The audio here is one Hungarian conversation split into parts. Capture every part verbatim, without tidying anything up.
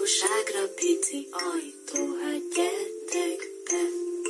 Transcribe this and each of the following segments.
valóságra pici ajtó, hát gyertek be.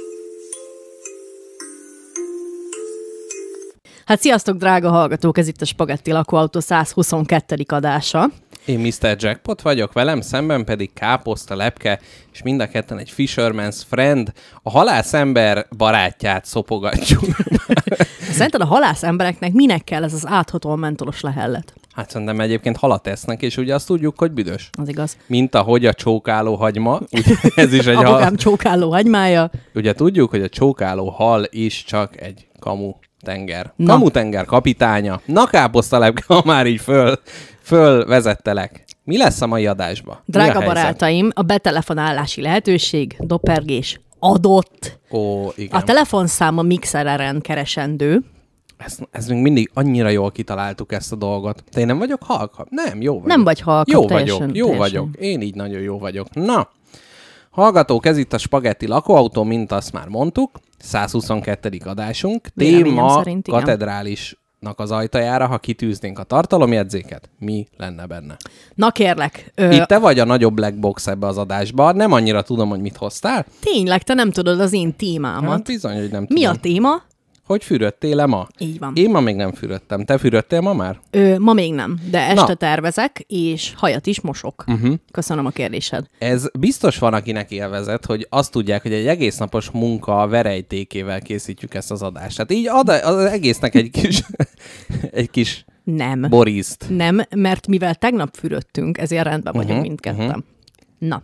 Hát sziasztok, drága hallgatók, ez itt a Spagetti Lakóautó száz huszonkettő adása. Én miszter Jackpot vagyok, velem szemben pedig Káposzta Lepke, és mind a ketten egy Fisherman's Friend, a halászember barátját szopogatjuk. Szerinted a halász embereknek minek kell ez az áthatol mentolos lehellet? Hát szerintem egyébként halat esznek, és ugye azt tudjuk, hogy büdös. Az igaz. Mint ahogy a csókáló hagyma. Ugye ez is egy Apukám hal... csókáló hagymája. Ugye tudjuk, hogy a csókáló hal is csak egy kamu tenger. Na. Kamu tenger kapitánya. Na Káposzta Lepke, ha már így föl, fölvezettelek. Mi lesz a mai adásban? Drága a barátaim, a betelefonálási lehetőség, doppergés adott. Ó, igen. A telefonszáma Mixereren keresendő. Ez, ez még mindig annyira jól kitaláltuk ezt a dolgot. De én nem vagyok halka? Nem, jó vagyok. Nem vagy halka, Jó teljesen, vagyok, jó teljesen. vagyok. Én így nagyon jó vagyok. Na, hallgatók, ez itt a Spagetti Lakóautó, mint azt már mondtuk. száz huszonkettő adásunk. Véleményem Téma szerint, igen. katedrálisnak az ajtajára, ha kitűznénk a tartalomjegyzéket, mi lenne benne? Na kérlek, ö, Itt te vagy a nagyobb black box ebbe az adásba. Nem annyira tudom, hogy mit hoztál. tényleg te nem tudod az én témámat. Hát bizony, hogy nem Mi tudom. a téma? Hogy fürödtél-e ma? Így van. Én ma még nem fürödtem. Te fürödtél ma már? Ö, ma még nem, de este Na. tervezek, és hajat is mosok. Uh-huh. Köszönöm a kérdésed. Ez biztos van, akinek élvezet, hogy azt tudják, hogy egy egész napos munka verejtékével készítjük ezt az adást. Tehát így ad az egésznek egy kis, egy kis Nem. borízt. Nem, mert mivel tegnap fürödtünk, ezért rendben vagyunk Uh-huh, mindketten. uh-huh. Na.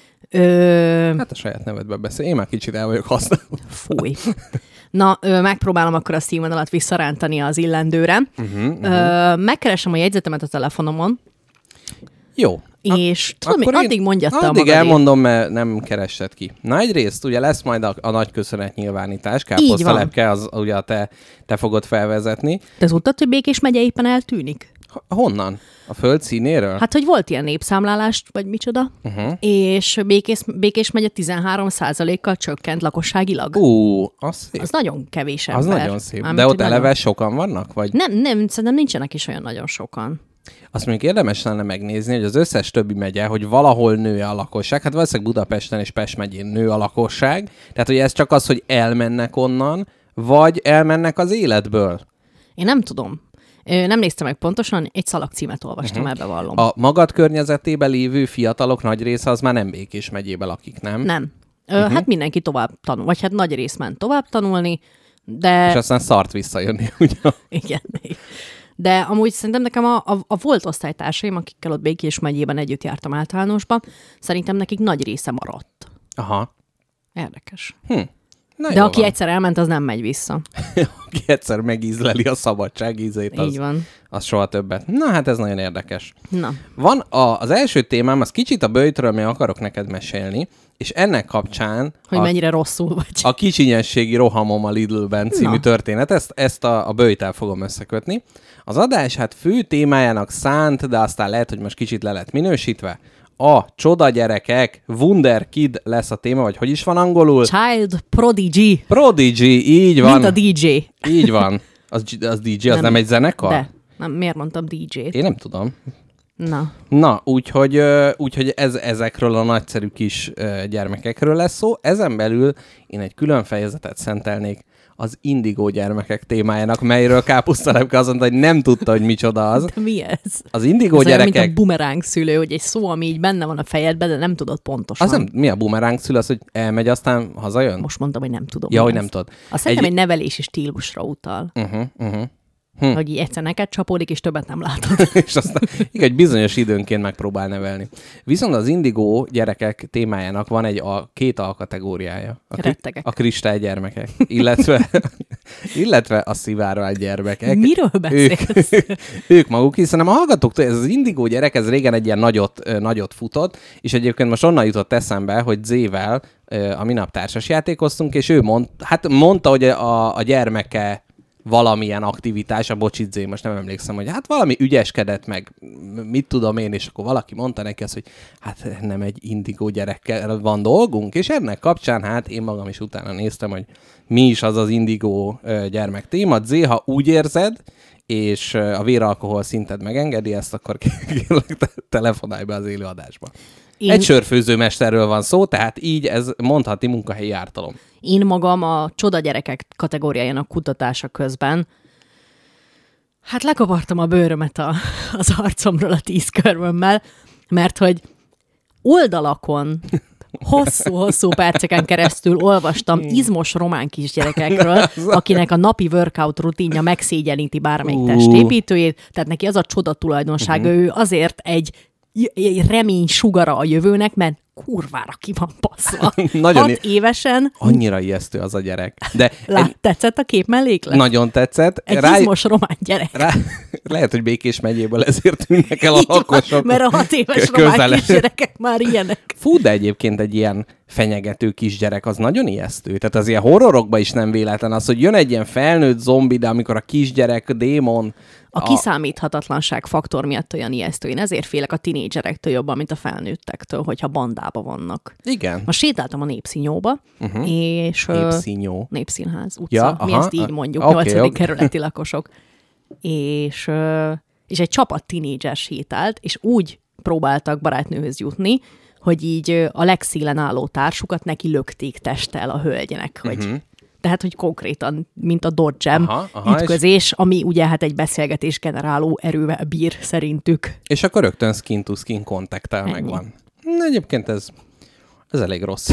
Ö, Hát a saját nevedbe beszél. Én már kicsit el vagyok használva. fúj. Na, ö, megpróbálom akkor a színvonalat visszarántani az illendőre. Uh-huh, uh-huh. Ö, megkeresem a jegyzetemet a telefonomon, Jó. és tudom, Akkor hogy én addig mondjad te a Addig magadét. elmondom, mert nem keresed ki. Na egyrészt ugye lesz majd a, a nagy köszönet nyilvánítás. Káposzta van. Lepke, az ugye te, te fogod felvezetni. Te tudtad, hogy Békés megye éppen eltűnik? H- honnan? A föld színéről? Hát, hogy volt ilyen népszámlálás, vagy micsoda, Uh-huh. és Békés, Békés megye tizenhárom százalékkal csökkent lakosságilag. Ú, az szép. Az nagyon kevés Az ember. nagyon szép. Mármint, De ott hogy nagyon- eleve sokan vannak? Vagy? Nem, nem, szerintem nincsenek is olyan nagyon sokan. Azt mondjuk érdemes lenne megnézni, hogy az összes többi megye, hogy valahol nő a lakosság. Hát valószínűleg Budapesten és Pest megyén nő a lakosság. Tehát, hogy ez csak az, hogy elmennek onnan, vagy elmennek az életből. Én nem tudom. Ö, Nem néztem meg pontosan, egy szalagcímet olvastam, uh-huh. ebbe vallom. A magad környezetében lévő fiatalok nagy része az már nem Békés megyében lakik, nem? Nem. Ö, uh-huh. Hát mindenki tovább tanul, vagy hát nagy rész ment tovább tanulni, de... És aztán szart visszajönni, ugye? Igen. De amúgy szerintem nekem a, a, a volt osztálytársaim, akikkel ott Békés megyében együtt jártam általánosban, szerintem nekik nagy része maradt. Aha. Érdekes. Hm. Na De jó aki van. egyszer elment, az nem megy vissza. Aki egyszer megízleli a szabadság ízét, az, Így van. az soha többet. Na hát ez nagyon érdekes. Na. Van a, az első témám, az kicsit a böjtről, mi akarok neked mesélni, és ennek kapcsán Hogy a, mennyire rosszul vagy. a kicsinyességi rohamom a Lidlben című Na. történet, ezt, ezt a, a böjtel fogom összekötni. Az adás hát fő témájának szánt, de aztán lehet, hogy most kicsit le lett minősítve. A csoda gyerekek, Wonder Kid lesz a téma, vagy hogy is van angolul? Child Prodigy, Prodigy, így van. mint a dé dzsé. Így van. Az, az dé dzsé, az nem, nem egy zenekar? De. Nem, miért mondtam dé dzsét? Én nem tudom. Na. Na, úgyhogy, ö, úgyhogy ez, ezekről a nagyszerű kis ö, gyermekekről lesz szó. Ezen belül én egy külön fejezetet szentelnék az indigó gyermekek témájának, melyről Káposzta Lepke azt mondta, hogy nem tudta, hogy micsoda az. De mi ez? Az indigó Ez olyan, gyerekek... mint a bumeráng szülő, hogy egy szó, ami így benne van a fejedben, de nem tudod pontosan. Az nem, mi a bumeráng szül, az, hogy elmegy, aztán hazajön? Most mondtam, hogy nem tudom. Ja, mi hogy ez. nem tudod. Azt szerintem Egy- egy nevelési stílusra utal. Uh-huh, uh-huh. Hm. Hogy így egyszer neked csapódik, és többet nem látod. És aztán igen, egy bizonyos időnként megpróbál nevelni. Viszont az indigó gyerekek témájának van egy a, két alkategóriája. A, Rettegek. a kristálygyermekek, illetve, illetve a szivárvány gyermekek. Miről beszélsz? Ők, ők maguk, hiszen a hallgatóktól ez az indigó gyerek, ez régen egy ilyen nagyot, ö, nagyot futott, és egyébként most onnan jutott eszembe, hogy Zével ö, a minap társas játékoztunk, és ő mond, hát mondta, hogy a, a gyermeke valamilyen aktivitás, a bocsit Zé, most nem emlékszem, hogy hát valami ügyeskedett meg, mit tudom én, és akkor valaki mondta neki azt, hogy hát nem egy indigó gyerekkel van dolgunk, és ennek kapcsán hát én magam is utána néztem, hogy mi is az az indigó gyermek téma. Zé, ha úgy érzed, és a véralkohol szinted megengedi ezt, akkor kérlek, te- telefonálj be az élőadásba. Én... Egy sörfőzőmesterről van szó, tehát így ez mondhatni munkahelyi ártalom. Én magam a csoda gyerekek kategóriájának kutatása közben hát lekavartam a bőrömet a, az arcomról a tíz körmömmel, mert hogy oldalakon hosszú-hosszú perceken keresztül olvastam izmos román kisgyerekekről, akinek a napi workout rutinja megszégyeníti bármelyik testépítőjét, tehát neki az a csoda tulajdonsága, uh-huh. ő azért egy, egy remény sugara a jövőnek, mert kurvára ki van passzva. Nagyon Hat évesen. Annyira ijesztő az a gyerek. De Lát, egy... tetszett a kép melléklet? Nagyon tetszett. Egy Rá... izmos román gyerek. Rá... Lehet, hogy Békés megyéből ezért tűnnek el a lakosok. Mert a hat éves román kisgyerekek már ilyenek. Fú, de egyébként egy ilyen fenyegető kisgyerek, az nagyon ijesztő. Tehát az ilyen horrorokban is nem véletlen az, hogy jön egy ilyen felnőtt zombi, de amikor a kisgyerek, démon... A, a kiszámíthatatlanság faktor miatt olyan ijesztő. Én ezért félek a tinédzserektől jobban, mint a felnőttektől, hogyha bandába vannak. Igen. Most sétáltam a Népszínjóba, uh-huh. és... Népszínjó. Népszínház utca. Ja, Mi aha, ezt így mondjuk, okay, nyolcadik okay. kerületi lakosok. És, és egy csapat tinédzser sétált, és úgy próbáltak barátnőhöz jutni, hogy így a legszélen álló társukat neki lökték testtel a hölgynek, hogy... Uh-huh. Tehát, hogy konkrétan, mint a Dodgem aha, aha, ütközés, és... ami ugye hát egy beszélgetés generáló erővel bír szerintük. És akkor rögtön skin to skin kontaktál megvan. Egyébként ez, ez elég rossz.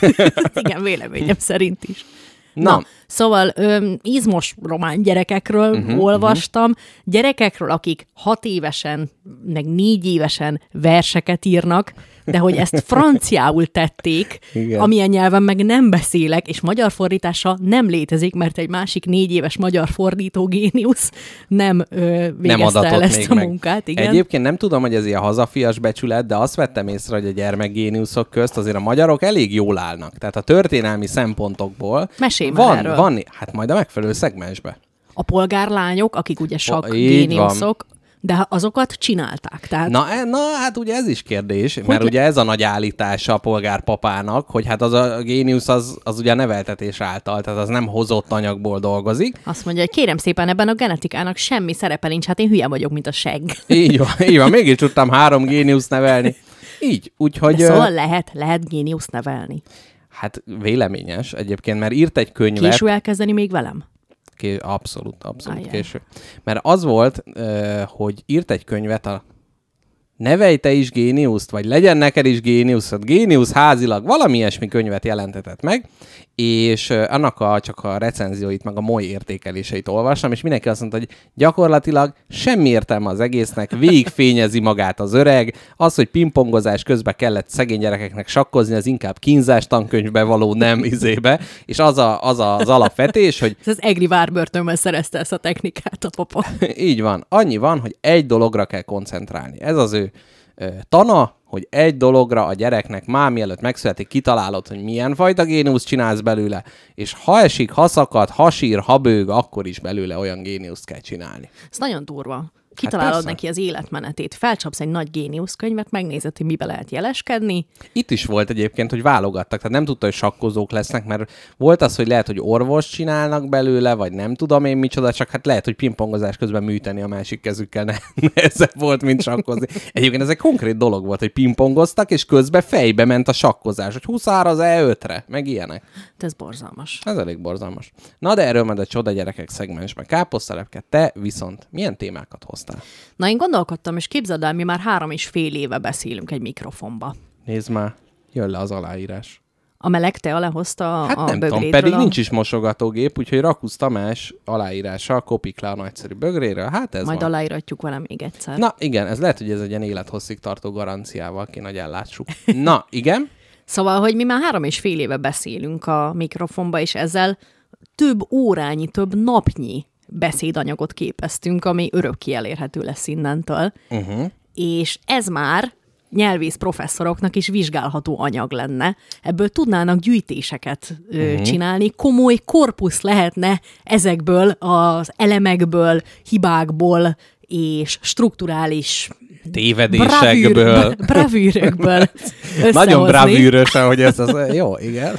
Igen, véleményem szerint is. Na, Na szóval öm, izmos román gyerekekről uh-huh, olvastam, uh-huh. gyerekekről, akik hat évesen, meg négy évesen verseket írnak, de hogy ezt franciául tették, igen. amilyen nyelven meg nem beszélek, és magyar fordítása nem létezik, mert egy másik négy éves magyar fordító géniusz nem ö, végezte nem el ezt a meg. munkát. Igen. Egyébként nem tudom, hogy ez ilyen hazafias becsület, de azt vettem észre, hogy a gyermekgéniuszok közt azért a magyarok elég jól állnak. Tehát a történelmi szempontokból Mesélj van, erről. van, hát majd a megfelelő szegmensbe. A polgárlányok, akik ugye sakk géniuszok, de azokat csinálták. Tehát... Na, na, hát ugye ez is kérdés, hogy mert le... ugye ez a nagy állítása a polgárpapának, hogy hát az a géniusz az, az ugye a neveltetés által, tehát az nem hozott anyagból dolgozik. Azt mondja, hogy kérem szépen, ebben a genetikának semmi szerepe nincs, hát én hülye vagyok, mint a segg. Így van, így van, mégis tudtam három géniuszt nevelni. Így, úgyhogy... De szóval lehet, lehet géniuszt nevelni. Hát véleményes egyébként, mert írt egy könyvet... Késő elkezdeni még velem? Ké- abszolút, abszolút Ajjaj. késő. Mert az volt, hogy írt egy könyvet a Nevelj te is géniuszt, vagy legyen neked is géniuszod, géniusz házilag, valami ilyesmi könyvet jelentetett meg, és annak a, csak a recenzióit, meg a moly értékeléseit olvastam, és mindenki azt mondta, hogy gyakorlatilag semmi értelme az egésznek, végigfényezi magát az öreg, az, hogy pingpongozás közben kellett szegény gyerekeknek sakkozni, az inkább kínzás tankönyvbe való nem izébe, és az a, az, a, az alapvetés, hogy... Ez az egri várbörtönben szerezte ezt a technikát a papa. Így van. Annyi van, hogy egy dologra kell koncentrálni. Ez az ő ö, tana, hogy egy dologra a gyereknek már mielőtt megszületik, kitalálod, hogy milyen fajta géniusz csinálsz belőle, és ha esik, ha szakad, ha sír, ha bőg, akkor is belőle olyan géniuszt kell csinálni. Ez nagyon durva. Kitalálod hát neki az életmenetét, felcsapsz egy nagy géniuszkönyvet, megnézed, hogy mibe lehet jeleskedni. Itt is volt egyébként, hogy válogattak, tehát nem tudta, hogy sakkozók lesznek, mert volt az, hogy lehet, hogy orvos csinálnak belőle, vagy nem tudom én micsoda, csak hát lehet, hogy pingpongozás közben műteni a másik kezükkel ne, nehezebb volt, mint sakkozni. Egyébként ez egy konkrét dolog volt, hogy pingpongoztak, és közben fejbe ment a sakkozás, hogy huszár az E ötre, meg ilyenek. Ez borzalmas. Ez elég borzalmas. Na de erről majd a csoda gyerekek szegmensben. Káposztelepke, te viszont milyen témákat hoztál? Na, én gondolkodtam, és képzeld el, mi már három és fél éve beszélünk egy mikrofonba. Nézd már, jön le az aláírás. A meleg te lehozta hát a nem tudom, pedig a... nincs is mosogatógép, úgyhogy Rakusz Tamás aláírása kopik le a nagyszerű bögréről. Hát ez Majd van. aláíratjuk vele még egyszer. Na igen, ez lehet, hogy ez egy ilyen élethosszig tartó garanciával kéne, hogy ellátsuk. Na, igen. Szóval, hogy mi már három és fél éve beszélünk a mikrofonba, és ezzel több órányi, több napnyi beszédanyagot képeztünk, ami örökké elérhető lesz innentől. Uh-huh. És ez már nyelvész professzoroknak is vizsgálható anyag lenne. Ebből tudnának gyűjtéseket ö, uh-huh. csinálni. Komoly korpusz lehetne ezekből az elemekből, hibákból és strukturális tévedésekből. Bravűrökből Nagyon bravűrösen, hogy ez az... Jó, igen.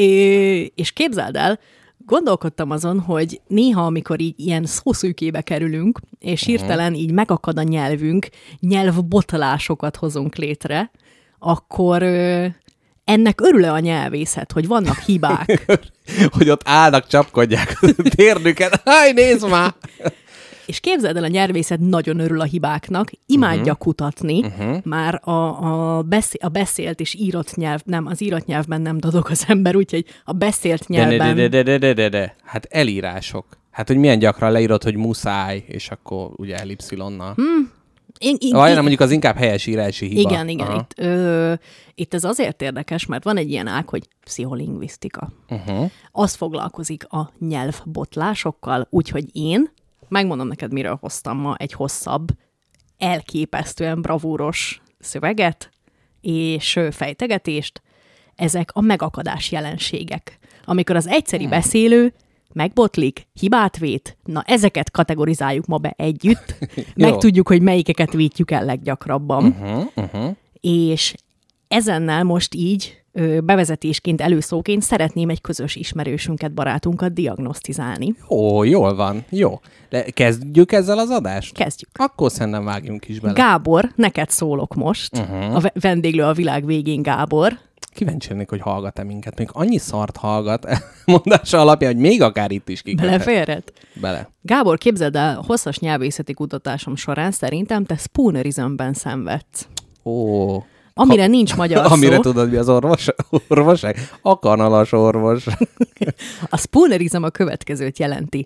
É, és képzeld el, gondolkodtam azon, hogy néha, amikor így ilyen szószűkébe kerülünk, és hirtelen így megakad a nyelvünk, nyelvbotlásokat hozunk létre, akkor ö, ennek örül-e a nyelvészet, hogy vannak hibák? Hogy ott állnak, csapkodják a térnüket. Háj, nézd már! És képzeld el, a nyelvészet nagyon örül a hibáknak, imádja uh-huh. kutatni, uh-huh. már a, a, beszél, a beszélt és írott nyelv, nem, az írott nyelvben nem dadog az ember, úgyhogy a beszélt nyelvben... De, de, de, de, de, de, de. Hát elírások. Hát, hogy milyen gyakran leírod, hogy muszáj, és akkor ugye ellipszilonnal. Hmm. Én, én, Vagy én, nem, mondjuk az inkább helyesírási hiba. Igen, igen. Itt, ö, itt ez azért érdekes, mert van egy ilyen ág, hogy pszicholingvisztika. Uh-huh. Az foglalkozik a nyelvbotlásokkal, úgyhogy én, megmondom neked, miről hoztam ma egy hosszabb, elképesztően bravúros szöveget és fejtegetést. Ezek a megakadás jelenségek. Amikor az egyszeri hmm. beszélő megbotlik, hibát vét, na ezeket kategorizáljuk ma be együtt, megtudjuk, hogy melyikeket vétjük el leggyakrabban. Uh-huh, uh-huh. És ezennel most így ö, bevezetésként, előszóként szeretném egy közös ismerősünket, barátunkat diagnosztizálni. Ó, jól van, jó. De kezdjük ezzel az adást? Kezdjük. Akkor szerintem vágjunk is bele. Gábor, neked szólok most. Uh-huh. A vendéglő a világ végén, Gábor. Kíváncsi lennék, hogy hallgat-e minket. Még annyi szart hallgat mondása alapján, hogy még akár itt is kiköthet. Beleférhet? Bele. Gábor, képzeld el, hosszas nyelvészeti kutatásom során szerintem te spoonerismben szenvedsz. Ó. Amire ha, nincs magyar szó. Amire tudod, mi az orvos? orvosság? A kanalas orvos. A spoonerism a következőt jelenti.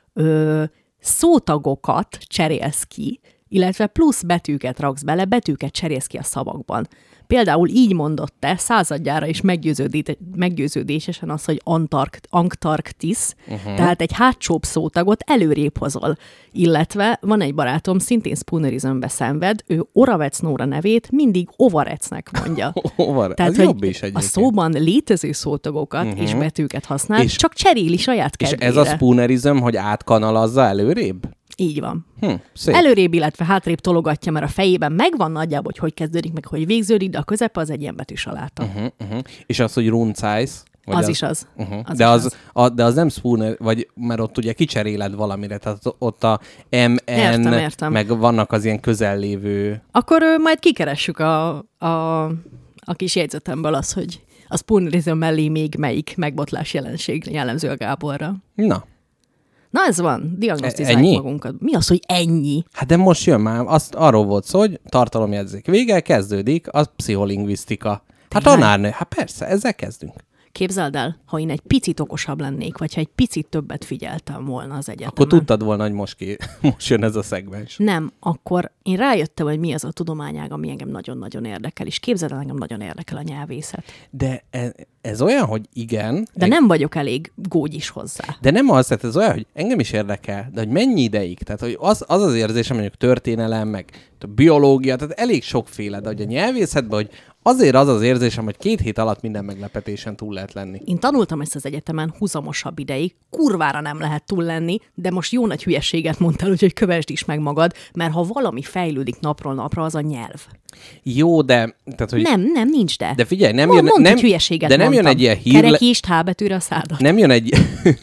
Ö, szótagokat cserélsz ki, illetve plusz betűket raksz bele, betűket cserélsz ki a szavakban. Például így mondott te századjára is meggyőződésesen az, hogy Antarkt, Antarktisz, uh-huh. tehát egy hátsóbb szótagot előrébb hozol. Illetve van egy barátom, szintén spoonerismbe szenved, ő Oravec Nóra nevét mindig Ovarecnek mondja. Ovar, tehát, jobb is egyébként. A szóban létező szótagokat uh-huh. és betűket használ, és, csak cseréli saját kedvére. És ez a spoonerism, hogy átkanalazza előrébb? Így van. Hm, előrébb, illetve hátrébb tologatja, mert a fejében megvan nagyjából, hogy hogy kezdődik, meg hogy végződik, de a közepe az egy ilyen betűs aláta. Uh-huh, uh-huh. És az, hogy runzájsz? Az, az is az. Uh-huh. az de, is az, az. A, de az nem spooner, vagy, mert ott ugye kicseréled valamire, tehát ott a em en, értem, értem. meg vannak az ilyen közellévő... Akkor ö, majd kikeressük a, a, a kis jegyzetemből az, hogy a spoonerism mellé még melyik megbotlás jelenség jellemző a Gáborra. Na. Na ez van, diagnosztizáljuk magunkat. Mi az, hogy ennyi? Hát de most jön már, azt arról volt szó, hogy tartalomjegyzék vége, kezdődik a pszicholingvisztika. Hát tanárnő, hát persze, ezzel kezdünk. Képzeld el, ha én egy picit okosabb lennék, vagy ha egy picit többet figyeltem volna az egyetemen. Akkor tudtad volna, hogy most, ki, most jön ez a szegmens. Nem, akkor én rájöttem, hogy mi az a tudományág, ami engem nagyon-nagyon érdekel, és képzeld el, engem nagyon érdekel a nyelvészet. De ez, ez olyan, hogy igen. De nem vagyok elég gógyis hozzá. De nem az, tehát ez olyan, hogy engem is érdekel, de hogy mennyi ideig? Tehát hogy az az, az érzésem, mondjuk történelem, meg biológia, tehát elég sokféle, de hogy a nyelvészetben, hogy azért az az érzésem, hogy két hét alatt minden meglepetésen túl lehet lenni. Én tanultam ezt az egyetemen húzamosabb ideig, kurvára nem lehet túl lenni, de most jó nagy hülyeséget mondtál, úgyhogy kövesd is meg magad, mert ha valami fejlődik napról napra, az a nyelv. Jó, de... Tehát, hogy... Nem, nem, nincs de. De figyelj, nem Mond, jön... Mondd, nem, hogy hülyeséget de nem mondtam. jön egy ilyen hírle... Kerekést H betűre a szádat. Nem jön egy...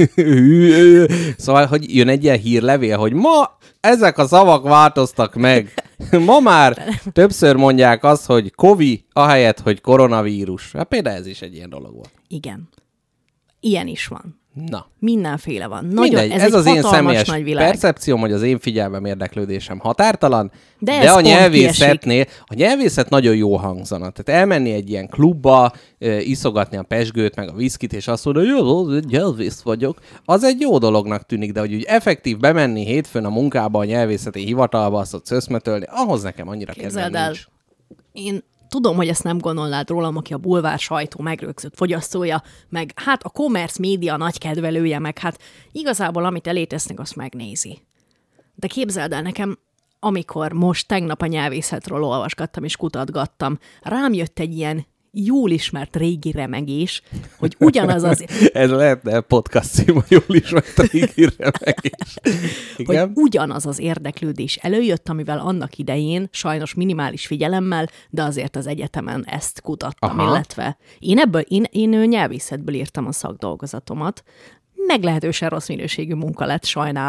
Szóval, hogy jön egy ilyen hírlevél, hogy ma ezek a szavak változtak meg. Ma már többször mondják azt, hogy kovi, ahelyett, hogy koronavírus. Hát például ez is egy ilyen dolog volt. Igen. Ilyen is van. Na. Mindenféle van. Nagyon, Mindegy, ez, ez az én személyes nagy világ. percepcióm, hogy az én figyelmem, érdeklődésem határtalan, de, de a nyelvészetnél, a nyelvészet nagyon jó hangzana. Tehát elmenni egy ilyen klubba, iszogatni a pezsgőt, meg a viszkit, és azt mondani, hogy jó, nyelvész vagyok, az egy jó dolognak tűnik, de hogy úgy effektív bemenni hétfőn a munkába, a nyelvészeti hivatalba, azt ott szöszmetölni, ahhoz nekem annyira kedvem nincs. Én tudom, hogy ezt nem gondolnád rólam, aki a bulvár sajtó megrögzött fogyasztója, meg hát a commerce média nagy kedvelője, meg hát igazából amit elétesznek, azt megnézi. De képzeld el nekem, amikor most tegnap a nyelvészetről olvasgattam és kutatgattam, rám jött egy ilyen jól ismert régi remegés, hogy ugyanaz az... Ez lehetne podcast cím, a jól ismert régi remegés. Igen? Hogy ugyanaz az érdeklődés előjött, amivel annak idején, sajnos minimális figyelemmel, de azért az egyetemen ezt kutattam, aha, illetve én ebből, én, én nyelvészetből írtam a szakdolgozatomat, meglehetősen rossz minőségű munka lett, sajnálom,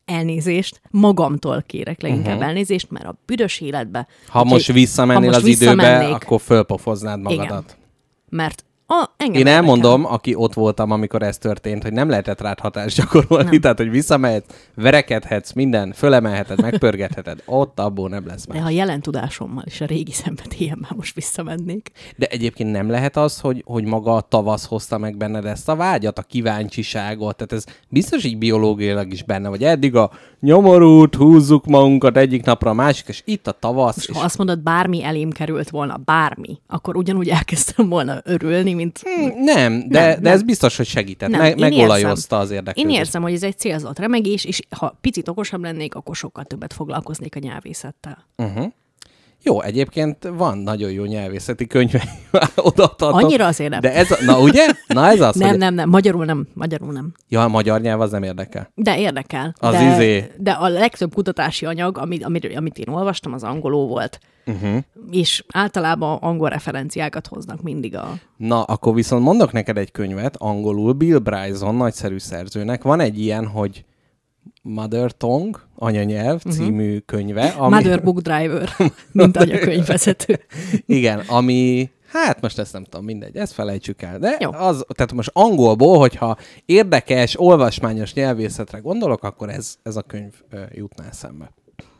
elnézést, magamtól kérek leginkább Uh-huh. elnézést, mert a büdös életbe... Ha most visszamennél most az időbe, visszamennék- akkor fölpofoznád magadat. Igen. Mert a, engem Én érdekel. elmondom, aki ott voltam, amikor ez történt, hogy nem lehetett rád hatást gyakorolni, Nem. tehát, hogy visszamehetsz, verekedhetsz, minden, fölemelheted, megpörgetheted, ott abból nem lesz De más. ha jelen tudásommal és a régi szenvedélyemmel most visszamennék. De egyébként nem lehet az, hogy, hogy maga a tavasz hozta meg benned ezt a vágyat, a kíváncsiságot, tehát ez biztos így biológiailag is benne, vagy eddig a nyomorút, húzzuk magunkat egyik napra a másik, és itt a tavasz. És És... ha azt mondod, bármi elém került volna, bármi, akkor ugyanúgy elkezdtem volna örülni, mint... Hmm, Nem, de, Nem, de nem. ez biztos, hogy segített. Nem, Me- én megolajozta az Én érdeklődést. érzem, hogy ez egy célzott remegés, és ha picit okosabb lennék, akkor sokkal többet foglalkoznék a nyelvészettel. Uh-huh. Jó, egyébként van nagyon jó nyelvészeti könyve, odaadhatok. Annyira azért nem. De ez, a, na ugye? Na ez az, Nem, hogy... nem, nem, magyarul nem, magyarul nem. Ja, a magyar nyelv az nem érdekel. De érdekel. Az de, izé. de a legtöbb kutatási anyag, amit, amit, amit én olvastam, az angolul volt. Uh-huh. És általában angol referenciákat hoznak mindig a... Na, akkor viszont mondok neked egy könyvet, angolul, Bill Bryson, nagyszerű szerzőnek. Van egy ilyen, hogy Mother Tongue, anyanyelv uh-huh. című könyve. Ami... Mother Book Driver, mint anyakönyvvezető. Igen, ami... Hát most ezt nem tudom, mindegy, ezt felejtsük el. De Jó. az, tehát most angolból, hogyha érdekes, olvasmányos nyelvészetre gondolok, akkor ez, ez a könyv ö, jutná eszembe.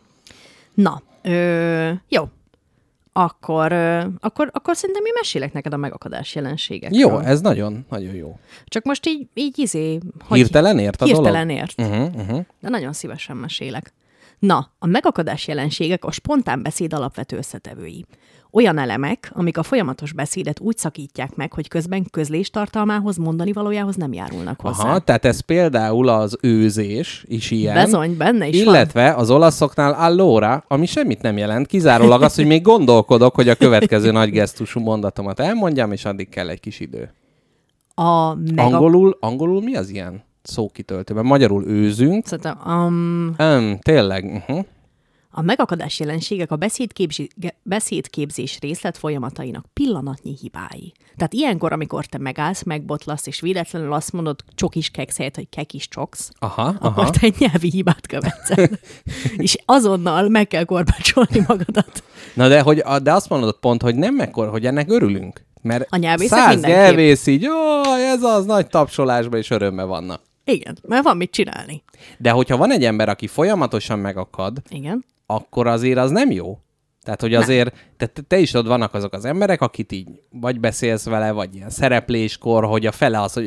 Na, ö, jó. Akkor, ö, akkor, akkor szerintem én mesélek neked a megakadás jelenségekről. Jó, ez nagyon, nagyon jó. Csak most így, így izé... Hogy... Hirtelen ért a Hirtelen dolog? ért. Uh-huh, uh-huh. De nagyon szívesen mesélek. Na, a megakadás jelenségek a spontán beszéd alapvető összetevői. Olyan elemek, amik a folyamatos beszédet úgy szakítják meg, hogy közben közlés tartalmához, mondani valójához nem járulnak hozzá. Aha, tehát ez például az őzés is ilyen. Bezony, benne is illetve az olaszoknál allora, ami semmit nem jelent, kizárólag az, hogy még gondolkodok, hogy a következő nagy gesztusú mondatomat elmondjam, és addig kell egy kis idő. van. A mega... Angolul, angolul mi az ilyen szókitöltőben? Magyarul őzünk. Szerintem, um, Um, tényleg. Uh-huh. a megakadás jelenségek a beszédképzés, beszédképzés részlet folyamatainak pillanatnyi hibái. Tehát ilyenkor, amikor te megállsz, megbotlasz, és véletlenül azt mondod csokis keksz helyett, hogy kekis csoksz, Aha, akkor aha. te egy nyelvi hibát követsz el. És azonnal meg kell korbácsolni magadat. Na de, hogy, de azt mondod pont, hogy nem mekkor, hogy ennek örülünk. Mert A nyelvészek száz mindenképp. nyelvész így, jaj, ez az nagy tapsolásban és örömben vannak. Igen, mert van mit csinálni. De hogyha van egy ember, aki folyamatosan megakad, Igen. akkor azért az nem jó. Tehát, hogy azért, te, te is ott vannak azok az emberek, akit így vagy beszélsz vele, vagy ilyen szerepléskor, hogy a fele az, hogy...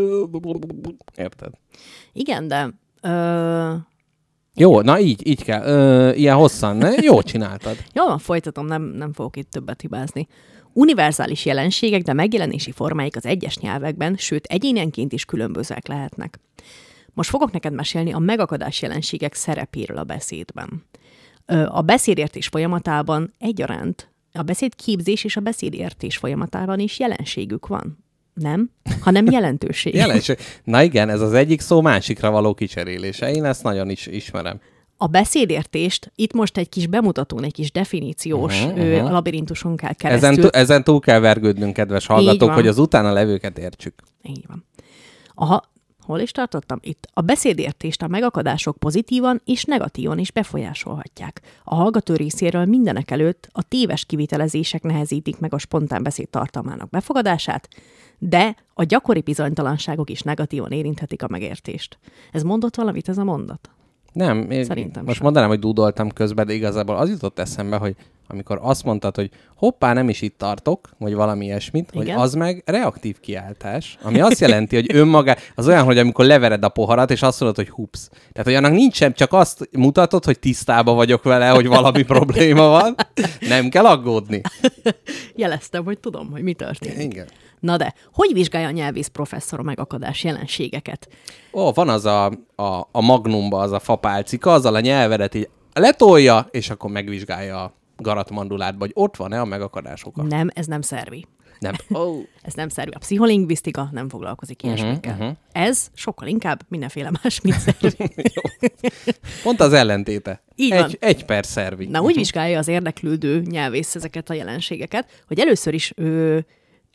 Érted? Igen, de... Ö... Jó, na így, így kell. Ö, ilyen hosszan, ne? Jó csináltad. Jól van, folytatom, nem, nem fogok itt többet hibázni. Univerzális jelenségek, de megjelenési formáik az egyes nyelvekben, sőt egyénenként is különbözőek lehetnek. Most fogok neked mesélni a megakadás jelenségek szerepéről a beszédben. Ö, A beszédértés folyamatában egyaránt, a beszédképzés és a beszédértés folyamatában is jelenségük van. Nem, hanem jelentőség. Jelenség. Na igen, ez az egyik szó másikra való kicserélése. Én ezt nagyon is ismerem. A beszédértést itt most egy kis bemutatón, egy kis definíciós Uh-huh, uh-huh. uh-huh. labirintuson kell keresztül. Ezen, t- ezen túl kell vergődnünk, kedves hallgatók, van. hogy az utána levőket értsük. Így van. Aha, hol is tartottam? Itt. A beszédértést a megakadások pozitívan és negatívan is befolyásolhatják. A hallgató részéről mindenek előtt a téves kivitelezések nehezítik meg a spontán beszéd tartalmának befogadását, de a gyakori bizonytalanságok is negatívan érinthetik a megértést. Ez mondott valamit, ez a mondat? Nem, én Szerintem most sem. mondanám, hogy dúdoltam közben, de igazából az jutott eszembe, hogy amikor azt mondtad, hogy hoppá, nem is itt tartok, vagy valami ilyesmit, Igen. hogy az meg reaktív kiáltás, ami azt jelenti, hogy önmaga, az olyan, hogy amikor levered a poharat, és azt mondod, hogy hups. Tehát, hogy annak nincsen, csak azt mutatod, hogy tisztában vagyok vele, hogy valami probléma van. Nem kell aggódni. Jeleztem, hogy tudom, hogy mi történik. Igen. Na de, hogy vizsgálja a nyelvész professzor a megakadás jelenségeket? Ó, van az a, a, a magnumba, az a fapálcika, azzal a nyelvedet így letolja, és akkor megvizsgálja a garatmandulátba, hogy ott van-e a megakadás oka. Nem, ez nem szervi. Nem. Oh. Ez nem szervi. A pszicholingvisztika nem foglalkozik ilyesmikkel. uh-huh. Ez sokkal inkább mindenféle más, mint szervi. Pont az ellentéte. Így van. egy, egy per szervi. Na, úgy vizsgálja az érdeklődő nyelvész ezeket a jelenségeket, hogy először is ő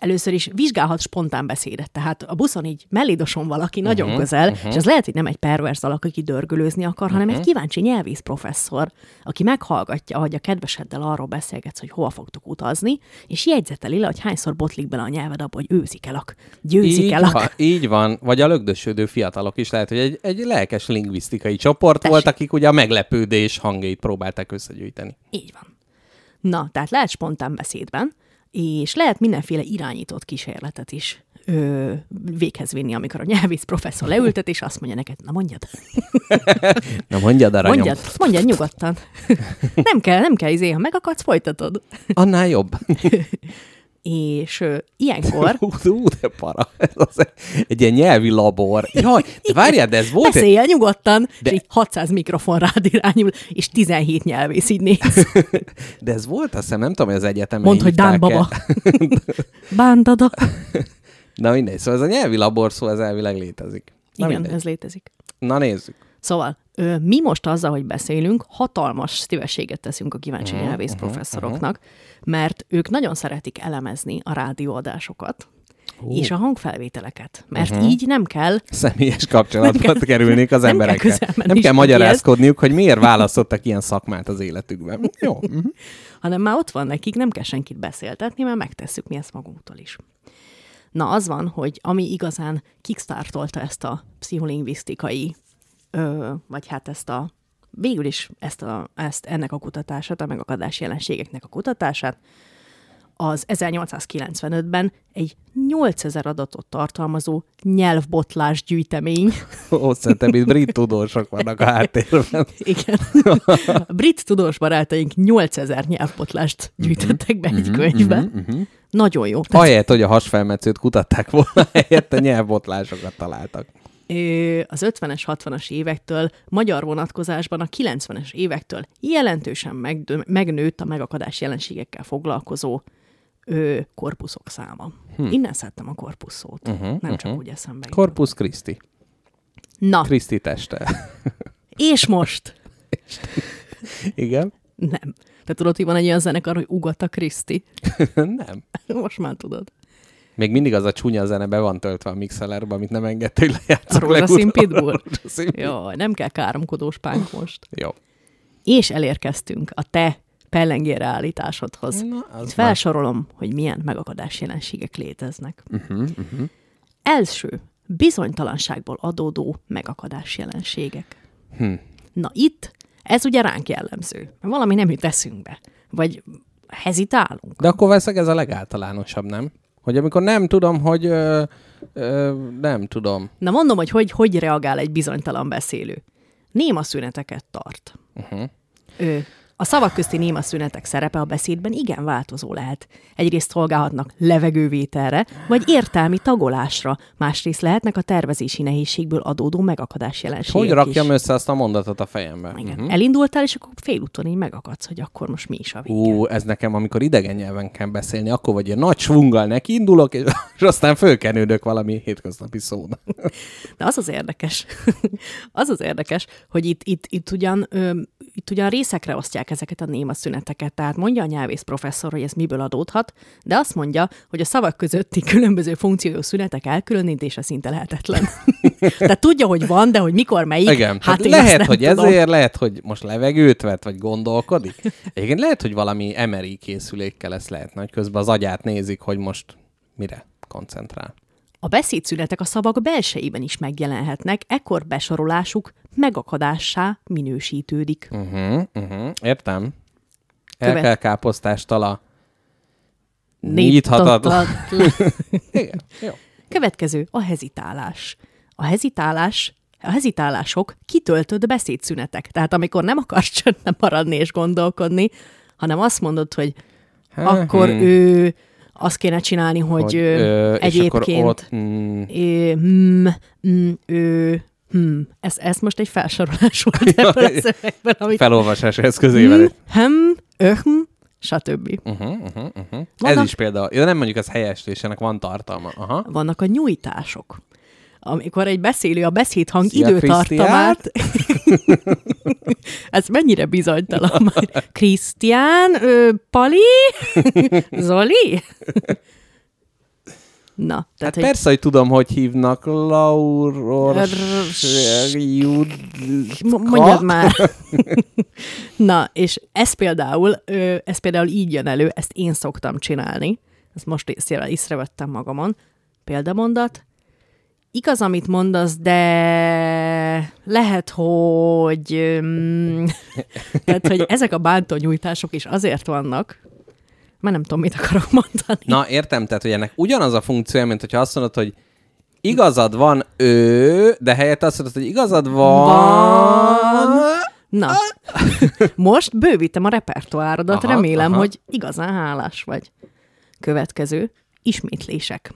először is vizsgálhat spontán beszédet. Tehát a buszon így mellédoson valaki uh-huh, nagyon közel, uh-huh. és az lehet, hogy nem egy perverz alak, aki dörgölőzni akar, uh-huh. hanem egy kíváncsi nyelvész professzor, aki meghallgatja, ahogy a kedveseddel arról beszélgetsz, hogy hova fogtok utazni, és jegyzeteli le, hogy hányszor botlik bele a nyelved abba, hogy őzik elak, győzik így elak. Van, így van, vagy a lögdösödő fiatalok is lehet, hogy egy, egy lelkes lingvisztikai csoport Tessék. volt, akik ugye a meglepődés hangjait próbálták összegyűjteni. Így van. Na, tehát lehet spontán beszédben, és lehet mindenféle irányított kísérletet is ö, véghez vinni, amikor a nyelvész professzor leültet, és azt mondja neked, na mondjad. Na mondjad, aranyom. Mondjad, mondjad nyugodtan. Nem kell, nem kell izé, ha megakadsz, folytatod. Annál jobb. És ö, ilyenkor... Ú, de para. Ez az egy ilyen nyelvi labor. Jaj, de várjál, de ez volt... Beszélj el nyugodtan, de... és így hatszáz mikrofon rád irányul, és tizenhét nyelvész így néz. De ez volt, azt hiszem, nem tudom, hogy az egyetemen Mondd, hogy Dán baba. Bándada. Na mindegy, szóval ez a nyelvi labor szó, ez elvileg létezik. Na, igen, mindegy. ez létezik. Na nézzük. Szóval ö, mi most azzal, hogy beszélünk, hatalmas szívességet teszünk a kíváncsi uh-huh, nyelvész uh-huh, professzoroknak, uh-huh. mert ők nagyon szeretik elemezni a rádióadásokat, uh. és a hangfelvételeket, mert uh-huh. így nem kell... Személyes kapcsolatba kerülnék az emberekkel. Nem, nem kell magyarázkodniuk, hogy miért választottak ilyen szakmát az életükben. Jó. Uh-huh. Hanem már ott van nekik, nem kell senkit beszéltetni, mert megtesszük mi ezt magunktól is. Na, az van, hogy ami igazán kickstartolta ezt a pszicholingvisztikai, ö, vagy hát ezt a, végül is ezt, a, ezt ennek a kutatását, a megakadás jelenségeknek a kutatását, az ezernyolcszázkilencvenötben egy nyolcezer adatot tartalmazó nyelvbotlás gyűjtemény. Ó, szerintem itt brit tudósok vannak a háttérben. Igen. A brit tudós barátaink nyolcezer nyelvbotlást gyűjtettek be egy könyvbe. Uh-huh, uh-huh. Nagyon jó. Ahelyett, hogy a hasfelmetszőt kutatták volna, helyett a nyelvbotlásokat találtak. Az ötvenes, hatvanas évektől, magyar vonatkozásban a kilencvenes évektől jelentősen megdö- megnőtt a megakadás jelenségekkel foglalkozó ö, korpuszok száma. Hm. Innen szedtem a korpusz szót. Uh-huh, Nem uh-huh. csak úgy eszembe. Corpus Christi. Na. Christi teste. És most? Igen? Nem. Te tudod, hogy van egy olyan zenekar, hogy Ugata Christi? Nem. Most már tudod. Még mindig az a csúnya zene be van töltve a mixelerbe, amit nem engedte, hogy lejátszok. A rózsaszín pitbull? Jó, nem kell káromkodós pánk most. Jó. És elérkeztünk a te pellengére állításodhoz. Na, Itt felsorolom, már. hogy milyen megakadás jelenségek léteznek. Uh-huh, uh-huh. Első, bizonytalanságból adódó megakadás jelenségek. Hm. Na itt, ez ugye ránk jellemző. Valami nem jut eszünkbe. Vagy hezitálunk. De akkor veszek, ez a legáltalánosabb, nem? Hogy amikor nem tudom, hogy ö, ö, nem tudom. Na mondom, hogy, hogy hogy reagál egy bizonytalan beszélő. Néma szüneteket tart. Uh-huh. Ő, a szavak közti néma szünetek szerepe a beszédben igen változó lehet. Egyrészt szolgálhatnak levegővételre, vagy értelmi tagolásra, másrészt lehetnek a tervezési nehézségből adódó megakadás jelenségek Hogy rakjam is. össze azt a mondatot a fejembe? Igen. Uh-huh. Elindultál, és akkor félúton így megakadsz, hogy akkor most mi is a vége. Ú, ez nekem, amikor idegen nyelven kell beszélni, akkor vagy egy nagy svunggal neki indulok, és, és aztán fölkenődök valami hétköznapi szónak. De az az érdekes, az az érdekes, hogy itt, itt, itt, ugyan, ö, itt ugyan részekre osztják ezeket a néma szüneteket, tehát mondja a nyelvész professzor, hogy ez miből adódhat, de azt mondja, hogy a szavak közötti különböző funkciójú szünetek elkülönítése szinte lehetetlen. Tehát tudja, hogy van, de hogy mikor melyik, igen, hát lehet, hogy tudom. ezért, lehet, hogy most levegőt vett, vagy gondolkodik. Egyébként lehet, hogy valami em er i készülékkel ezt lehetne, hogy közben az agyát nézik, hogy most mire koncentrál. A beszédszünetek a szavak belsejében is megjelenhetnek, ekkor besorolásuk megakadássá minősítődik. Uh-huh, uh-huh. Értem. El kell káposztástala. Nyithatatlan. Igen, jó. Következő a hezitálás. A hezitálás, a hezitálások kitöltött beszédszünetek. Tehát amikor nem akarsz csöndben maradni és gondolkodni, hanem azt mondod, hogy ha, akkor hmm. ő azt kéne csinálni, hogy, hogy ö, egyébként ott, mm. Ö, mm, mm, ő, mm. Ez, ez most egy felsorolás volt ebből a szövegben. Amit felolvasás eszközével. Mm, hem, öhm, stb. Uh-huh, uh-huh, uh-huh. Ez is például, de nem mondjuk az helyeslésének van tartalma. Aha. Vannak a nyújtások. Amikor egy beszélő a beszédhang Szia, időtartamát... Ez mennyire bizonytalan. Krisztián, Pali, Zoli? Na, Hát tehát, hogy persze, hogy tudom, hogy hívnak Lauror... M- mondjad már. Na, és ez például, ö, ez például így jön elő, ezt én szoktam csinálni. Ezt most észre, észrevettem magamon. Példamondat. Igaz, amit mondasz, de lehet, hogy... Um, tehát, hogy ezek a bántónyújtások is azért vannak, mert nem tudom, mit akarok mondani. Na, értem, tehát, hogy ennek ugyanaz a funkciója, mint hogyha azt mondod, hogy igazad van ő, de helyett azt mondod, hogy igazad van... van... Na, most bővítem a repertoárodat, Aha, remélem, aha. hogy igazán hálás vagy. Következő, ismétlések.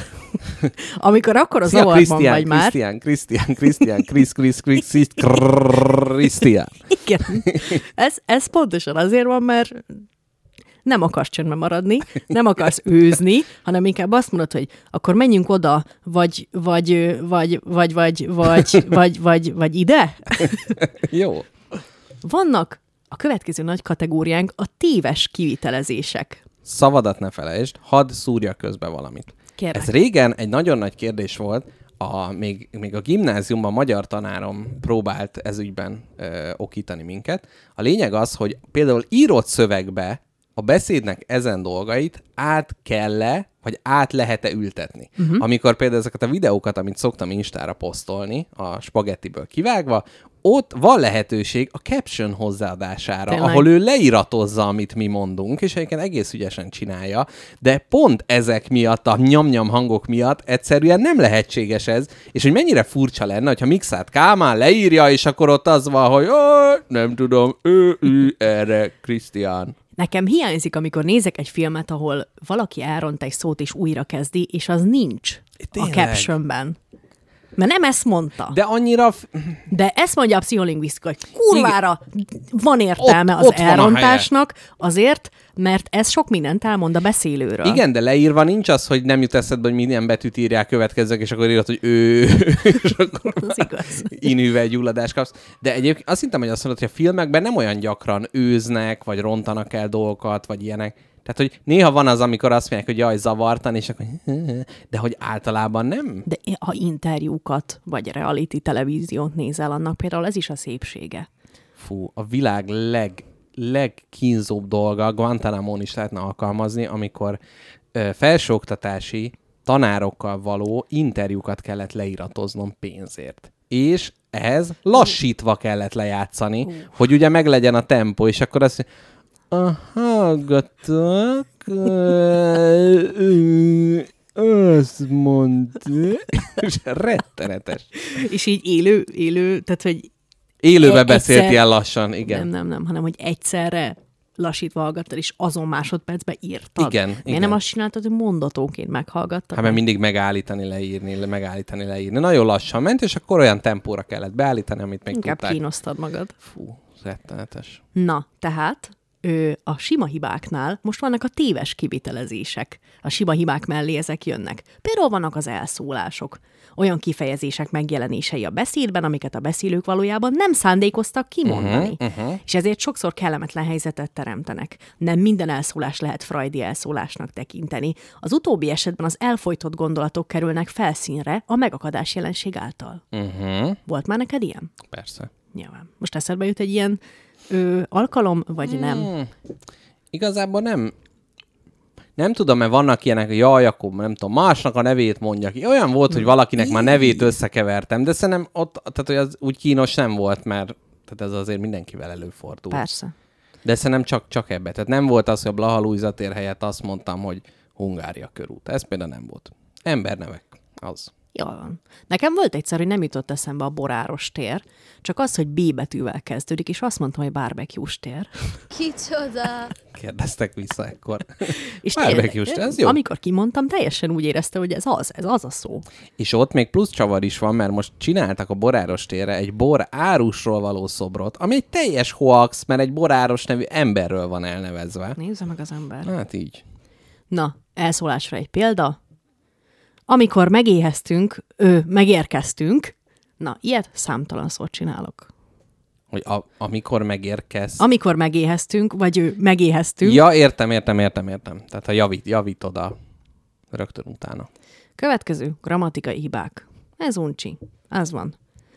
Amikor akkor a Szia, zavarban Krisztián, vagy már... Krisztián, Krisztián, Krisztián, Krisz, Krisz, Krisz, Krisz, Krisztián. Igen, ez, ez pontosan azért van, mert nem akarsz csöndben maradni, nem akarsz őzni, hanem inkább azt mondod, hogy akkor menjünk oda, vagy, vagy, vagy, vagy, vagy, vagy, vagy, vagy, vagy ide. Jó. Vannak a következő nagy kategóriánk a téves kivitelezések. Szavadat ne felejtsd, hadd szúrja közbe valamit. Kérlek. Ez régen egy nagyon nagy kérdés volt, a, még, még a gimnáziumban magyar tanárom próbált ezügyben ö, okítani minket. A lényeg az, hogy például írott szövegbe a beszédnek ezen dolgait át kell-e, vagy át lehet-e ültetni. Uh-huh. Amikor például ezeket a videókat, amit szoktam Instára posztolni, a spagettiből kivágva, ott van lehetőség a caption hozzáadására, Tényleg? ahol ő leiratozza, amit mi mondunk, és egyébként egész ügyesen csinálja, de pont ezek miatt, a nyam-nyam hangok miatt egyszerűen nem lehetséges ez, és hogy mennyire furcsa lenne, hogyha Mixát Kálmán leírja, és akkor ott az van, hogy nem tudom, ő, ő, erre, Krisztián. Nekem hiányzik, amikor nézek egy filmet, ahol valaki elront egy szót és újra kezdi, és az nincs Tényleg? a captionben. Mert nem ezt mondta. De, De annyira... F- De ezt mondja a pszicholingvisztika, hogy kurvára van értelme Ott- az ott van a elrontásnak, azért, mert ez sok mindent elmond a beszélőről. Igen, de leírva nincs az, hogy nem jut eszedbe, hogy milyen betűt írják következők, és akkor írod, hogy ő, és akkor Az igaz. inűvel gyulladást kapsz. De egyébként azt hittem, hogy azt mondod, hogy a filmekben nem olyan gyakran őznek, vagy rontanak el dolgokat, vagy ilyenek. Tehát, hogy néha van az, amikor azt mondják, hogy jaj, zavartan, és akkor... De hogy általában nem. De ha interjúkat, vagy reality televíziót nézel, annak például ez is a szépsége. Fú, a világ leg, legkínzóbb dolga, Guantanamo-n is lehetne alkalmazni, amikor ö, felsőoktatási tanárokkal való interjúkat kellett leiratoznom pénzért. És ehhez lassítva kellett lejátszani, uh. hogy ugye meglegyen a tempó, és akkor azt a hallgatók azt mondta, és rettenetes. És így élő, élő, tehát, hogy Élőbe E- beszélt egyszer- ilyen lassan, igen. nem, nem, nem, hanem hogy egyszerre lassítva hallgattad, és azon másodpercben írtad. Igen, Miért igen. nem azt csináltad, hogy mondatónként meghallgattad? Hát mert mindig megállítani, leírni, le- megállítani, leírni. Nagyon lassan ment, és akkor olyan tempóra kellett beállítani, amit még Inkább tudták. kínosztad magad. Fú, rettenetes. Na, tehát ö, a sima hibáknál most vannak a téves kivitelezések. A sima hibák mellé ezek jönnek. Például vannak az elszólások. Olyan kifejezések megjelenései a beszédben, amiket a beszélők valójában nem szándékoztak kimondani. Uh-huh, uh-huh. És ezért sokszor kellemetlen helyzetet teremtenek. Nem minden elszólás lehet freudi elszólásnak tekinteni. Az utóbbi esetben az elfojtott gondolatok kerülnek felszínre a megakadás jelenség által. Uh-huh. Volt már neked ilyen? Persze. Nyilván. Most eszedbe jut egy ilyen ö, alkalom, vagy nem? Hmm. Igazából nem. Nem tudom, mert vannak ilyenek, hogy jaj, akkor nem tudom, másnak a nevét mondja ki. Olyan volt, hogy valakinek már nevét összekevertem, de szerintem ott, tehát, hogy az úgy kínos nem volt, mert tehát ez azért mindenkivel előfordul. Persze. De szerintem csak, csak ebbe. Tehát nem volt az, hogy a Blaha Lujza tér helyett azt mondtam, hogy Hungária körút. Ez például nem volt. Embernevek. Az. Jól van. Nekem volt egyszer, hogy nem jutott eszembe a Boráros tér, csak az, hogy B betűvel kezdődik, és azt mondtam, hogy barbecue-s tér. Kicsoda! Kérdeztek vissza ekkor. És Barbecue-s tér, ez jó. Amikor kimondtam, teljesen úgy érezte, hogy ez az, ez az a szó. És ott még plusz csavar is van, mert most csináltak a Boráros térre egy bor árusról való szobrot, ami egy teljes hoax, mert egy Boráros nevű emberről van elnevezve. Nézze meg az ember. Hát így. Na, elszólásra egy példa. Amikor megéheztünk, ő, megérkeztünk, na, ilyet számtalanszor csinálok. Hogy a, amikor megérkez. Amikor megéheztünk, vagy ő, megéheztünk, Ja, értem, értem, értem, értem. Tehát ha javít, javítod a... rögtön utána. Következő, grammatikai hibák. Ez uncsi. Az van.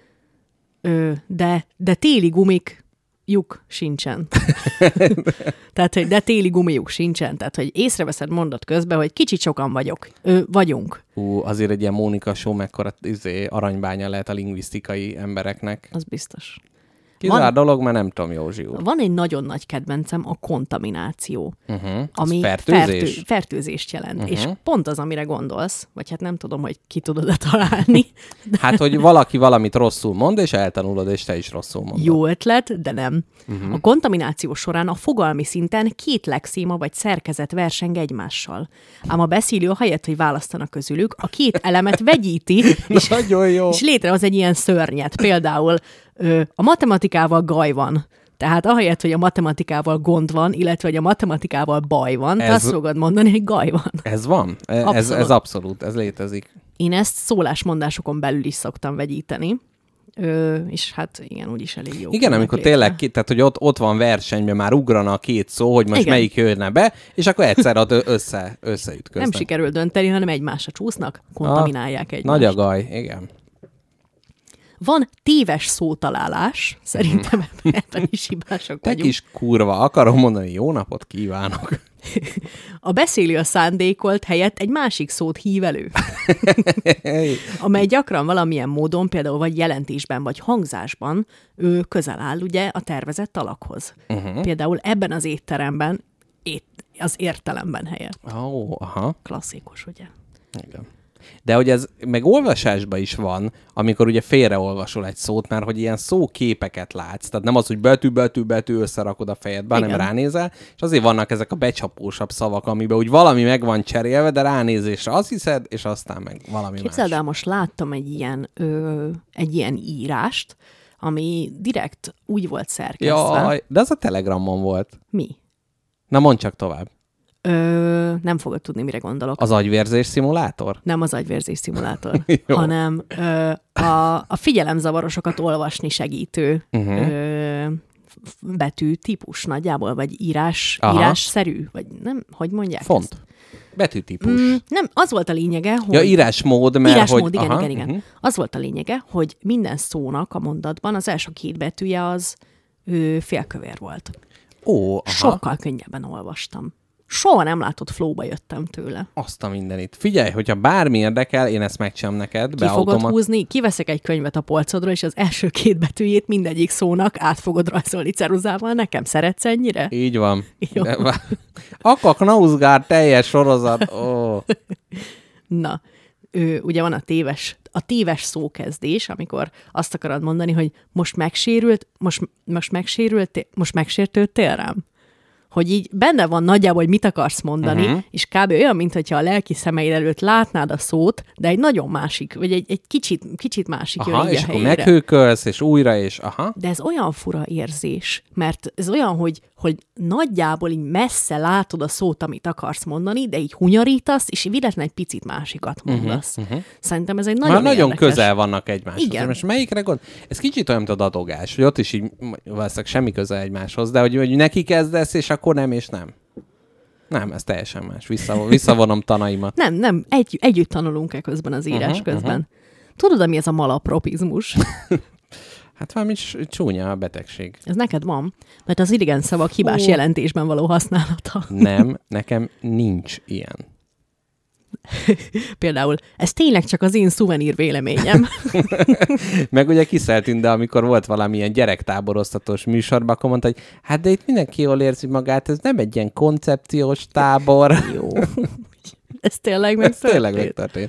Ö, de, de téli gumik lyuk sincsen. Tehát, hogy de téli gumijuk sincsen. Tehát, hogy észreveszed mondat közben, hogy kicsit sokan vagyok. Ö, vagyunk. Ú, azért egy ilyen Mónika show mekkora izé, aranybánya lehet a lingvisztikai embereknek. Az biztos. Kizár Van- dolog, mert nem tudom, Józsi úr. Van egy nagyon nagy kedvencem, a kontamináció. Uh-huh. Ami fertőzés? Fertő, fertőzést jelent. Uh-huh. És pont az, amire gondolsz, vagy hát nem tudom, hogy ki tudod-e találni. Hát, hogy valaki valamit rosszul mond, és eltanulod, és te is rosszul mondod. Jó ötlet, de nem. Mhm. Uh-huh. A kontamináció során a fogalmi szinten két lexéma vagy szerkezet verseng egymással. Ám a beszélő ahelyett, hogy választanak közülük, a két elemet vegyíti, és, Nagyon jó. és létrehoz egy ilyen szörnyet. Például ö, a matematikával gaj van. Tehát ahelyett, hogy a matematikával gond van, illetve hogy a matematikával baj van, ez... te azt fogod mondani, hogy gaj van. Ez van? Ez abszolút. Ez, ez abszolút, ez létezik. Én ezt szólásmondásokon belül is szoktam vegyíteni. Ö, és hát igen, úgyis elég jó. Igen, amikor létre. Tényleg, ki, tehát hogy ott, ott van versenyben, már ugrana a két szó, hogy most igen. melyik jönne be, és akkor egyszer ott össze, összeütköznek. Nem sikerül dönteni, hanem egymásra csúsznak, kontaminálják egymást. Nagy a gaj, igen. Van téves szótalálás, szerintem ebben is hibások Te vagyunk. kis kurva, akarom mondani, jó napot kívánok. A beszélő a szándékolt helyett egy másik szót hív elő, amely gyakran valamilyen módon, például vagy jelentésben, vagy hangzásban ő közel áll ugye a tervezett alakhoz. Uh-huh. Például ebben az étteremben ét, az értelemben helyett. Ó, oh, aha. Klasszikus, ugye? Igen. De hogy ez meg olvasásban is van, amikor ugye félreolvasol egy szót, mert hogy ilyen szóképeket látsz. Tehát nem az, hogy betű, betű, betű összerakod a fejedbe, hanem ránézel, és azért vannak ezek a becsapósabb szavak, amiben úgy valami meg van cserélve, de ránézésre azt hiszed, és aztán meg valami Képzeld más. el, most láttam egy ilyen, ö, egy ilyen írást, ami direkt úgy volt szerkesztve. Jaj, de az a Telegramon volt. Mi? Na mondd csak tovább. Ö, nem fogod tudni, mire gondolok. Az agyvérzés szimulátor? Nem az agyvérzés szimulátor, hanem ö, a, a figyelemzavarosokat olvasni segítő uh-huh. ö, betű típus nagyjából, vagy írás, írásszerű, vagy nem, hogy mondják Font. ezt? Betűtípus. Mm, nem, az volt a lényege, hogy... Ja, írásmód, mert írásmód, hogy... igen, aha, igen, igen. Uh-huh. Az volt a lényege, hogy minden szónak a mondatban az első két betűje az ő, félkövér volt. Ó, aha. Sokkal könnyebben olvastam. Soha nem látott flowba jöttem tőle. Azt a mindenit. Figyelj, hogyha bármi érdekel, én ezt megcsinálom neked. Ki fogod automat... húzni, kiveszek egy könyvet a polcodról, és az első két betűjét mindegyik szónak át fogod rajzolni ceruzával. Nekem szeretsz ennyire? Így van. Akka Knausgard teljes sorozat. Oh. Na, ő, ugye van a téves, a téves szókezdés, amikor azt akarod mondani, hogy most megsérült, most, most megsérült, most megsértődtél rám? Hogy így benne van nagyjából, hogy mit akarsz mondani, uh-huh. és kb. Olyan, mintha a lelki szemeid előtt látnád a szót, de egy nagyon másik, vagy egy, egy kicsit, kicsit másik aha, jön így és a akkor helyére. meghőkölsz, és újra, és aha. De ez olyan fura érzés, mert ez olyan, hogy, hogy nagyjából így messze látod a szót, amit akarsz mondani, de így hunyorítasz, és véletlenül egy picit másikat mondasz. Uh-huh, uh-huh. Szerintem ez egy nagyon Már nagyon érdekes. közel vannak egymáshoz. Igen. Most melyikre gond? Ez kicsit olyan, mint a dadogás, hogy ott is így valószínűleg semmi közel egymáshoz, de hogy, hogy neki kezdesz, és akkor nem, és nem. Nem, ez teljesen más. Vissza, visszavonom tanaimat. Nem, nem, egy, együtt tanulunk-e közben az írás uh-huh, közben. Uh-huh. Tudod, mi ez a malapropizmus? Hát valami csúnya a betegség. Ez neked van, mert az idegen szavak hibás oh. jelentésben való használata. Nem, nekem nincs ilyen. Például, ez tényleg csak az én szuvenír véleményem. Meg ugye kiszeltünk, de amikor volt valamilyen gyerektáboroztatós műsorban, akkor mondta, hogy hát de itt mindenki jól érzi magát, ez nem egy ilyen koncepciós tábor. Jó. Ez tényleg megtörtént. Ez tényleg megtörtént.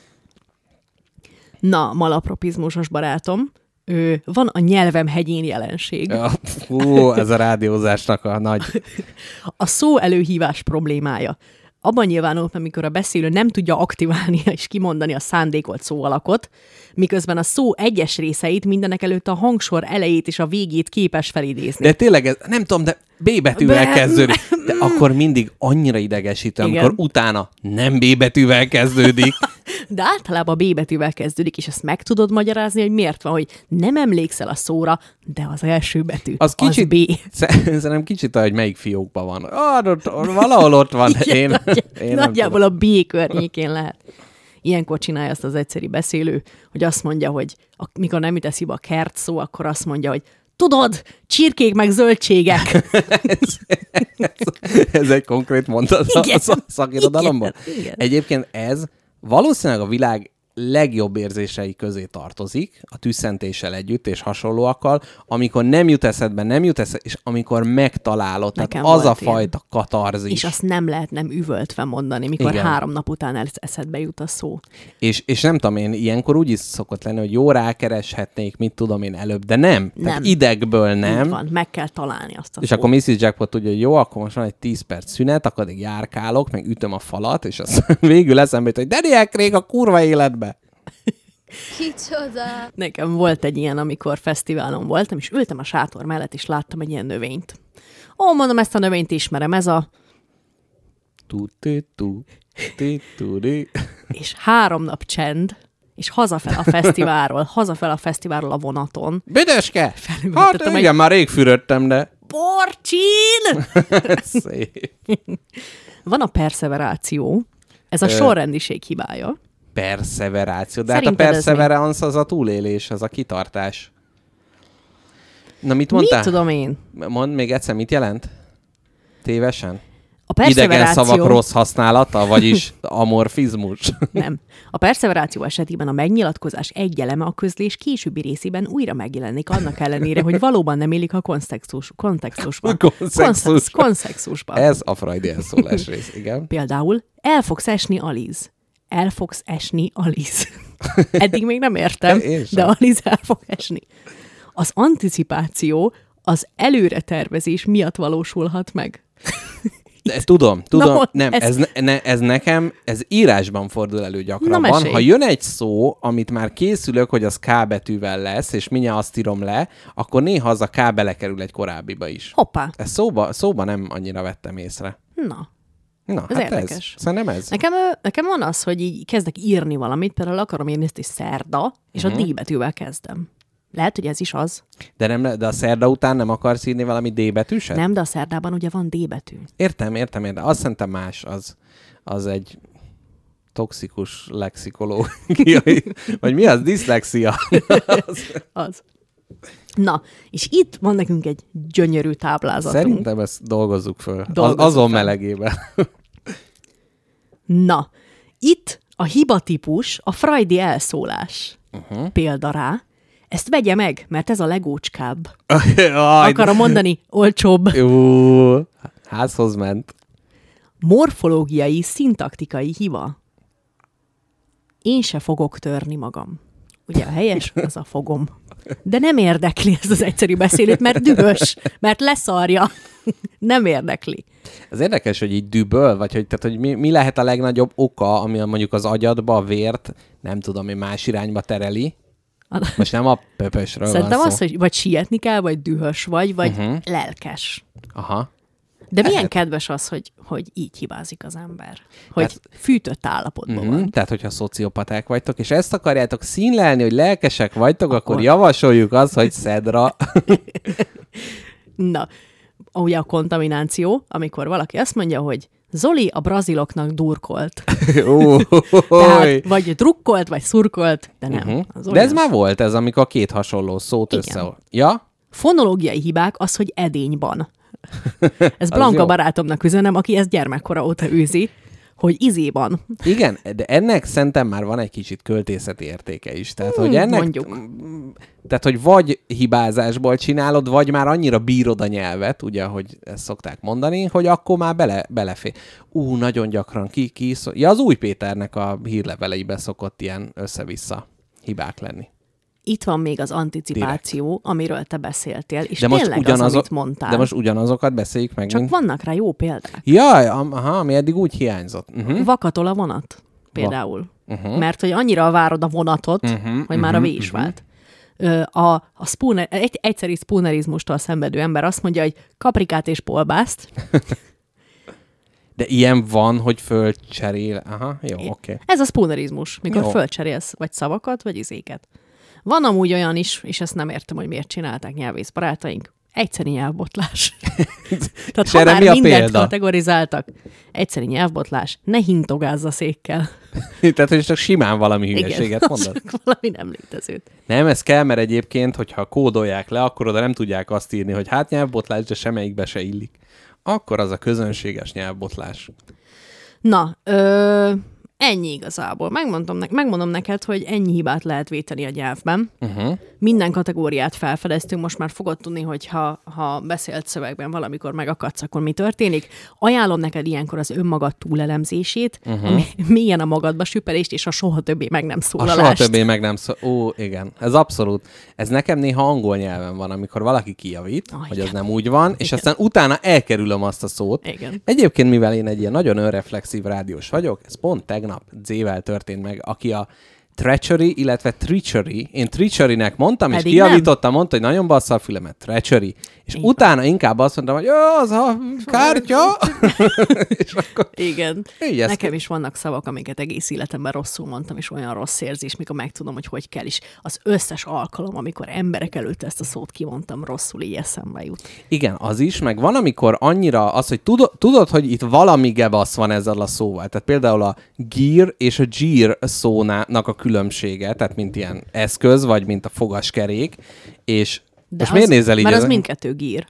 Na, malapropizmusos barátom, ő, van a nyelvem hegyén jelenség. Ja, fú, ez a rádiózásnak a nagy... A szó előhívás problémája. Abban nyilvánul, amikor a beszélő nem tudja aktiválni és kimondani a szándékolt szóalakot, miközben a szó egyes részeit, mindenek előtt a hangsor elejét és a végét képes felidézni. De tényleg, ez, nem tudom, de B betűvel Be... kezdődik. De akkor mindig annyira idegesítő, amikor igen. utána nem B betűvel kezdődik. de általában B betűvel kezdődik, és ezt meg tudod magyarázni, hogy miért van, hogy nem emlékszel a szóra, de az első betű, Az, az, kicsit, B. Szerintem kicsit, hogy melyik fiókban van. Ah, ott, ott, valahol ott van. Igen, én, nagy, én nagyjából a B környékén lehet. Ilyenkor csinálja azt az egyszeri beszélő, hogy azt mondja, hogy a, mikor nem jut eszébe a kert szó, akkor azt mondja, hogy tudod, csirkék meg zöldségek. ez, ez, ez egy konkrét mondat Igen. a szakirodalomban. Igen, igen. Egyébként ez valószínűleg a világ legjobb érzései közé tartozik, a tüsszentéssel együtt és hasonlóakkal, amikor nem jut eszedbe, nem jut eszedbe, és amikor megtalálod, Nekem tehát az a volt ilyen. fajta katarzis. És azt nem lehet nem üvöltve mondani, mikor Igen. három nap után el- eszedbe jut a szó. És, és nem tudom én, ilyenkor úgy is szokott lenni, hogy jó, rákereshetnék, mit tudom én előbb, de nem. Tehát Nem. idegből nem. Így van, meg kell találni azt a És szót. akkor missus Jackpot tudja, hogy jó, akkor most van egy tíz perc szünet, akkor addig járkálok, meg ütöm a falat, és az végül eszembe jut, hogy Daniel Craig a kurva életbe. Kicsoda! Nekem volt egy ilyen, amikor fesztiválon voltam, és ültem a sátor mellett, és láttam egy ilyen növényt. Ó, mondom, ezt a növényt ismerem, ez a... Tu-ti-tu, ti-tu-di. És három nap csend, és hazafel a fesztiválról, hazafel a fesztiválról a vonaton. Büdöske! Felültettem Hát egy- igen, már rég fürödtem, de Porcsin! szép. Van a perseveráció, ez a Ö. sorrendiség hibája. Perseveráció. De Szerinted hát a ez perseverance az a túlélés, az a kitartás. Na, mit Mit mondtál? tudom én? Mondd még egyszer, mit jelent? Tévesen? A Idegen perseveráció... szavak rossz használata, vagyis amorfizmus. Nem. A perseveráció esetében a megnyilatkozás egy eleme a közlés későbbi részében újra megjelenik, annak ellenére, hogy valóban nem élik a kontextus, kontextusban. Konszexus. Konsz- Konszexusban. Ez a freudi elszólás rész, igen. Például el fogsz esni, Aliz. El fogsz esni, Aliz. Eddig még nem értem, Én sem. de Aliz el fog esni. Az anticipáció az előretervezés miatt valósulhat meg. De, tudom, tudom, Na, nem, ez- ez, ne, ne, ez nekem, ez írásban fordul elő Na, gyakrabban. mesélj. Ha jön egy szó, amit már készülök, hogy az K betűvel lesz, és mindjárt azt írom le, akkor néha az a K belekerül egy korábbiba is. Hoppá. Ezt szóba, szóba nem annyira vettem észre. Na. Na, Ez hát érdekes. ez. Szerintem ez. Nekem, ö, nekem van az, hogy így kezdek írni valamit, például akarom írni ezt is szerda, és Mhm. uh-huh. a D betűvel kezdem. Lehet, hogy ez is az. De, nem, le- de a szerda után nem akarsz írni valami D betűset? Nem, de a szerdában ugye van D betű. Értem, értem, értem. Azt szerintem más, az, az egy toxikus lexikológiai, vagy mi az? Diszlexia. Az. Na, és itt van nekünk egy gyönyörű táblázatunk. Szerintem ezt dolgozzuk föl. Az, Dolgozzuk azon fel. melegében. Na, itt a hibatípus, a freudi elszólás. Uh-huh. Példa rá. Ezt vegye meg, mert ez a legócskább. Jaj, Akarom mondani, olcsóbb. Jó, házhoz ment. Morfológiai, szintaktikai hiba. Én se fogok törni magam. Ugye a helyes, az a fogom. De nem érdekli ez az egyszerű beszélőt, mert dühös, mert leszarja. Nem érdekli. Ez érdekes, hogy így düböl, vagy hogy, tehát, hogy mi, mi lehet a legnagyobb oka, ami a, mondjuk az agyadba, a vért, nem tudom, hogy más irányba tereli. Most nem a pöpösről Szerintem van az, szó. hogy vagy sietni kell, vagy dühös vagy, vagy Mhm. uh-huh. lelkes. Aha. De milyen Lehet. kedves az, hogy, hogy így hibázik az ember. Hogy Tehát- fűtött állapotban Uh-huh. van. Tehát, hogyha szociopaták vagytok, és ezt akarjátok színlelni, hogy lelkesek vagytok, akkor, Akkor- akkor javasoljuk azt, hogy szedra. Na, ugye a kontamináció, amikor valaki azt mondja, hogy Zoli a braziloknak durkolt. Ó, Tehát vagy drukkolt, vagy szurkolt, de nem. uh-huh. Az De ez olyan. már volt, ez amikor két hasonló szót Igen. össze... Ja? Fonológiai hibák az, hogy edényban. Ez Az Blanka jó. barátomnak üzenem, aki ezt gyermekkora óta őzi, hogy izéban. Igen, de ennek szerintem már van egy kicsit költészeti értéke is. Tehát, hogy ennek... mondjuk. Tehát, hogy vagy hibázásból csinálod, vagy már annyira bírod a nyelvet, ugye, hogy ezt szokták mondani, hogy akkor már bele, belefér. Ú, nagyon gyakran ki, ki szó... Ja, az Új Péternek a hírleveleiben szokott ilyen össze-vissza hibák lenni. Itt van még az anticipáció, amiről te beszéltél, és De most, tényleg az, ugyanazok, amit mondtál. de most ugyanazokat beszéljük meg, Csak mint... vannak rá jó példák. Jaj, am- aha, ami eddig úgy hiányzott. Uh-huh. Vakatol a vonat, például. Uh-huh. Mert hogy annyira várod a vonatot, Uh-huh, hogy már a uh-huh, V is uh-huh. vált. Ö, A, a spooner, egy, egyszeri spoonerizmustól szenvedő ember azt mondja, hogy kaprikát és polbászt. De ilyen van, hogy fölcserél. Aha, jó, oké. Okay. Ez a spoonerizmus, mikor Jó. fölcserélsz vagy szavakat, vagy izéket. Van amúgy olyan is, és ezt nem értem, hogy miért csinálták nyelvész barátaink, egyszeri nyelvbotlás. Tehát ha már mindent példa? kategorizáltak, egyszeri nyelvbotlás, ne hintogázz a székkel. Tehát, hogy csak simán valami hülyeséget mondod. Igen, valami nem létezőt. Nem, ez kell, mert egyébként, hogyha kódolják le, akkor oda nem tudják azt írni, hogy hát nyelvbotlás, de semmelyikbe se illik. Akkor az a közönséges nyelvbotlás. Na, ö, ennyi igazából. Megmondom, ne- megmondom neked, hogy ennyi hibát lehet véteni a nyelvben. Uh-huh. Minden kategóriát felfedeztünk, most már fogod tudni, hogy ha, ha beszélt szövegben valamikor megakadsz, akkor mi történik. Ajánlom neked ilyenkor az önmagad túlelemzését, uh-huh. ami mélyen a magadba süpelést, és a soha többé meg nem szólalást. A soha többé meg nem szó... Ó, igen. Ez abszolút. Ez nekem néha angol nyelven van, amikor valaki kijavít, oh, hogy igen. az nem úgy van, igen. és aztán utána elkerülöm azt a szót. Igen. Egyébként, mivel én egy ilyen nagyon önreflexív rádiós vagyok, ez pont tegnap Z-vel történt meg, aki a treachery, illetve treachery. Én treacherynek mondtam, pedig és kijavítottam, mondta, hogy nagyon bassza a fülemet. Treachery. És igen. utána inkább azt mondtam, hogy jó, az a kártya. és akkor... Igen. Így Nekem ki... is vannak szavak, amiket egész életemben rosszul mondtam, és olyan rossz érzés, mikor megtudom, hogy hogy kell is. Az összes alkalom, amikor emberek előtt ezt a szót kimondtam, rosszul így eszembe jut. Igen, az is, meg van, amikor annyira az, hogy tudod, tudod hogy itt valami gebasz van ezzel a szóval. Tehát például a gear és a gear szónak a különbsége, tehát mint ilyen eszköz, vagy mint a fogaskerék, és de most az, miért nézel így? Mert az mindkettő gear.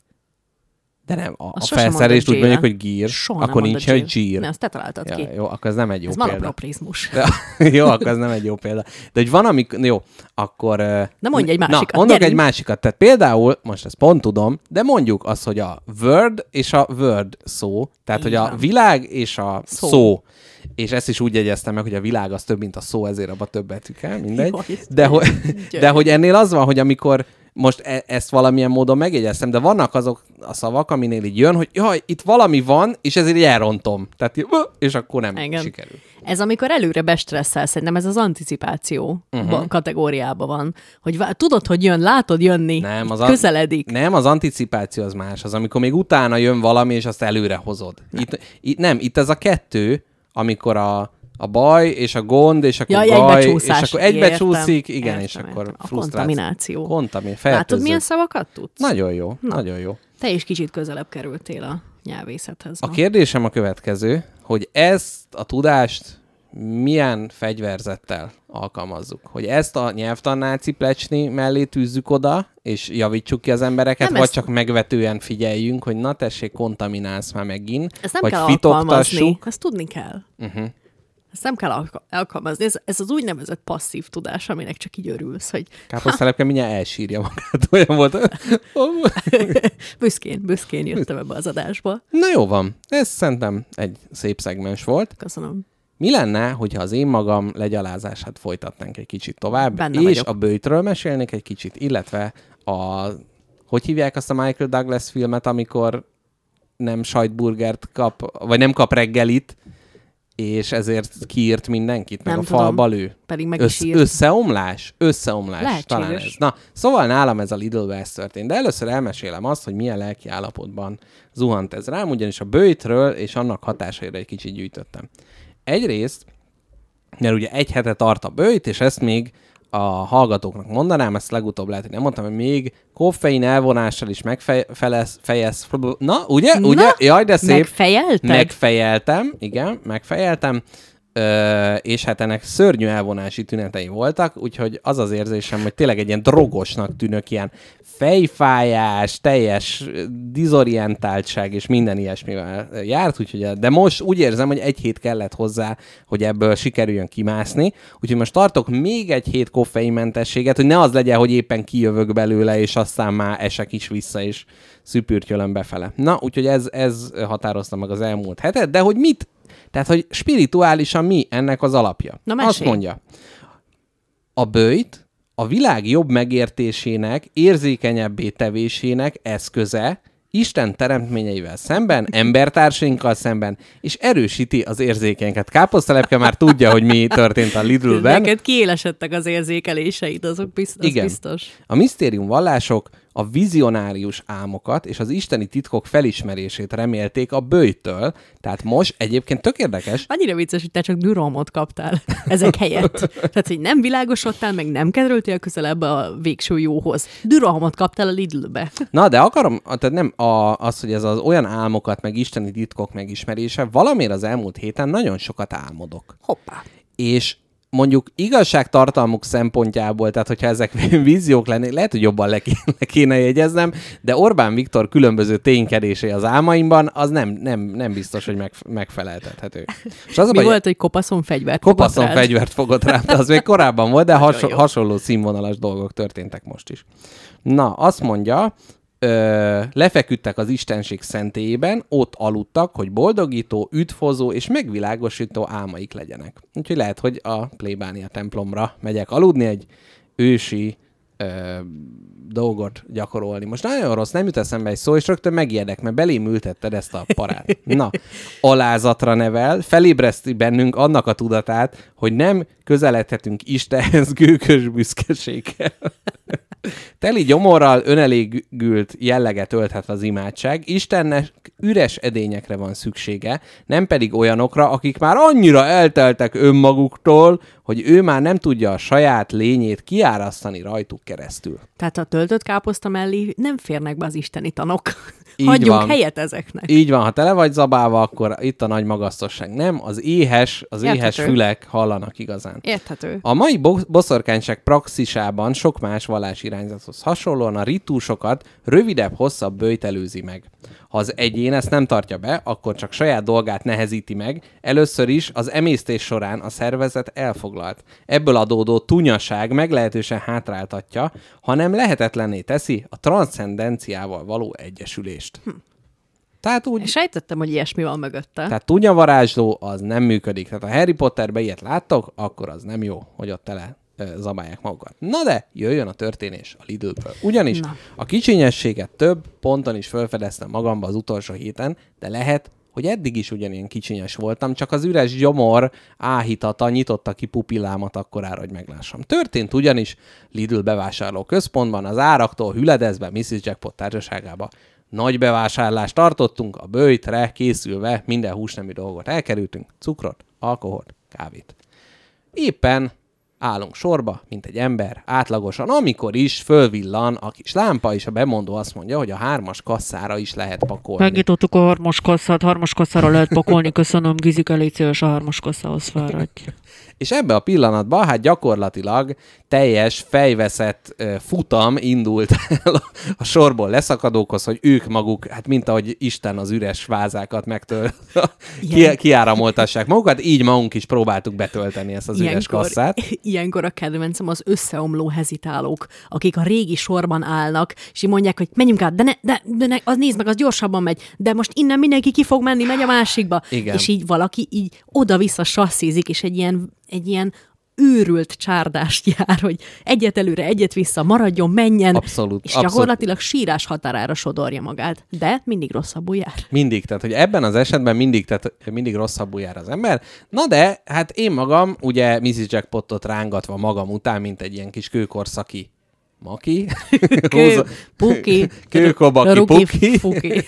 De nem, a, a felszerelést úgy mondjuk, hogy gear, soha akkor nincs, hogy gear. Ne, azt te találtad ja, ki. Jó, akkor ez nem egy jó ez példa. Ez malaproprizmus. Jó, akkor ez nem egy jó példa. De hogy van, amikor... Jó, akkor... De mondj egy másikat. Na, mondok gyerünk. egy másikat. Tehát például, most ezt pont tudom, de mondjuk azt, hogy a word és a word szó, tehát igen. hogy a világ és a szó. szó. És ezt is úgy jegyeztem meg, hogy a világ az több, mint a szó, ezért abban több betű kell, mindegy. Jó, de, hogy, de hogy ennél az van, hogy amikor most e- ezt valamilyen módon megjegyeztem, de vannak azok a szavak, aminél így jön, hogy jaj, itt valami van, és ezért így elrontom. Tehát, és akkor nem igen. sikerül. Ez amikor előre bestresszel, szerintem ez az anticipáció uh-huh. kategóriában van. Hogy vá- tudod, hogy jön, látod jönni, nem, az közeledik. An- nem, az anticipáció az más. Az, amikor még utána jön valami, és azt előre hozod. Itt, itt, nem, itt ez a kettő, amikor a, a baj, és a gond, és akkor ja, baj, és akkor egybecsúszik, igen, értem, és akkor értem. frusztráció. A kontamináció. Kontamin, látod, milyen szavakat tudsz? Nagyon jó, Na. nagyon jó. Te is kicsit közelebb kerültél a nyelvészethez. A kérdésem a következő, hogy ezt a tudást milyen fegyverzettel alkalmazzuk? Hogy ezt a nyelvtannáci plecsni mellé tűzzük oda, és javítsuk ki az embereket, nem vagy ezt... csak megvetően figyeljünk, hogy na tessék, kontaminálsz már megint, ezt nem vagy kell alkalmazni, ezt tudni kell. Uh-huh. Ezt nem kell alka- alkalmazni. Ez, ez az úgynevezett passzív tudás, aminek csak így örülsz, hogy... Káposztelepke mindjárt elsírja magát, olyan volt. büszkén, büszkén jöttem ebbe az adásba. Na jó van, ez szerintem egy szép szegmens volt. Köszönöm. Mi lenne, hogyha az én magam legyalázását folytatnánk egy kicsit tovább, Benne és vagyok. a böjtről mesélnék egy kicsit, illetve a... Hogy hívják azt a Michael Douglas filmet, amikor nem sajtburgert kap, vagy nem kap reggelit, és ezért kiírt mindenkit, meg nem a tudom, falba lő. Pedig meg Össz, is írt. Összeomlás? Összeomlás. Lehetséges. Talán ez. Na, szóval nálam ez a Lidl-be ez történt. De először elmesélem azt, hogy milyen lelki állapotban zuhant ez rám, ugyanis a böjtről és annak hatásaira egy kicsit gyűjtöttem. Egyrészt, mert ugye egy hete tart a böjt, és ezt még a hallgatóknak mondanám, ezt legutóbb lehet, hogy nem mondtam, hogy még koffein elvonással is megfejez... Na, ugye? Na, ugye? Jaj, de szép. Megfejelted? Megfejeltem, igen, megfejeltem. Ö, és hát ennek szörnyű elvonási tünetei voltak, úgyhogy az az érzésem, hogy tényleg egy ilyen drogosnak tűnök, ilyen fejfájás, teljes dizorientáltság és minden ilyesmivel járt, úgyhogy, de most úgy érzem, hogy egy hét kellett hozzá, hogy ebből sikerüljön kimászni, úgyhogy most tartok még egy hét koffeinmentességet, hogy ne az legyen, hogy éppen kijövök belőle, és aztán már esek is vissza, és szüpürtyölöm befele. Na, úgyhogy ez, ez határozta meg az elmúlt hetet, de hogy mit Tehát, hogy spirituálisan mi ennek az alapja? Na, azt mondja, a böjt a világ jobb megértésének, érzékenyebbé tevésének eszköze Isten teremtményeivel szemben, embertársainkkal szemben, és erősíti az érzékenyeket. Káposztelepke már tudja, hogy mi történt a Lidlben. Neked kiélesedtek az érzékeléseid, azok biztos. Igen. biztos. A misztérium vallások a vizionárius álmokat és az isteni titkok felismerését remélték a böjtől. Tehát most egyébként tök érdekes. Annyira vicces, hogy te csak düromot kaptál ezek helyett. Tehát, hogy nem világosodtál, meg nem kerültél közelebb a végső jóhoz. Düromot kaptál a Lidlbe. Na, de akarom, tehát nem a, az, hogy ez az olyan álmokat, meg isteni titkok megismerése, valamiért az elmúlt héten nagyon sokat álmodok. Hoppá. És mondjuk igazságtartalmuk szempontjából, tehát hogyha ezek víziók lennék, lehet, hogy jobban le kéne, le kéne jegyeznem, de Orbán Viktor különböző ténykedései az álmaimban, az nem, nem, nem biztos, hogy meg, megfeleltethető. És az Mi baj, volt, hogy kopaszon fegyvert kopaszon fogott rád? fegyvert fogott rám, de az még korábban volt, de haso- hasonló színvonalas dolgok történtek most is. Na, azt mondja, Ö, lefeküdtek az istenség szentélyében, ott aludtak, hogy boldogító, üdvhozó és megvilágosító álmaik legyenek. Úgyhogy lehet, hogy a plébánia templomra megyek aludni, egy ősi ö, dolgot gyakorolni. Most nagyon rossz, nem jut eszembe egy szó, és rögtön megijedek, mert belém ültetted ezt a parát. Na, alázatra nevel, felébreszti bennünk annak a tudatát, hogy nem közeledhetünk Istenhez gőkös büszkeséggel. Teli gyomorral önelégült jelleget ölthet az imádság, Istennek üres edényekre van szüksége, nem pedig olyanokra, akik már annyira elteltek önmaguktól, hogy ő már nem tudja a saját lényét kiárasztani rajtuk keresztül. Tehát a töltött káposzta mellé nem férnek be az isteni tanok. Így Hagyjunk van. helyet ezeknek. Így van, ha tele vagy zabálva, akkor itt a nagy magasztosság. Nem, az éhes, az Érthető. éhes fülek hallanak igazán. Érthető. A mai bo- boszorkányság praxisában sok más vallási irányzathoz hasonlóan a ritúsokat rövidebb, hosszabb böjt előzi meg. Ha az egyén ezt nem tartja be, akkor csak saját dolgát nehezíti meg. Először is az emésztés során a szervezet elfoglalt. Ebből adódó tunyaság meglehetősen hátráltatja, hanem lehetetlenné teszi a transzcendenciával való egyesülést. Hm. Tehát úgy... Sejtettem, hogy ilyesmi van mögötte. Tehát tunyavarázsló az nem működik. Tehát ha Harry Potterben ilyet láttok, akkor az nem jó, hogy ott tele ö, zabálják magukat. Na de, jöjjön a történés a Lidlből. Ugyanis Na. a kicsinyességet több ponton is felfedeztem magamba az utolsó héten, de lehet, hogy eddig is ugyanilyen kicsinyes voltam, csak az üres gyomor áhítata nyitotta ki pupillámat akkorára, hogy meglássam. Történt ugyanis Lidl bevásárló központban, az áraktól hüledezve missziz Jackpot társaságába. Nagy bevásárlást tartottunk, a böjtre készülve minden húsnemű dolgot elkerültünk, cukrot, alkoholt, kávét. Éppen állunk sorba, mint egy ember, átlagosan, amikor is fölvillan a kis lámpa, és a bemondó azt mondja, hogy a hármas kasszára is lehet pakolni. Megnyitottuk a harmas kasszát, harmas kasszára lehet pakolni, köszönöm, Gizike, légy szíves, a harmas kasszához fáradj. És ebbe a pillanatban, hát gyakorlatilag teljes fejveszett uh, futam indult el a, a sorból leszakadókhoz, hogy ők maguk, hát mint ahogy Isten az üres vázákat megtölt, ki, kiáramoltassák magukat, így magunk is próbáltuk betölteni ezt az üres kasszát. Ilyenkor a kedvencem az összeomló hezitálók, akik a régi sorban állnak, és így mondják, hogy menjünk át, de, ne, de, de ne, az nézd meg, az gyorsabban megy, de most innen mindenki ki fog menni, megy a másikba. Igen. És így valaki így oda-vissza sasszízik, és egy ilyen, egy ilyen őrült csárdást jár, hogy egyet előre, egyet vissza, maradjon, menjen, Abszolút, és abszolút. gyakorlatilag sírás határára sodorja magát. De mindig rosszabbul jár. Mindig, tehát hogy ebben az esetben mindig, tehát mindig rosszabbul jár az ember. Na de, hát én magam, ugye missziz Jackpotot rángatva magam után, mint egy ilyen kis kőkorszaki maki. Kő, puki, Kőkobaki ruki, puki. fuki.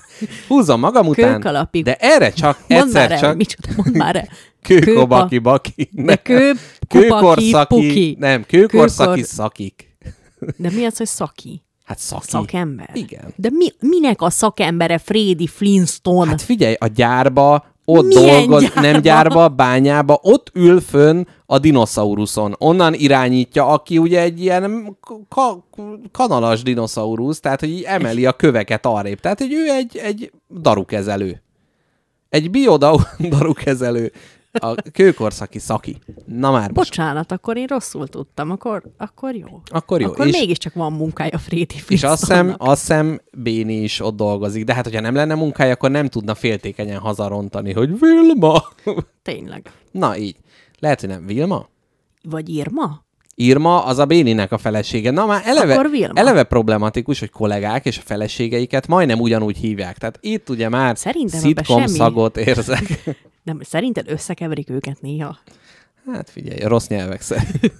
Húzom magam után, Kőkalapik. de erre csak Mondd egyszer már el, csak micsoda, mondd már el. kőkobaki baki. De kő, kupaki, Kőkorszaki, puki. nem, kőkorszaki Kőkor- szakik. De mi az, hogy szaki? Hát szaki. Szakember? Igen. De mi, minek a szakembere Freddy Flintstone? Hát figyelj, a gyárba, ott Milyen dolgoz, gyárba? nem gyárba, bányába, ott ül fönn a dinoszauruszon. Onnan irányítja, aki ugye egy ilyen ka- kanalas dinoszaurusz, tehát hogy így emeli a köveket arrébb. Tehát, hogy ő egy, egy darukezelő. Egy biodarukezelő. A kőkorszaki szaki. Na már most. Bocsánat, akkor én rosszul tudtam, akkor, akkor jó. Akkor jó. Akkor És- mégiscsak van munkája Freddy És azt hiszem, Flintstone-nak. azt hiszem Béni is ott dolgozik. De hát, hogyha nem lenne munkája, akkor nem tudna féltékenyen hazarontani, hogy Vilma. Tényleg. Na így. Lehet, hogy nem Vilma? Vagy Irma? Irma az a Béninek a felesége. Na már eleve, Akkor Vilma. eleve problematikus, hogy kollégák és a feleségeiket majdnem ugyanúgy hívják. Tehát itt ugye már Szerintem ebben szitkom semmi- szagot érzek. Nem, szerinted összekeverik őket néha? Hát figyelj, rossz nyelvek szerint.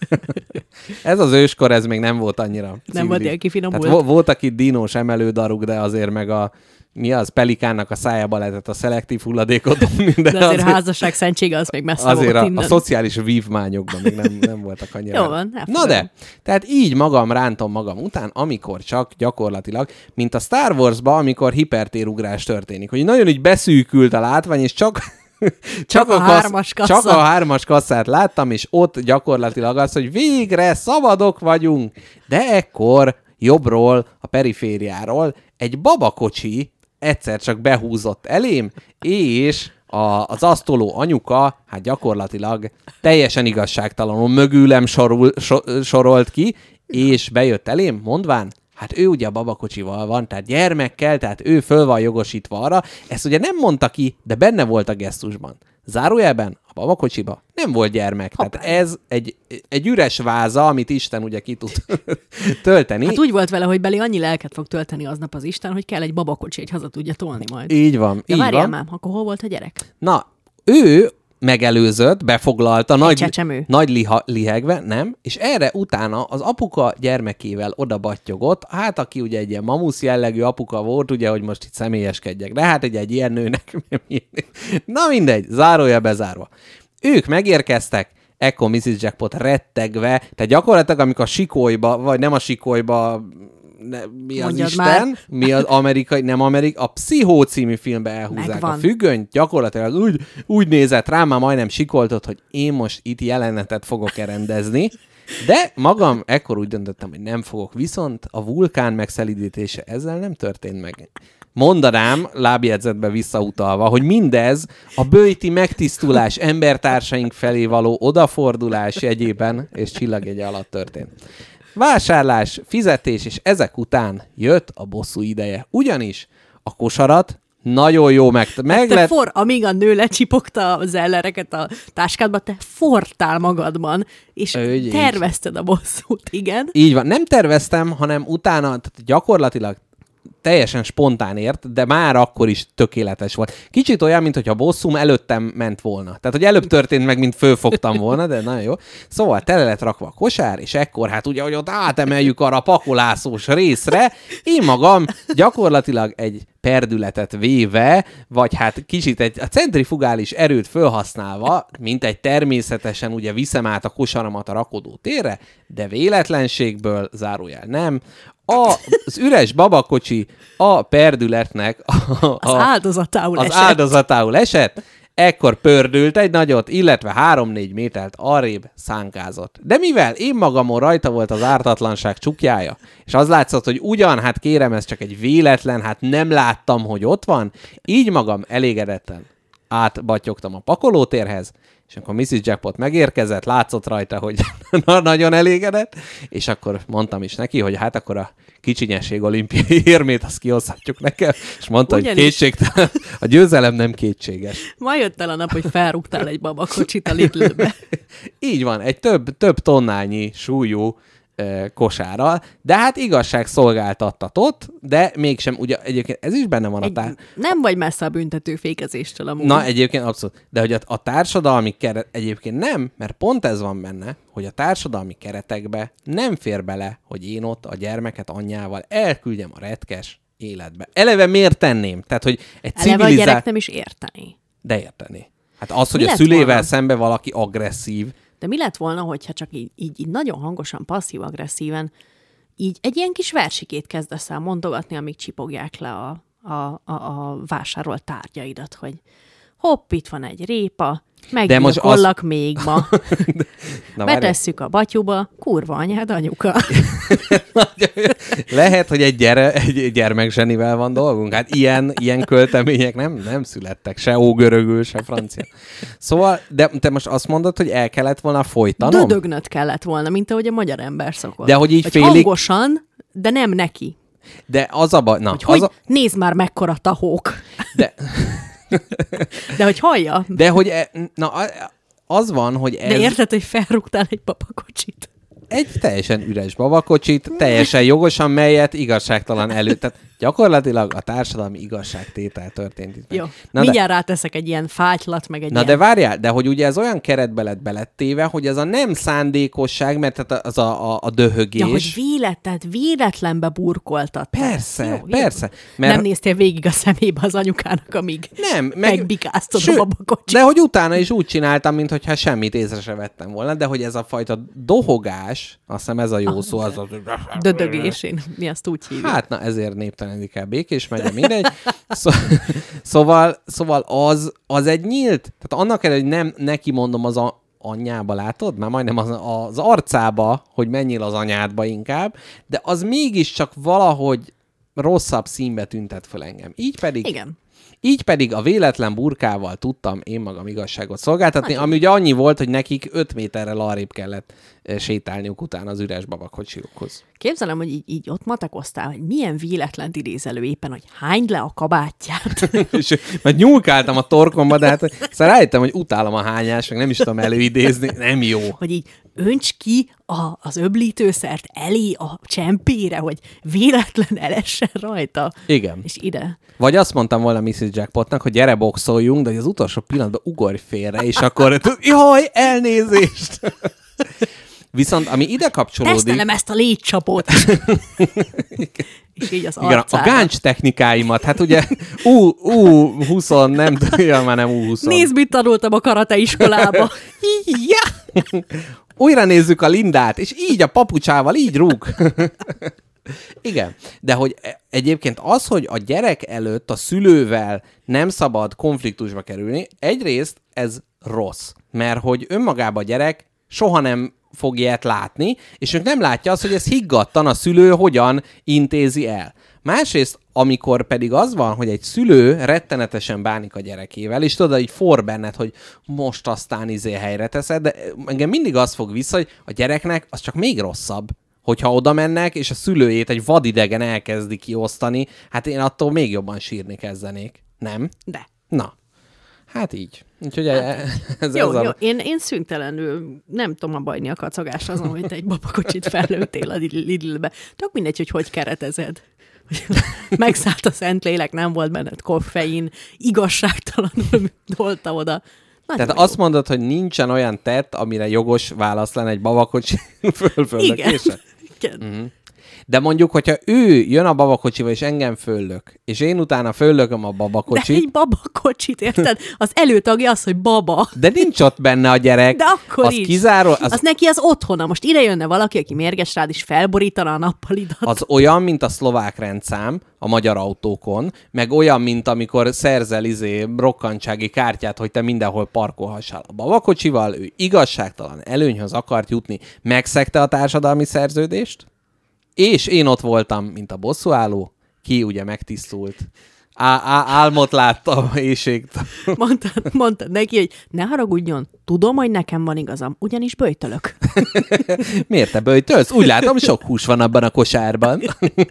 Ez az őskor, ez még nem volt annyira Nem volt ilyen kifinomult. Tehát voltak itt dinós emelődaruk, de azért meg a mi az, pelikánnak a szájába lehetett a szelektív hulladékot dobni. De, de azért, azért a házasság szentsége az még messze azért volt a, innen. a szociális vívmányokban még nem, nem voltak annyira. Jó van, Na de, tehát így magam rántom magam után, amikor csak gyakorlatilag, mint a Star Wars-ba, amikor hipertérugrás történik, hogy nagyon így beszűkült a látvány, és csak Csak, csak a, a hármas kassz, kassa. Csak a hármas kasszát láttam, és ott gyakorlatilag az, hogy végre szabadok vagyunk, de ekkor jobbról, a perifériáról egy babakocsi egyszer csak behúzott elém, és a, az asztoló anyuka, hát gyakorlatilag teljesen igazságtalanul mögülem sorul, so, sorolt ki, és bejött elém, mondván, hát ő ugye a babakocsival van, tehát gyermekkel, tehát ő föl van jogosítva arra. Ezt ugye nem mondta ki, de benne volt a gesztusban. Zárójelben a babakocsiba nem volt gyermek. Hoppá. Tehát ez egy, egy üres váza, amit Isten ugye ki tud tölteni. Hát úgy volt vele, hogy belé annyi lelket fog tölteni aznap az Isten, hogy kell egy babakocsi, hogy haza tudja tolni majd. Így van, de így várjál van. már, akkor hol volt a gyerek? Na, ő megelőzött, befoglalta, egy nagy, csecsemő. nagy liha, lihegve, nem? És erre utána az apuka gyermekével oda battyogott, hát aki ugye egy ilyen mamusz jellegű apuka volt, ugye, hogy most itt személyeskedjek, de hát egy, egy ilyen nőnek, na mindegy, zárója bezárva. Ők megérkeztek, ekkor missziz Jackpot rettegve, tehát gyakorlatilag amikor a sikolyba, vagy nem a sikolyba, ne, mi az Mondjad Isten, már. mi az amerikai, nem amerikai, a Pszichó című filmbe elhúzzák Megvan. a függönyt, gyakorlatilag úgy, úgy nézett rám, már majdnem sikoltott, hogy én most itt jelenetet fogok-e rendezni, de magam ekkor úgy döntöttem, hogy nem fogok, viszont a vulkán megszelidítése ezzel nem történt meg. Mondanám, lábjegyzetbe visszautalva, hogy mindez a böjti megtisztulás embertársaink felé való odafordulás jegyében és csillagjegy alatt történt. Vásárlás, fizetés, és ezek után jött a bosszú ideje. Ugyanis a kosarat nagyon jó meg... meg Te lett... for, amíg a nő lecsipogta az ellereket a táskádba, te fortál magadban, és Ügy, tervezted a bosszút, igen? Így van. Nem terveztem, hanem utána tehát gyakorlatilag teljesen spontán ért, de már akkor is tökéletes volt. Kicsit olyan, mint hogyha bosszúm előttem ment volna. Tehát, hogy előbb történt meg, mint fölfogtam volna, de nagyon jó. Szóval tele lett rakva a kosár, és ekkor, hát ugye, hogy ott átemeljük arra a pakolászós részre, én magam gyakorlatilag egy perdületet véve, vagy hát kicsit egy a centrifugális erőt felhasználva, mint egy természetesen ugye viszem át a kosaramat a rakodó térre, de véletlenségből, zárójel nem, A, az üres babakocsi a perdületnek a, a, Az áldozatául az esett. áldozatául esett, ekkor pördült egy nagyot, illetve három-négy métert arrébb szánkázott. De mivel én magamon rajta volt az ártatlanság csukjája, és az látszott, hogy ugyan, hát kérem, ez csak egy véletlen, hát nem láttam, hogy ott van, így magam elégedetten átbattyogtam a pakolótérhez, és akkor missziz Jackpot megérkezett, látszott rajta, hogy nagyon elégedett, és akkor mondtam is neki, hogy hát akkor a kicsinyesség olimpiai érmét azt kihozhatjuk nekem, és mondta, Ugyanis. hogy kétségtelen, a győzelem nem kétséges. Ma jött el a nap, hogy felrúgtál egy babakocsit a Lidl-be. Így van, egy több, több tonnányi súlyú e, kosárral, de hát igazságszolgáltattatott, de mégsem, ugye egyébként ez is benne van a tár... Nem vagy messze a büntető fékezéstől amúgy. Na, egyébként abszolút. De hogy a, a társadalmi keret egyébként nem, mert pont ez van benne, hogy a társadalmi keretekbe nem fér bele, hogy én ott a gyermeket anyjával elküldjem a retkes életbe. Eleve miért tenném? Tehát, hogy egy Eleve civilizált... a gyerek nem is érteni. De érteni. Hát az, hogy Mi a lett szülével volna? szembe valaki agresszív, De mi lett volna, hogyha csak így, így, így nagyon hangosan, passzív-agresszíven így egy ilyen kis versikét kezdesz el mondogatni, amíg csipogják le a, a, a, a vásárolt tárgyaidat, hogy hopp, itt van egy répa, meggyilkollak az... még ma. Na, Betesszük a batyuba, kurva anyád, anyuka. Lehet, hogy egy, gyere, egy gyermekzsenivel van dolgunk. Hát ilyen, ilyen költemények nem, nem születtek, se ógörögül, se francia. Szóval, de te most azt mondod, hogy el kellett volna folytanom? Dödögnöd kellett volna, mint ahogy a magyar ember szokott. De hogy így hogy félig... hangosan, de nem neki. De az a baj... Na, hogy az hogy a... nézd már mekkora tahók. De... De hogy hallja? De hogy... E... Na, az van, hogy ez... De érted, hogy felrúgtál egy babakocsit? Egy teljesen üres babakocsit, teljesen jogosan, melyet igazságtalan elő. Tehát Gyakorlatilag a társadalmi igazságtétel történt itt. Jó, Na mindjárt de, ráteszek egy ilyen fátylat, meg egy na ilyen... de várjál, de hogy ugye ez olyan keretbe lett belettéve, hogy ez a nem szándékosság, mert tehát az a, a, a döhögés. Ja, hogy vélet, tehát véletlenbe burkoltat. Persze, Jó, jó. persze. Mert Nem néztél végig a szemébe az anyukának, amíg nem, meg, megbikáztod sőt, a babakocsit. de hogy utána is úgy csináltam, mintha semmit észre se vettem volna, de hogy ez a fajta dohogás, azt hiszem ez a jó szó, az a... Dödögés, én mi azt úgy hívjuk. Hát na, ezért néptelenik el Békés megye, mindegy. Szó, szóval, szóval az, az egy nyílt, tehát annak ellenére, hogy nem neki mondom az a anyjába, látod? Már majdnem az, az arcába, hogy menjél az anyádba inkább, de az mégiscsak valahogy rosszabb színbe tüntet föl engem. Így pedig... Igen. Így pedig a véletlen burkával tudtam én magam igazságot szolgáltatni, ami ugye annyi volt, hogy nekik öt méterrel arrébb kellett sétálniuk utána az üres babakocsiukhoz. Képzelem, hogy így, így ott matekoztál, hogy milyen véletlent idéz elő éppen, hogy hányd le a kabátját. És majd nyúlkáltam a torkomba, de hát szóval rájöttem, hogy utálom a hányást, meg nem is tudom előidézni, nem jó. Hogy így önts ki a, az öblítőszert elé a csempére, hogy véletlen elessen rajta. Igen. És ide. Vagy azt mondtam volna missus Jackpotnak, hogy gyere boxoljunk, de hogy az utolsó pillanatban ugorj félre, és akkor jaj, elnézést! Viszont ami ide kapcsolódik... Tesztelem ezt a légycsapót. És így az igen, a gáncs technikáimat, hát ugye U, U húsz, nem tudom, már nem U húsz. Nézd, mit tanultam a karate iskolába. Ja! Újra nézzük a Lindát, és így a papucsával, így rúg. Igen, de hogy egyébként az, hogy a gyerek előtt a szülővel nem szabad konfliktusba kerülni, egyrészt ez rossz, mert hogy önmagában a gyerek soha nem fog ilyet látni, és ők nem látja azt, hogy ez higgadtan a szülő hogyan intézi el. Másrészt, amikor pedig az van, hogy egy szülő rettenetesen bánik a gyerekével, és tudod, így for benned, hogy most aztán izé helyre teszed, de engem mindig az fog vissza, hogy a gyereknek az csak még rosszabb, hogyha oda mennek, és a szülőjét egy vadidegen elkezdi kiosztani, hát én attól még jobban sírni kezdenék. Nem? De. Na. Hát így. Úgyhogy hát, ez, jó, ez jó. a... Én, én szüntelenül nem tudom abbahagyni a kacagás azon, hogy te egy babakocsit fellőttél a Lidlbe. Tök mindegy, hogy hogy keretezed. Megszállt a Szentlélek, nem volt benned koffein, igazságtalanul tolta oda. Nagyon Tehát jó. azt mondod, hogy nincsen olyan tett, amire jogos válasz lenne egy babakocsi fölföldökése? Igen. Igen. Uh-huh. De mondjuk, hogyha ő jön a babakocsival, és engem föllök, és én utána föllököm a babakocsit... De egy babakocsit, érted? Az előtagja az, hogy baba. De nincs ott benne a gyerek. De akkor az is. Kizáró, az, az neki az otthona. Most ide jönne valaki, aki mérges rád, és felborítana a nappalidat. az olyan, mint a szlovák rendszám a magyar autókon, meg olyan, mint amikor szerzel izé rokkantsági kártyát, hogy te mindenhol parkolhassál a babakocsival, ő igazságtalan előnyhöz akart jutni, megszegte a társadalmi szerződést, és én ott voltam, mint a bosszúálló, ki ugye megtisztult. Á- á- álmot láttam, éjségtől. Mondtad, mondtad neki, hogy ne haragudjon, tudom, hogy nekem van igazam, ugyanis böjtölök. Miért te böjtölsz? Úgy látom, sok hús van abban a kosárban.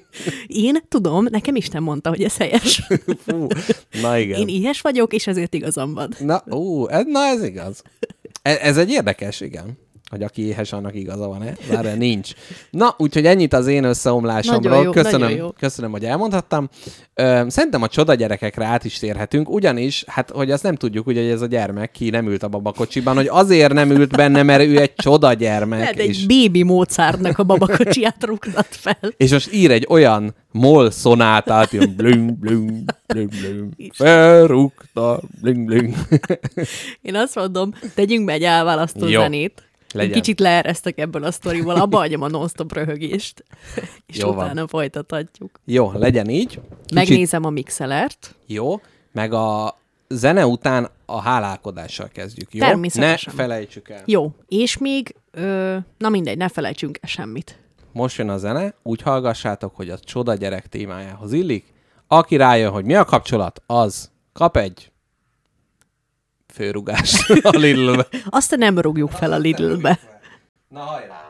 Én tudom, nekem Isten mondta, hogy ez helyes. Fú, na igen. Én éhes vagyok, és ezért igazam van. Na, ú, ez, na ez igaz. Ez, ez egy érdekes, igen. Hogy aki éhes, annak igaza van-e? Várjál, nincs. Na, úgyhogy ennyit az én összeomlásomról. Nagyon jó, köszönöm, nagyon jó. köszönöm, hogy elmondhattam. Ö, szerintem a csoda gyerekekre át is térhetünk, ugyanis, hát, hogy azt nem tudjuk, ugye, hogy ez a gyermek ki nem ült a babakocsiban, hogy azért nem ült benne, mert ő egy csoda gyermek. Lehet és, egy bébi Mozartnak a babakocsiját rúgtat fel. és most ír egy olyan moll szonátát, ilyen blüm, blüm, blüm, blüm, felrúgta, blüm, blüm. Én azt mondom, tegyünk be egy elválasztó Jó. zenét. Legyen. Kicsit leeresztek ebből a sztoriból, abba hagyom a non-stop röhögést, és Jó van. utána folytathatjuk. Jó, legyen így. Kicsit... Megnézem a mixelert. Jó, meg a zene után a hálálkodással kezdjük, jó? Természetesen. Ne felejtsük el. Jó, és még, ö, na mindegy, ne felejtsünk el semmit. Most jön a zene, úgy hallgassátok, hogy a csoda gyerek témájához illik. Aki rájön, hogy mi a kapcsolat, az kap egy főrugás a Lidlbe. Azt nem rúgjuk fel a Lidlbe. Na hajrá!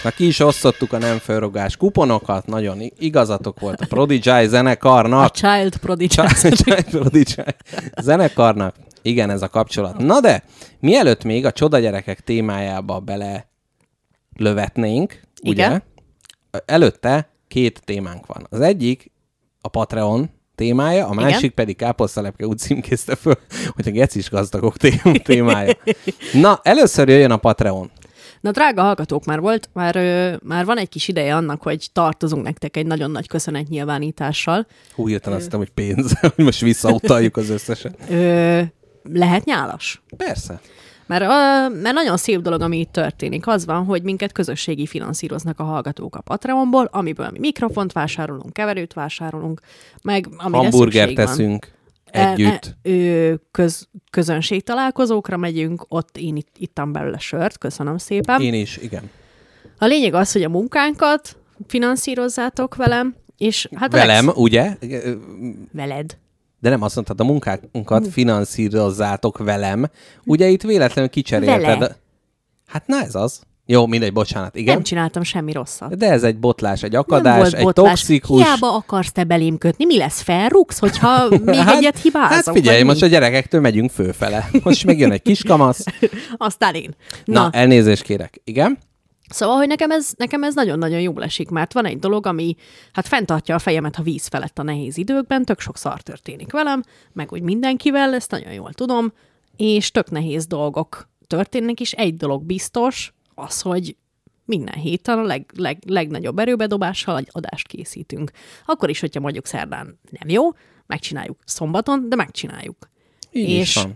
Na ki is osztottuk a nem fölrogás kuponokat, nagyon igazatok volt a Prodigy zenekarnak. A Child Prodigy. Child, Child Prodigy zenekarnak. Igen, ez a kapcsolat. Na de, mielőtt még a csoda gyerekek témájába bele lövetnénk, Igen. ugye? Előtte két témánk van. Az egyik a Patreon témája, a másik Igen. pedig Káposztalepke úgy címkézte föl, hogy a gecis gazdagok témája. Na, először jöjjön a Patreon. Na, drága hallgatók, már volt, már, ö, már van egy kis ideje annak, hogy tartozunk nektek egy nagyon nagy köszönetnyilvánítással. Hú, hirtelen azt hittem, hogy pénz, hogy most visszautaljuk az összeset. Ö, lehet nyálas? Persze. Mert, ö, mert nagyon szép dolog, ami itt történik. Az van, hogy minket közösségi finanszíroznak a hallgatók a Patreonból, amiből mi mikrofont vásárolunk, keverőt vásárolunk, meg amire hamburger szükség van. teszünk együtt. E, e, köz, közönség találkozókra megyünk, ott én itt, ittam belőle sört, köszönöm szépen. Én is, igen. A lényeg az, hogy a munkánkat finanszírozzátok velem, és hát a Velem, legsz... ugye? Veled. De nem azt mondtad, a munkánkat finanszírozzátok velem. Ugye itt véletlenül kicserélted. Vele. Hát na ez az. Jó, mindegy, bocsánat, igen. Nem csináltam semmi rosszat. De ez egy botlás, egy Nem akadás, volt egy botlás. toxikus... Hiába akarsz te belém kötni, mi lesz, felrúgsz, hogyha még hát, egyet hibázom? Hát figyelj, vagy most mi? a gyerekektől megyünk fölfele. Most megjön egy kiskamasz. Aztán én. Na, Na, elnézést kérek. Igen? Szóval, hogy nekem ez, nekem ez nagyon-nagyon jól esik, mert van egy dolog, ami hát fenntartja a fejemet a víz felett a nehéz időkben, tök sok szar történik velem, meg úgy mindenkivel, ezt nagyon jól tudom, és tök nehéz dolgok történnek, és egy dolog biztos, az, hogy minden héten a leg, leg, legnagyobb erőbedobással egy adást készítünk. Akkor is, hogyha mondjuk szerdán nem jó, megcsináljuk szombaton, de megcsináljuk. Így és is van.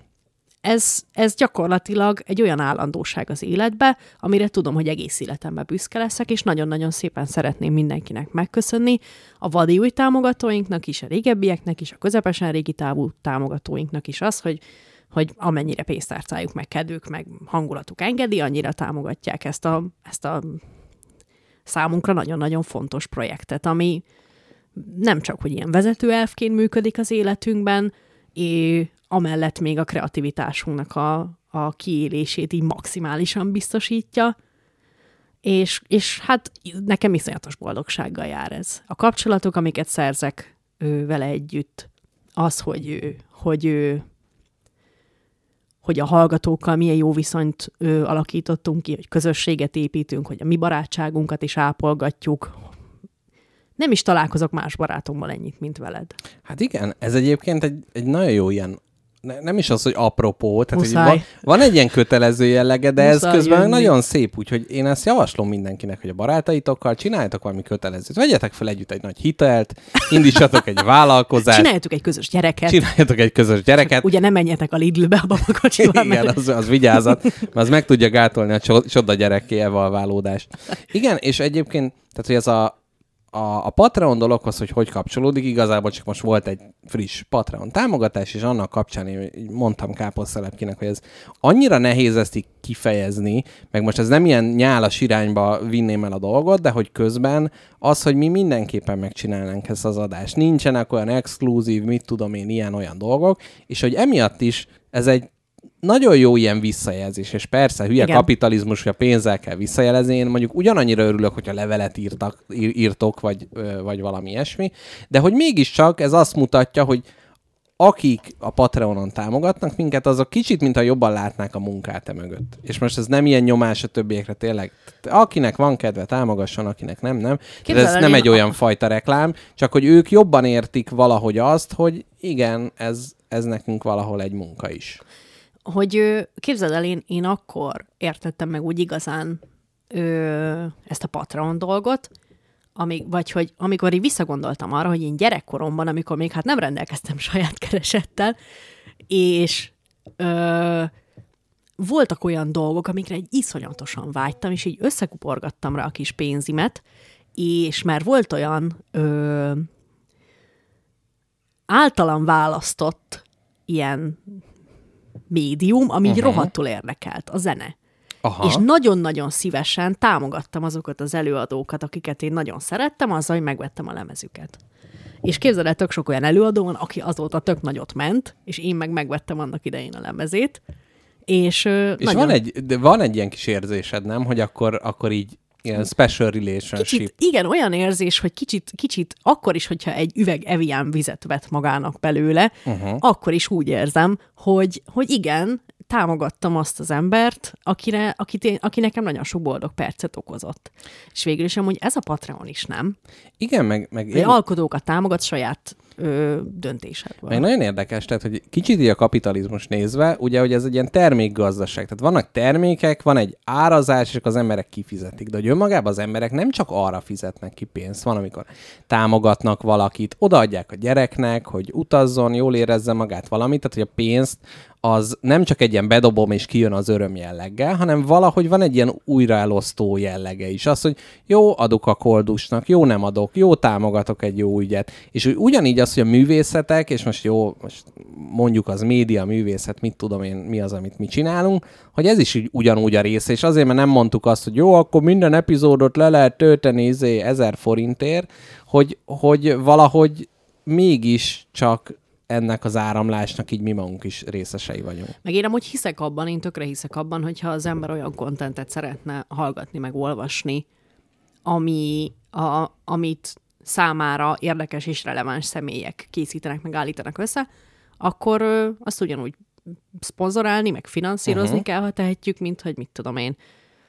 Ez, ez gyakorlatilag egy olyan állandóság az életbe, amire tudom, hogy egész életemben büszke leszek, és nagyon-nagyon szépen szeretném mindenkinek megköszönni, a vadi új támogatóinknak is, a régebbieknek is, a közepesen régi távú támogatóinknak is az, hogy, hogy amennyire pénztárcájuk, meg kedvük, meg hangulatuk engedi, annyira támogatják ezt a, ezt a számunkra nagyon-nagyon fontos projektet, ami nem csak, hogy ilyen vezetőelfként működik az életünkben, és amellett még a kreativitásunknak a, a kiélését így maximálisan biztosítja, és, és hát nekem iszonyatos boldogsággal jár ez. A kapcsolatok, amiket szerzek ő, vele együtt, az, hogy, ő, hogy, ő, hogy a hallgatókkal milyen jó viszonyt ő, alakítottunk ki, hogy közösséget építünk, hogy a mi barátságunkat is ápolgatjuk. Nem is találkozok más barátommal ennyit, mint veled. Hát igen, ez egyébként egy, egy nagyon jó ilyen, ne, nem is az, hogy apropó, tehát hogy Muszáj. van, van egy ilyen kötelező jellege, de Muszáj ez közben jönni. nagyon szép, úgyhogy én ezt javaslom mindenkinek, hogy a barátaitokkal csináljatok valami kötelezőt. Vegyetek fel együtt egy nagy hitelt, indítsatok egy vállalkozást, Csináljatok egy közös gyereket. csináljatok egy közös gyereket. Ugye nem menjetek a Lidlbe a babakocsival, Igen, mert az, az vigyázat, mert az meg tudja gátolni a cso- csoda gyerekké evalválódást. Igen, és egyébként, tehát hogy ez a A, a Patreon dologhoz, hogy hogy kapcsolódik, igazából csak most volt egy friss Patreon támogatás, és annak kapcsán én mondtam Káposztelepkinek, hogy ez annyira nehéz ezt így kifejezni, meg most ez nem ilyen nyálas irányba vinném el a dolgot, de hogy közben az, hogy mi mindenképpen megcsinálnánk ezt az adást. Nincsenek olyan exkluzív, mit tudom én, ilyen-olyan dolgok, és hogy emiatt is ez egy nagyon jó ilyen visszajelzés, és persze, hülye Igen. kapitalizmus, hogy a pénzzel kell visszajelezni. Én mondjuk ugyanannyira örülök, hogyha levelet írtak, ír, írtok, vagy, vagy valami ilyesmi, de hogy mégiscsak ez azt mutatja, hogy akik a Patreonon támogatnak minket, azok kicsit, mintha jobban látnák a munkát e mögött. És most ez nem ilyen nyomás a többiekre, tényleg. Akinek van kedve, támogasson, akinek nem, nem. Képzeld ez el, nem én egy a- olyan fajta reklám, csak hogy ők jobban értik valahogy azt, hogy igen, ez, ez nekünk valahol egy munka is. hogy ö, képzeld el, én, én akkor értettem meg úgy igazán ö, ezt a Patreon dolgot, amíg, vagy hogy amikor így visszagondoltam arra, hogy én gyerekkoromban, amikor még hát nem rendelkeztem saját keresettel, és ö, voltak olyan dolgok, amikre egy iszonyatosan vágytam, és így összekuporgattam rá a kis pénzimet, és már volt olyan ö, általam választott ilyen médium, ami uh-huh. rohadtul érdekelt, a zene. Aha. És nagyon-nagyon szívesen támogattam azokat az előadókat, akiket én nagyon szerettem, azzal, hogy megvettem a lemezüket. És képzeld el, tök sok olyan előadó van, aki azóta tök nagyot ment, és én meg megvettem annak idején a lemezét. És, És nagyon... van, egy, de van egy ilyen kis érzésed, nem? Hogy akkor, akkor így ilyen special relationship. Kicsit, igen, olyan érzés, hogy kicsit, kicsit akkor is, hogyha egy üveg Evian vizet vett magának belőle, uh-huh. akkor is úgy érzem, hogy, hogy igen, támogattam azt az embert, akire, akit én, aki nekem nagyon sok boldog percet okozott. És végül is amúgy ez a Patreon is, nem? Igen, meg... meg én... alkotókat támogat saját ö, döntésedből. Meg nagyon érdekes, tehát, hogy kicsit így a kapitalizmus nézve, ugye, hogy ez egy ilyen termékgazdaság. Tehát vannak termékek, van egy árazás, és az emberek kifizetik. De hogy önmagában az emberek nem csak arra fizetnek ki pénzt. Van, amikor támogatnak valakit, odaadják a gyereknek, hogy utazzon, jól érezze magát valamit, tehát, hogy a pénzt az nem csak egy ilyen bedobom és kijön az öröm jelleggel, hanem valahogy van egy ilyen újraelosztó jellege is. Az, hogy jó, adok a koldusnak, jó, nem adok, jó, támogatok egy jó ügyet. És ugyanígy az, hogy a művészetek, és most jó, most mondjuk az média, művészet, mit tudom én, mi az, amit mi csinálunk, hogy ez is ugyanúgy a része, és azért, mert nem mondtuk azt, hogy jó, akkor minden epizódot le lehet tölteni izé, ezer forintért, hogy, hogy valahogy mégis csak ennek az áramlásnak így mi magunk is részesei vagyunk. Meg én amúgy hiszek abban, én tökre hiszek abban, hogyha az ember olyan kontentet szeretne hallgatni, meg olvasni, ami, a, amit számára érdekes és releváns személyek készítenek, meg állítanak össze, akkor ö, azt ugyanúgy szponzorálni, meg finanszírozni uh-huh. kell, ha tehetjük, mint hogy mit tudom én,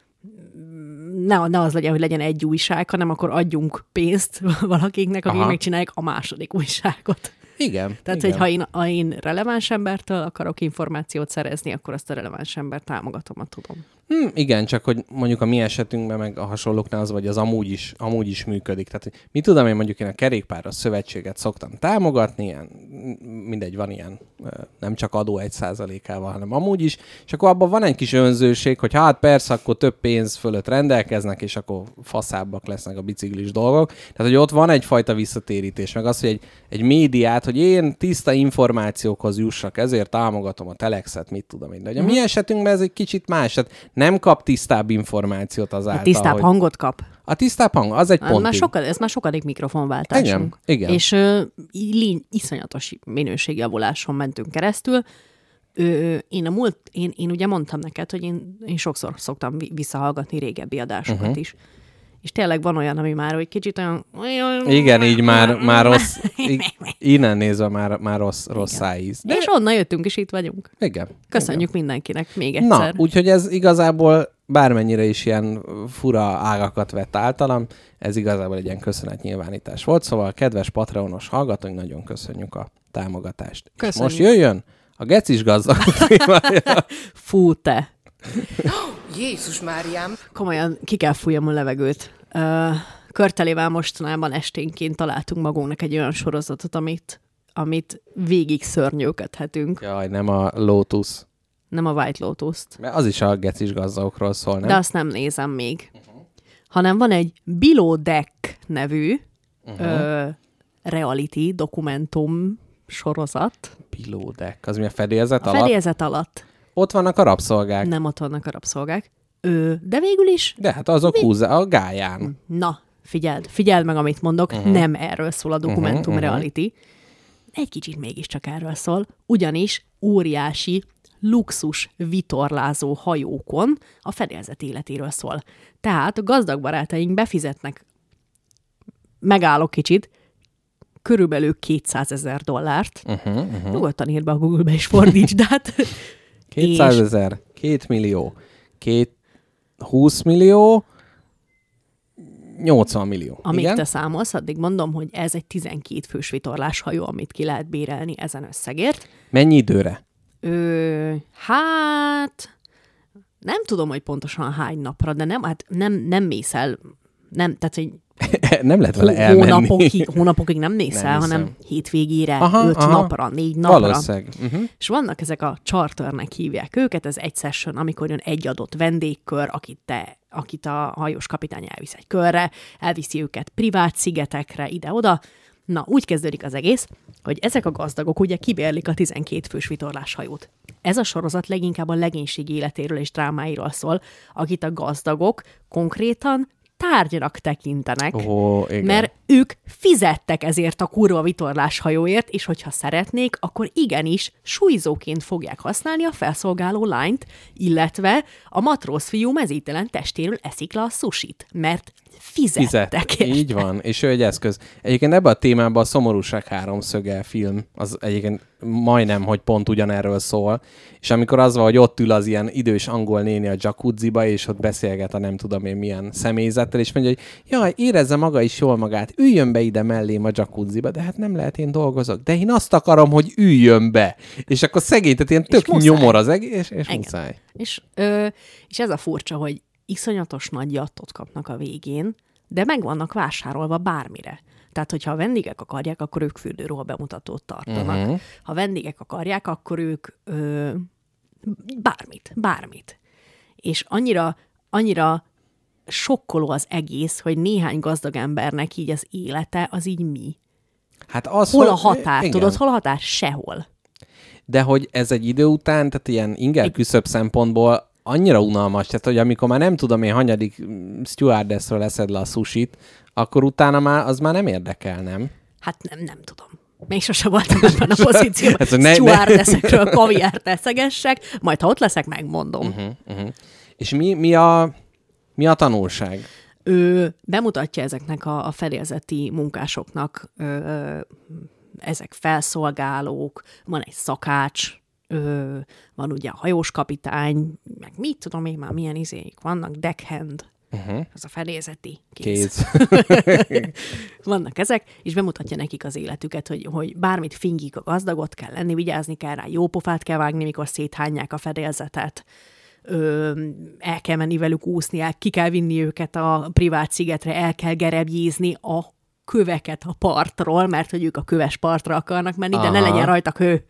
ne, ne az legyen, hogy legyen egy újság, hanem akkor adjunk pénzt valakiknek, akik megcsinálják a második újságot. Igen. Tehát, igen. hogy ha én, ha én releváns embertől akarok információt szerezni, akkor azt a releváns embert támogatom, tudom. Hmm, igen, csak hogy mondjuk a mi esetünkben, meg a hasonlóknál az, vagy az amúgy is, amúgy is működik. Tehát, hogy mit tudom én, mondjuk én a kerékpáros szövetséget szoktam támogatni, ilyen, mindegy, van ilyen, nem csak adó egy százalékával, hanem amúgy is, és akkor abban van egy kis önzőség, hogy hát persze, akkor több pénz fölött rendelkeznek, és akkor faszábbak lesznek a biciklis dolgok. Tehát, hogy ott van egyfajta visszatérítés, meg az, hogy egy, egy médiát, hogy én tiszta információkhoz jussak, ezért támogatom a Telexet, mit tudom én. De hogy a mi esetünkben ez egy kicsit más, tehát nem kap tisztább információt azáltal, a tisztább hogy... hangot kap. A tisztább hang, az egy pontig. Már sokad, ez már sokadik mikrofonváltásunk. Igen, igen. És ö, lény, iszonyatos minőségjavuláson mentünk keresztül. Ö, én, a múlt, én, én ugye mondtam neked, hogy én, én sokszor szoktam visszahallgatni régebbi adásokat uh-huh. is. És tényleg van olyan, ami már, hogy kicsit olyan... Igen, így már, már rossz, így, innen nézve már, már rossz, rossz szájíz. De... És onnan jöttünk, és itt vagyunk. Igen. Köszönjük igen. mindenkinek még egyszer. Na, úgyhogy ez igazából bármennyire is ilyen fura ágakat vett általam, ez igazából egy ilyen köszönetnyilvánítás volt. Szóval kedves Patreonos hallgatóink, nagyon köszönjük a támogatást. Köszönjük. És most jöjjön a gecis gazdag témája. Fú, te! Jézus Máriám! Komolyan ki kell fújjam a levegőt. Uh, Körtelével mostanában esténként találtunk magunknak egy olyan sorozatot, amit, amit végig szörnyűködhetünk. Jaj, nem a Lotus. Nem a White Lotus-t. Mert az is a gecis gazdagokról szól, nem? De azt nem nézem még. Uh-huh. Hanem van egy Below Deck nevű uh-huh. ö, reality dokumentum sorozat. Below Deck. Az mi a fedélzet a alatt? fedélzet alatt. Ott vannak a rabszolgák. Nem ott vannak a rabszolgák. Ö, de végül is... De hát azok mi... húzza a gályán. Na, figyeld, figyeld meg, amit mondok. Uh-huh. Nem erről szól a dokumentum uh-huh, reality. Egy kicsit mégiscsak erről szól. Ugyanis óriási luxus vitorlázó hajókon a fedélzet életéről szól. Tehát a gazdag barátaink befizetnek, megállok kicsit, körülbelül kétszázezer dollárt. Uh-huh, uh-huh. Nyugodtan írd be a Google-be és fordítsd át. kétszázezer, két millió, két, húsz millió, nyolcvan millió. Amíg igen? te számolsz, addig mondom, hogy ez egy tizenkét fős vitorlás hajó, amit ki lehet bérelni ezen összegért. Mennyi időre? Ö, hát nem tudom, hogy pontosan hány napra, de nem, hát nem, nem mész el, nem, tehát, hogy nem lehet vele elmenni. Hónapokig, hónapokig nem mész nem el, hiszem. hanem hétvégére, aha, öt aha. napra, négy napra. Valószínűleg. Uh-huh. És vannak ezek a charternek hívják őket, ez egy session, amikor jön egy adott vendégkör, akit, te, akit a hajós kapitány elvisz egy körre, elviszi őket privát szigetekre, ide-oda. Na, úgy kezdődik az egész, hogy ezek a gazdagok ugye kibérlik a tizenkét fős vitorláshajót. Ez a sorozat leginkább a legénység életéről és drámáiról szól, akit a gazdagok konkrétan tárgynak tekintenek, Ó, igen. mert ők fizettek ezért a kurva vitorláshajóért, és hogyha szeretnék, akkor igenis súlyzóként fogják használni a felszolgáló lányt, illetve a matróz fiú mezítelen testéről eszik le a sushit, mert fizettek. Fizet. Így van, és ő egy eszköz. Egyébként ebben a témában a Szomorúság háromszöge film, az egyébként majdnem, hogy pont ugyanerről szól, és amikor az van, hogy ott ül az ilyen idős angol néni a jacuzziba, és ott beszélget a nem tudom én milyen személyzettel, és mondja, hogy jaj, érezze maga is jól magát, üljön be ide mellém a jacuzziba, de hát nem lehet, én dolgozok, de én azt akarom, hogy üljön be. És akkor szegény, tehát ilyen tök muszáj. nyomor az egész, és, és muszáj. És, ö, és ez a furcsa, hogy iszonyatos nagy jattot kapnak a végén, de meg vannak vásárolva bármire. Tehát, hogyha a vendégek akarják, akkor ők fürdőruha bemutatót tartanak. Uh-huh. Ha vendégek akarják, akkor ők ö, bármit, bármit. És annyira, annyira sokkoló az egész, hogy néhány gazdag embernek így az élete, az így mi. Hát az, Hol a hogy- határ? igen. Tudod, hol a határ? Sehol. De hogy ez egy idő után, tehát ilyen inger küszöbb szempontból annyira unalmas, tehát hogy amikor már nem tudom én hanyadik stewardessről leszed le a sushit, akkor utána már az már nem érdekel, nem? Hát nem, nem tudom. Még sose voltam ebben a pozícióban. Hát, hogy ne- ne- Stewardessekről kaviárt eszegessek, majd ha ott leszek, megmondom. Uh-huh. Uh-huh. És mi, mi, a, mi a tanulság? Ő bemutatja ezeknek a, a fedélzeti munkásoknak, ö, ö, ezek felszolgálók, van egy szakács, ö, van ugye a hajós kapitány, meg mit tudom én már milyen izéik vannak, deckhand, uh-huh. az a fedélzeti kéz. Kéz. Vannak ezek, és bemutatja nekik az életüket, hogy, hogy bármit fingik a gazdagot, kell lenni, vigyázni kell rá, jó pofát kell vágni, mikor széthányják a fedélzetet, Ö, el kell menni velük úszni, el, ki kell vinni őket a privát szigetre, el kell gerebjézni a köveket a partról, mert hogy ők a köves partra akarnak menni, de Aha. ne legyen rajta kő.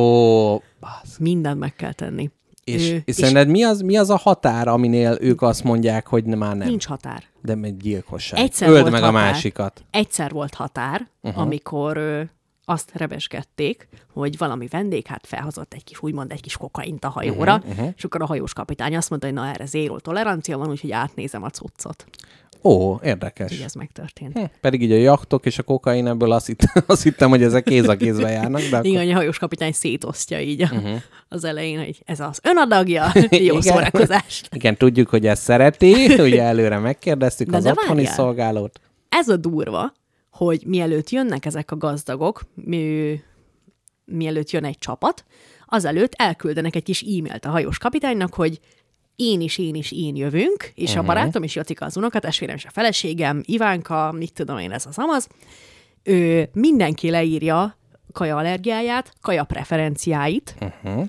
Ó, basz. Mindent meg kell tenni. És, Ö, és és szerinted mi az, mi az a határ, aminél ők azt mondják, hogy ne, már nem? nincs határ. De egy gyilkosság. Egyszer Öld volt meg a határ. másikat. Egyszer volt határ, uh-huh. amikor ö, azt rebesgették, hogy valami vendég hát felhozott egy kis, úgymond egy kis kokaint a hajóra, uh-huh, uh-huh. és akkor a hajós kapitány azt mondta, hogy na erre zéró tolerancia van, úgyhogy átnézem a cuccot. Ó, érdekes. Így ez megtörtént. Hm, pedig így a jachtok és a kokain, ebből azt hittem, azt hittem hogy ezek kéz a kézbe járnak, de akkor... Igen, hogy a hajós kapitány szétosztja így a, Uh-huh. az elején, hogy ez az önadagja, jó Igen. szórakozást. Igen, tudjuk, hogy ezt szereti, ugye előre megkérdeztük De az de otthoni várjál. szolgálót. Ez a durva, hogy mielőtt jönnek ezek a gazdagok, mi, mielőtt jön egy csapat, azelőtt elküldenek egy kis e-mailt a hajós kapitánynak, hogy én is, én is, én jövünk, és uh-huh. a barátom is Jacika az unokatestvérem és a feleségem, Ivánka, mit tudom én, ez az amaz, ő, mindenki leírja kaja allergiáját, kaja preferenciáit, Uh-huh.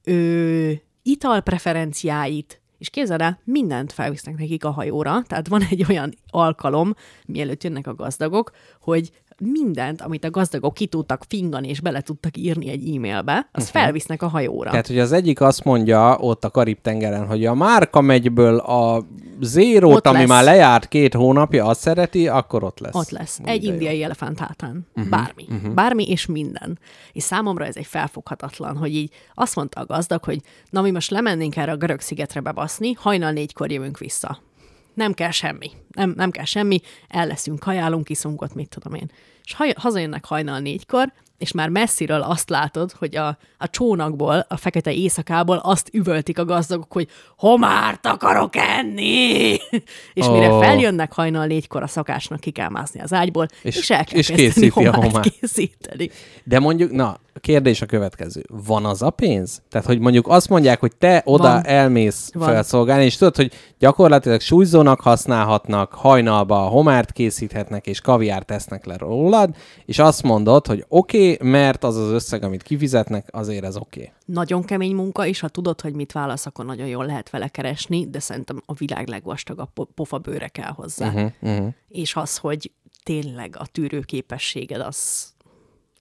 ő, ital preferenciáit, és képzeld el, mindent felvisznek nekik a hajóra, tehát van egy olyan alkalom, mielőtt jönnek a gazdagok, hogy mindent, amit a gazdagok ki tudtak fingani, és bele tudtak írni egy e-mailbe, azt uh-huh. felvisznek a hajóra. Tehát, hogy az egyik azt mondja ott a Karib-tengeren, hogy a Márka megyből a zérót, Ott ami lesz. már lejárt két hónapja, azt szereti, akkor ott lesz. Ott lesz. Ú, Egy de jó. indiai elefánt hátán. Uh-huh, Bármi. Uh-huh. Bármi és minden. És számomra ez egy felfoghatatlan, hogy így azt mondta a gazdag, hogy na mi most lemennénk erre a görög szigetre bebaszni, hajnal négykor jövünk vissza. Nem kell semmi. Nem, nem kell semmi. El leszünk, kajálunk, iszunk ott, mit tudom én. És haj, hazajönnek hajnal négykor, és már messziről azt látod, hogy a, a csónakból, a fekete éjszakából azt üvöltik a gazdagok, hogy homárt akarok enni! És Ó. mire feljönnek hajnal négykor, a szakácsnak ki kell mászni az ágyból, és, És- és el kell és kezdeni készíti a homárt homárt. készíteni. De mondjuk, na, a kérdés a következő. Van az a pénz? Tehát, hogy mondjuk azt mondják, hogy te oda Van. elmész Van. felszolgálni, és tudod, hogy gyakorlatilag súlyzónak használhatnak, hajnalba homárt készíthetnek, és kaviárt tesznek le rólad, és azt mondod, hogy oké, okay, mert az az összeg, amit kifizetnek, azért ez oké. Okay. Nagyon kemény munka, és ha tudod, hogy mit válasz, akkor nagyon jól lehet vele keresni, de szerintem a világ legvastagabb po- pofabőre kell hozzá. Uh-huh, uh-huh. És az, hogy tényleg a tűrőképességed az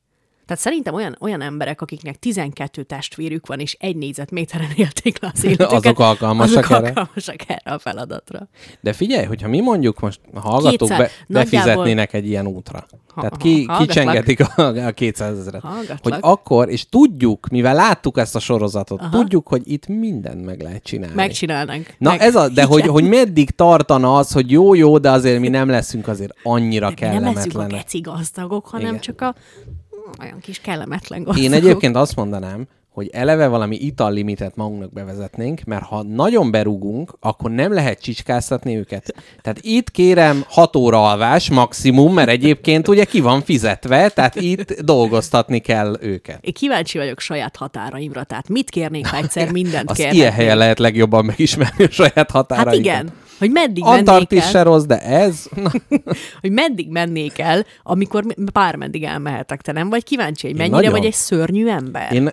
Tehát szerintem olyan, olyan emberek, akiknek tizenkettő testvérük van, és egy négyzetméteren élték le az életüket, azok alkalmasak azok erre. alkalmasak erre a feladatra. De figyelj, hogyha mi mondjuk most a hallgatók Kétszer. be, Nagyjából- befizetnének egy ilyen útra. Ha- Tehát ha- ki, hallgatlak. kicsengetik a, a kétszázezret. Hallgatlak. Hogy akkor, és tudjuk, mivel láttuk ezt a sorozatot, Aha. tudjuk, hogy itt mindent meg lehet csinálni. Megcsinálnánk. Na Meg, ez a, de hogy, hogy meddig tartana az, hogy jó-jó, de azért mi nem leszünk azért annyira de nem leszünk a kellemetlenek. geci gazdagok, hanem Igen. csak a olyan kis kellemetlen gazdagok. Én egyébként azt mondanám, hogy eleve valami itallimitet magunknak bevezetnénk, mert ha nagyon berúgunk, akkor nem lehet csicskáztatni őket. Tehát itt kérem hat óra alvás maximum, mert egyébként ugye ki van fizetve, tehát itt dolgoztatni kell őket. Én kíváncsi vagyok saját határaimra, tehát mit kérnék, ha egyszer mindent Az kérhetnék? ilyen helyen lehet legjobban megismerni a saját határainkat. Hát igen, hogy meddig mennék Antarktisz el, se rossz, de ez... Na, hogy meddig mennék el, amikor bármeddig elmehetek. Te nem vagy kíváncsi, hogy Én mennyire nagyon. vagy egy szörnyű ember? én...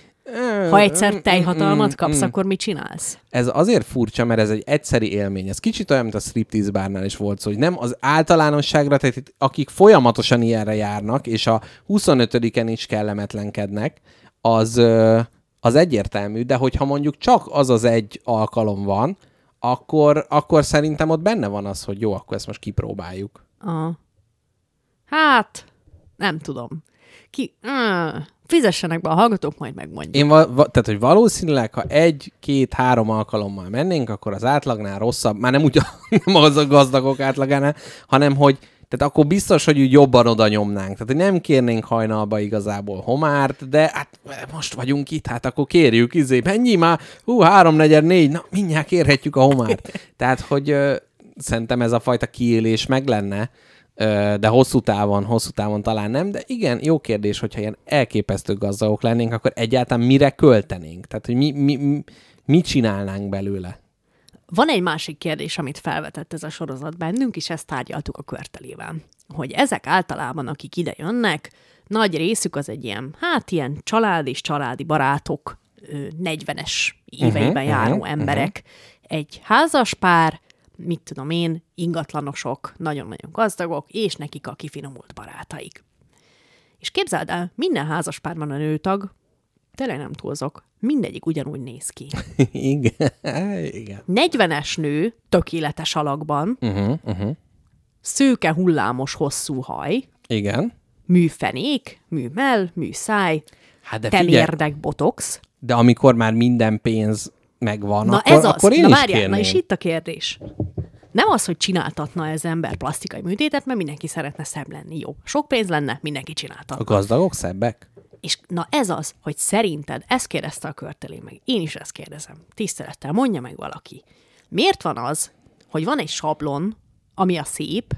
Ha egyszer teljhatalmat kapsz, Mm, mm. akkor mit csinálsz? Ez azért furcsa, mert ez egy egyszeri élmény. Ez kicsit olyan, mint a striptease bárnál is volt szó, hogy nem az általánosságra, tehát itt, akik folyamatosan ilyenre járnak, és a huszonötödiken is kellemetlenkednek, az, ö, az egyértelmű, de hogyha mondjuk csak az az egy alkalom van, akkor, akkor szerintem ott benne van az, hogy jó, akkor ezt most kipróbáljuk. Aha. Hát, nem tudom. Ki... Ah, fizessenek be a hallgatók, majd megmondjuk. Én va- va- tehát, hogy valószínűleg, ha egy, két, három alkalommal mennénk, akkor az átlagnál rosszabb, már nem úgy a, nem az a gazdagok átlagánál, hanem hogy tehát akkor biztos, hogy úgy jobban oda nyomnánk. Tehát, hogy nem kérnénk hajnalba igazából homárt, de hát most vagyunk itt, hát akkor kérjük, izé, mennyi már? Hú, háromnegyed négy, na mindjárt kérhetjük a homárt. Tehát, hogy ö, szerintem ez a fajta kiélés meg lenne, ö, de hosszú távon, hosszú távon talán nem, de igen, jó kérdés, hogyha ilyen elképesztő gazdagok lennénk, akkor egyáltalán mire költenénk? Tehát, hogy mi, mi, mi, mit csinálnánk belőle? Van egy másik kérdés, amit felvetett ez a sorozat bennünk, és ezt tárgyaltuk a Körtelével. Hogy ezek általában, akik ide jönnek, nagy részük az egy ilyen, hát ilyen család és családi barátok, negyvenes éveiben Uh-huh, járó uh-huh, emberek. Egy házas pár, mit tudom én, ingatlanosok, nagyon-nagyon gazdagok, és nekik a kifinomult barátaik. És képzeld el, minden házas párban a nőtag, tényleg nem túlzok, mindegyik ugyanúgy néz ki. Igen. Igen. negyvenes nő, tökéletes alakban, Uh-huh, uh-huh. szőke hullámos hosszú haj, Igen. műfenék, műmell, műszáj, Hát de figyelj, temérdek botox. de amikor már minden pénz megvan, Na akkor, ez az, akkor én na is várjál, kérném. na és itt a kérdés. Nem az, hogy csináltatna ez ember plastikai műtétet, mert mindenki szeretne szebb lenni, jó. Sok pénz lenne, mindenki A csináltatna. gazdagok szebbek? És na ez az, hogy szerinted, ezt kérdezte a Körtelé meg, én is ezt kérdezem, tisztelettel, mondja meg valaki. Miért van az, hogy van egy sablon, ami a szép,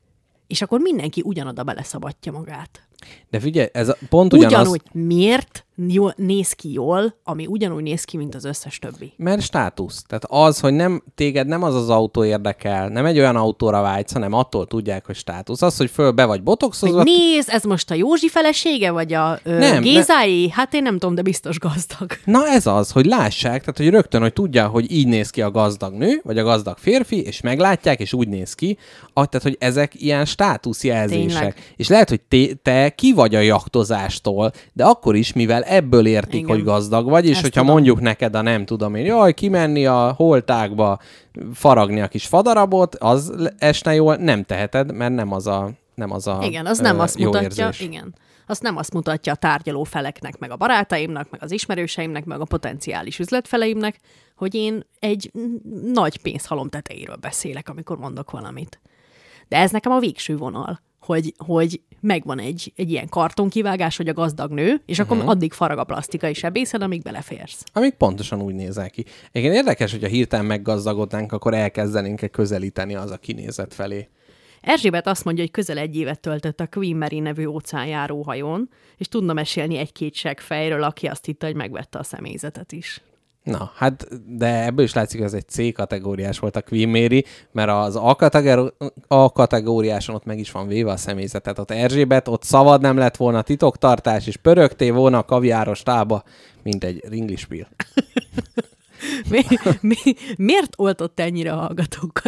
és akkor mindenki ugyanoda beleszabatja magát? De figyelj, ez a, pont ugyanaz, Ugyanúgy miért jól, néz ki jól, ami ugyanúgy néz ki, mint az összes többi? mert státusz. Tehát az, hogy nem, téged nem az az autó érdekel, nem egy olyan autóra vágysz, hanem attól tudják, hogy státusz. Az, hogy föl be vagy botoxozva, Hogy nézd, ez most a Józsi felesége, vagy a ö, Nem, Gézáé? Hát én nem tudom, de biztos gazdag. na ez az, hogy lássák, tehát hogy rögtön, hogy tudja, hogy így néz ki a gazdag nő, vagy a gazdag férfi, és meglátják, és úgy néz ki, ah, tehát hogy ezek ilyen státuszjelzések. Tényleg. És lehet, hogy te, te ki vagy a jaktozástól, de akkor is, mivel ebből értik, Igen. hogy gazdag vagy, és Ezt hogyha tudom. mondjuk neked a nem tudom én, jaj, kimenni a holtákba, faragni a kis fadarabot, az esne jól, nem teheted, mert nem az a, nem az a Igen, az nem ö, azt jó mutatja, érzés. igen. Azt nem azt mutatja a tárgyaló feleknek, meg a barátaimnak, meg az ismerőseimnek, meg a potenciális üzletfeleimnek, hogy én egy n- nagy pénzhalom tetejéről beszélek, amikor mondok valamit. De ez nekem a végső vonal, hogy, hogy megvan egy, egy ilyen kartonkivágás, hogy a gazdag nő, és akkor uh-huh. addig farag a plastikai sebészed, amíg beleférsz. Amik pontosan úgy nézel ki. Igen, érdekes, hogyha hirtelen meggazdagodnánk, akkor elkezdenénk-e közelíteni az a kinézet felé. Erzsébet azt mondja, hogy közel egy évet töltött a Queen Mary nevű óceánjáró hajón, és tudna mesélni egy-két seggfejről, aki azt hitte, hogy megvette a személyzetet is. Na, hát, de ebből is látszik, hogy ez egy C-kategóriás volt a Queen Mary, mert az A-kategóri- A-kategóriáson ott meg is van véve a személyzetet. Ott Erzsébet, ott szabad nem lett volna titoktartás, és pörögté volna a kaviáros tába, mint egy ringlispiel. Mi, mi, miért oltott ennyire a hallgatókat?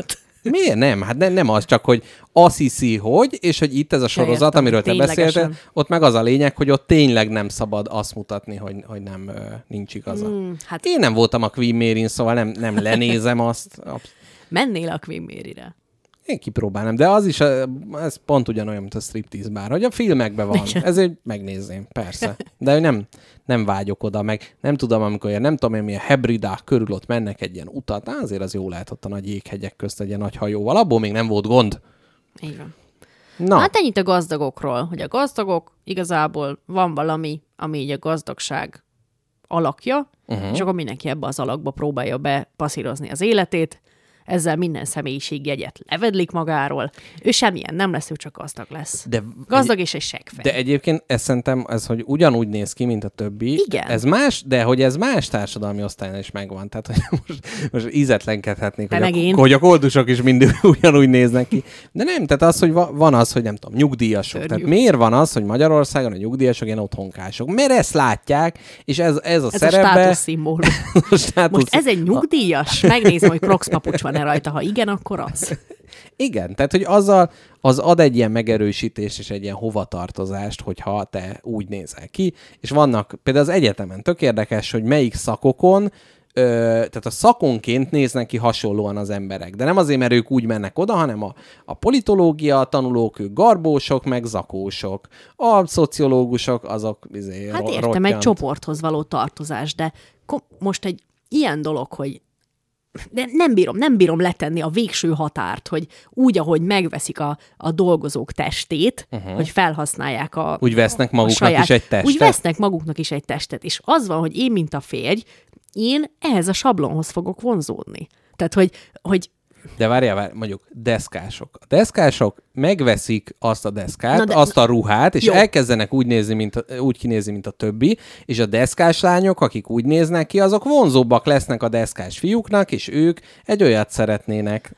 Miért nem? Hát ne, nem az, csak hogy azt hiszi, hogy, és hogy itt ez a sorozat, értem, amiről te ténylegesen. beszéltél, ott meg az a lényeg, hogy ott tényleg nem szabad azt mutatni, hogy, hogy nem ö, nincs igaza. Mm, hát Én nem voltam a Queen Mary-n, szóval nem, nem lenézem azt. Absz- mennél a Queen Mary-re. Én kipróbálnám, de az is, ö, ez pont ugyanolyan, mint a striptease bár, hogy a filmekben van. Ezért megnézném, persze. De nem, nem vágyok oda, meg nem tudom, amikor ilyen, nem tudom én, milyen hebridák körül ott mennek egy ilyen utat, á, azért az jó lehet ott a nagy jéghegyek közt egy ilyen nagy hajóval, abból még nem volt gond. Így van. Na, Hát ennyit a gazdagokról, hogy a gazdagok igazából van valami, ami így a gazdagság alakja, uh-huh. és akkor mindenki ebbe az alakba próbálja bepasszírozni az életét, ezzel minden személyiségjegyet levedlik magáról, ő semmilyen nem lesz, ő csak gazdag lesz. de, Gazdag és egy seggfej. de egyébként ezt szerintem, ez, hogy ugyanúgy néz ki, mint a többi. Igen. Ez más, de hogy ez más társadalmi osztályon is megvan. Tehát, hogy most, most ízetlenkedhetnék, Te hogy meg a, én. hogy a koldusok is mindig ugyanúgy néznek ki. De nem, tehát az, hogy va- van az, hogy nem tudom, nyugdíjasok. Szörnyű. Tehát miért van az, hogy Magyarországon a nyugdíjasok ilyen otthonkások? Mert ezt látják, és ez, ez a ez a szerepbe... státuszszimbólum. a státusz... Most ez egy nyugdíjas? Megnézem, hogy Crocs papucs van-e rajta. Ha igen, akkor az. Igen, tehát hogy azzal az ad egy ilyen megerősítést és egy ilyen hovatartozást, hogyha te úgy nézel ki, és vannak például az egyetemen tök érdekes, hogy melyik szakokon, ö, tehát a szakonként néznek ki hasonlóan az emberek, de nem azért, mert ők úgy mennek oda, hanem a, a politológia tanulók, ők garbósok, meg zakósok, a szociológusok, azok izé, Hát ro- értem, egy rottyant. csoporthoz való tartozás, de ko- most egy ilyen dolog, hogy de nem bírom, nem bírom letenni a végső határt, hogy úgy, ahogy megveszik a, a dolgozók testét, uh-huh. hogy felhasználják a Úgy vesznek a maguknak saját, is egy testet. Úgy vesznek maguknak is egy testet. És az van, hogy én, mint a férj, én ehhez a sablonhoz fogok vonzódni. Tehát, hogy, hogy De várjál, várjál, mondjuk deszkások. A deszkások megveszik azt a deszkát, Na de- azt a ruhát, és Jó. elkezdenek úgy, nézni, mint a, úgy kinézni, mint a többi, és a deszkás lányok, akik úgy néznek ki, azok vonzóbbak lesznek a deszkás fiúknak, és ők egy olyat szeretnének.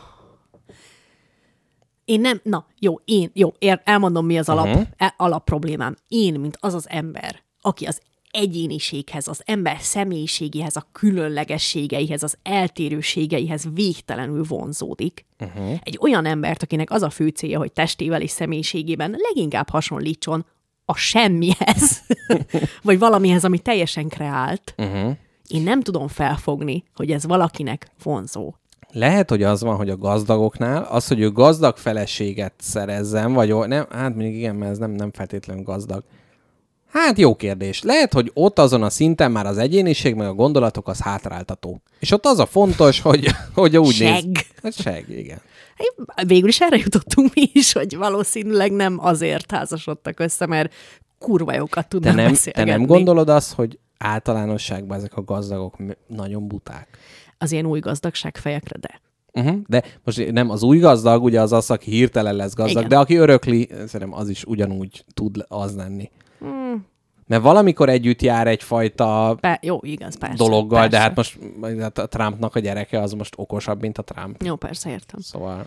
én nem, na, jó, én, jó, ér, elmondom, mi az alap, Uh-huh. uh-huh. alap problémám. Én, mint az az ember, aki az egyéniséghez, az ember személyiségéhez, a különlegességeihez, az eltérőségeihez végtelenül vonzódik. Uh-huh. Egy olyan embert, akinek az a fő célja, hogy testével és személyiségében leginkább hasonlítson a semmihez, vagy valamihez, ami teljesen kreált, Uh-huh. én nem tudom felfogni, hogy ez valakinek vonzó. Lehet, hogy az van, hogy a gazdagoknál az, hogy ő gazdag feleséget szerezzen, vagy o- nem, hát mondjuk igen, mert ez nem, nem feltétlenül gazdag. Hát jó kérdés. Lehet, hogy ott azon a szinten már az egyéniség, meg a gondolatok az hátráltató. És ott az a fontos, hogy, hogy úgy Segg. néz. Hát segg, igen. Végül is erre jutottunk mi is, hogy valószínűleg nem azért házasodtak össze, mert kurva jókat Te tudnak nem, te beszélgetni. nem gondolod azt, hogy általánosságban ezek a gazdagok m- nagyon buták? Az ilyen új gazdagságfejekre, de. Uh-huh. De most nem az új gazdag, ugye az az, aki hirtelen lesz gazdag, Igen. de aki örökli, szerintem az is ugyanúgy tud az lenni. Hmm. Mert valamikor együtt jár egyfajta Be, jó, igaz, persze. dologgal, persze. de hát most hát a Trumpnak a gyereke az most okosabb, mint a Trump. Jó, persze, értem. Szóval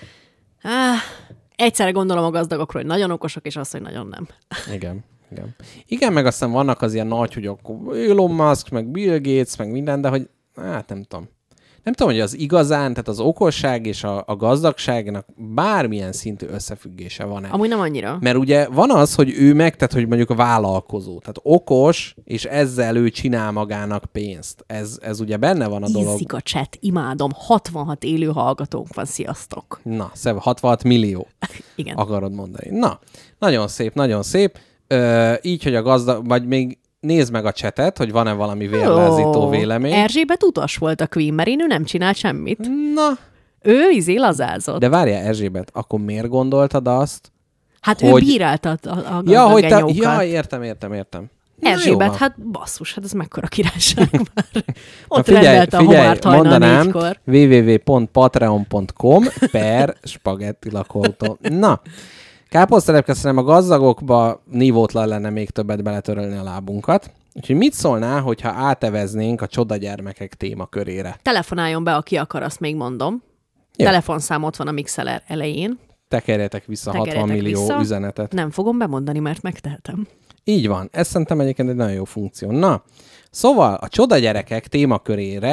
Ah, egyszerre gondolom a gazdagokról, hogy nagyon okosok, és azt, hogy nagyon nem. igen. Igen. Igen, meg aztán vannak az ilyen nagy, hogy akkor Elon Musk, meg Bill Gates, meg minden, de hogy hát nem tudom. Nem tudom, hogy az igazán, tehát az okosság és a, a gazdagságnak bármilyen szintű összefüggése van-e. Amúgy nem annyira. Mert ugye van az, hogy ő meg, tehát hogy mondjuk a vállalkozó, tehát okos, és ezzel ő csinál magának pénzt. Ez, ez ugye benne van a dolog. Ízik a chat, imádom. hatvanhat élő hallgatónk van, sziasztok. Na, szebb, hatvanhat millió Igen. akarod mondani. Na, nagyon szép, nagyon szép. Ö, így, hogy a gazdag, vagy még nézd meg a csetet, hogy van-e valami vérlázító Ó, vélemény. Erzsébet utas volt a Queen Mary, ő nem csinált semmit. Na, Ő izé lazázott. de várjál, Erzsébet, akkor miért gondoltad azt? Hát hogy- ő bírálta a, a gazdag Ja, hogy te... genyókat. Ja, értem, értem, értem. Na, jó Erzsébet, van. hát basszus, hát ez mekkora királyság már. Na Ott figyelj, rendelte a figyelj, homárt hajnal mondanám, négykor. www pont patreon pont com per spagetti lakóautó. Na, káposztelepke, szerintem a gazdagokba nívótlan lenne még többet beletörölni a lábunkat. Úgyhogy mit szólnál, hogyha áteveznénk a csodagyermekek témakörére? Telefonáljon be, aki akar, azt még mondom. Jó. Telefonszám ott van a Mixeler elején. Tekerjetek vissza Tekerjetek hatvan millió vissza. üzenetet. Nem fogom bemondani, mert megtehetem. Így van. Ez szerintem egyébként egy nagyon jó funkció. Na, szóval a csodagyerekek témakörére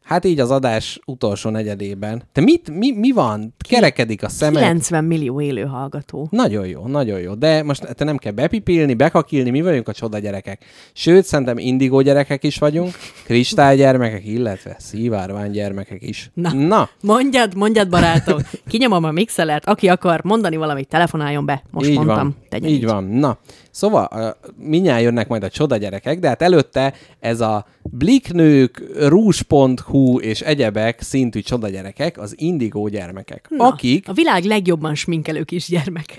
Hát így az adás utolsó negyedében. Te mit, mi, mi van? Kerekedik a szemed. kilencven millió élő hallgató. Nagyon jó, nagyon jó. De most te nem kell bepipilni, bekakilni, mi vagyunk a csoda gyerekek. Sőt, szerintem indigó gyerekek is vagyunk, kristálygyermekek, illetve szivárvány gyermekek is. Na, Na. mondjad, mondjad, barátom. Kinyomom a mixelert, aki akar mondani valamit, telefonáljon be. Most így mondtam. Van. Tegyen Így így van. Na, szóval uh, mindjárt jönnek majd a csoda gyerekek, de hát előtte ez a bliknők, rúzs pont hu és egyebek szintű csoda gyerekek, az indigó gyermekek, Na, akik... a világ legjobban sminkelő kisgyermek.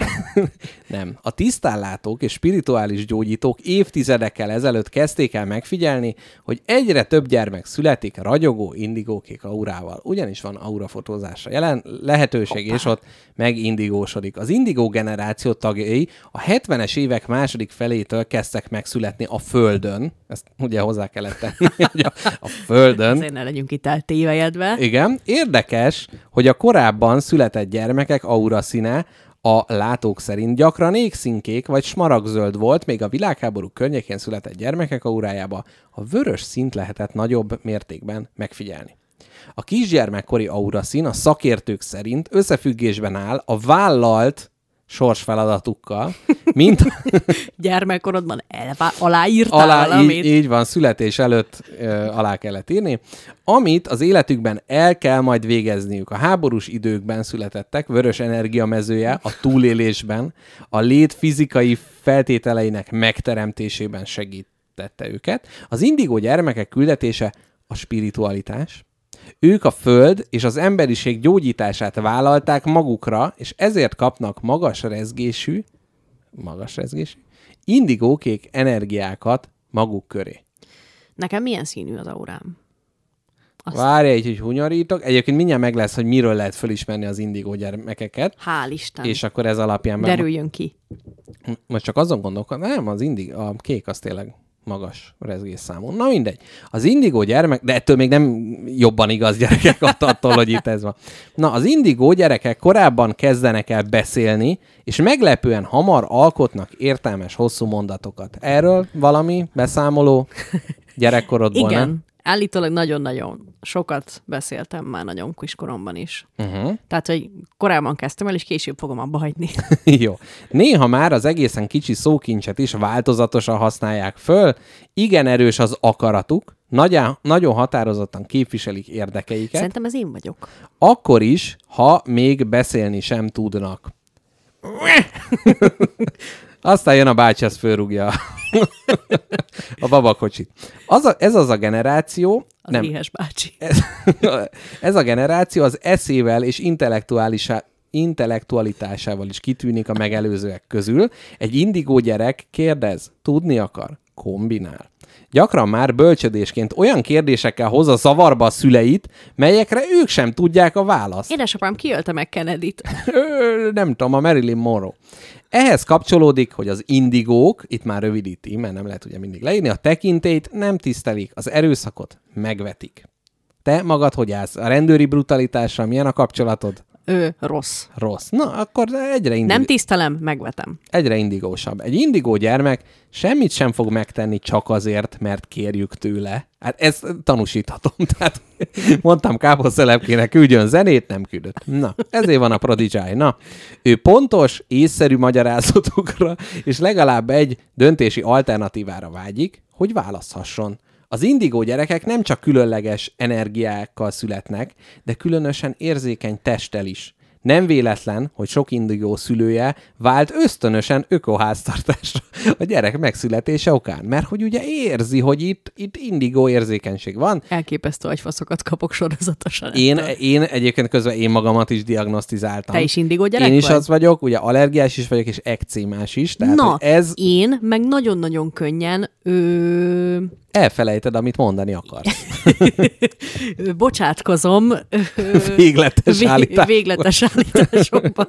Nem. A tisztánlátók és spirituális gyógyítók évtizedekkel ezelőtt kezdték el megfigyelni, hogy egyre több gyermek születik ragyogó indigókék aurával. Ugyanis van aurafotózásra jelen lehetőség, Hoppá. És ott megindigósodik. Az indigó generáció tagjai a hetvenes évek második felétől kezdtek megszületni a Földön. Ezt ugye hozzá kellett tenni, hogy a, a Földön. Azért ne legyünk itt eltévejedve. Igen. Érdekes, hogy a korábban született gyermekek aura színe a látók szerint gyakran égszínkék vagy smaragdzöld volt, még a világháború környékén született gyermekek aurájába a vörös színt lehetett nagyobb mértékben megfigyelni. A kisgyermekkori auraszín a szakértők szerint összefüggésben áll a vállalt sorsfeladatukkal, mint... Gyermekkorodban elvá- aláírtál alá, valamit? így, így van, születés előtt ö, alá kellett írni, amit az életükben el kell majd végezniük. A háborús időkben születettek, vörös energiamezője a túlélésben, a lét fizikai feltételeinek megteremtésében segítette őket. Az indigó gyermekek küldetése a spiritualitás. Ők a föld és az emberiség gyógyítását vállalták magukra, és ezért kapnak magas rezgésű, magas rezgésű, indigókék energiákat maguk köré. Nekem milyen színű az aurám? Azt... Várj egy, hogy hunyorítok. Egyébként mindjárt meg lesz, hogy miről lehet fölismerni az indigó gyermekeket. Hál' Isten. És akkor ez alapján... Derüljön ki. Most csak azon gondolkodom, nem, az indig, a kék az tényleg magas rezgésszámú. Na mindegy. Az indigó gyermek, de ettől még nem jobban igaz gyerekek attól, hogy itt ez van. Na, az indigó gyerekek korábban kezdenek el beszélni, és meglepően hamar alkotnak értelmes, hosszú mondatokat. Erről valami beszámoló gyerekkorodból, Igen. nem? Állítólag nagyon-nagyon sokat beszéltem már nagyon kiskoromban is. Uh-huh. Tehát, hogy korábban kezdtem el, és később fogom abba hagyni. Jó. Néha már az egészen kicsi szókincset is változatosan használják föl, igen erős az akaratuk, nagyá, nagyon határozottan képviselik érdekeiket. Szerintem ez én vagyok. Akkor is, ha még beszélni sem tudnak. Aztán jön a bácsi, az fölrúgja a babakocsit. Az a, ez az a generáció... Az nem, éhes bácsi. Ez, ez a generáció az eszével és intellektuálisá, intellektualitásával is kitűnik a megelőzőek közül. Egy indigó gyerek kérdez, tudni akar, kombinál. Gyakran már bölcsödésként olyan kérdésekkel hozza zavarba a szüleit, melyekre ők sem tudják a választ. Édesapám kiölte meg Kennedyt. Ö, nem tudom, a Marilyn Monroe. Ehhez kapcsolódik, hogy az indigók, itt már rövidíti, mert nem lehet ugye mindig leírni, a tekintélyt nem tisztelik, az erőszakot megvetik. Te magad hogy állsz? A rendőri brutalitással milyen a kapcsolatod? Ő rossz. Rossz. Na, akkor egyre, indig... Nem tisztelem, megvetem. egyre indigósabb. Egy indigó gyermek semmit sem fog megtenni csak azért, mert kérjük tőle. Hát ezt tanúsíthatom. Tehát mondtam káposztelepkének, küldjön zenét, nem küldött. Na, ezért van a Prodigy. Na, ő pontos, észszerű magyarázatokra és legalább egy döntési alternatívára vágyik, hogy választhasson. Az indigó gyerekek nem csak különleges energiákkal születnek, de különösen érzékeny testtel is. Nem véletlen, hogy sok indigó szülője vált ösztönösen ökoháztartásra a gyerek megszületése okán. Mert hogy ugye érzi, hogy itt, itt indigó érzékenység van. Elképesztő agyfaszokat kapok sorozatosan. Én, én egyébként közben én magamat is diagnosztizáltam. Te is indigó gyerek Én is vagy? az vagyok, ugye allergiás is vagyok, és ekcémás is. Tehát, Na, hogy ez... én meg nagyon-nagyon könnyen ö... elfelejted, amit mondani akarsz. bocsátkozom Végletes vé- állítás. végletes állításokban.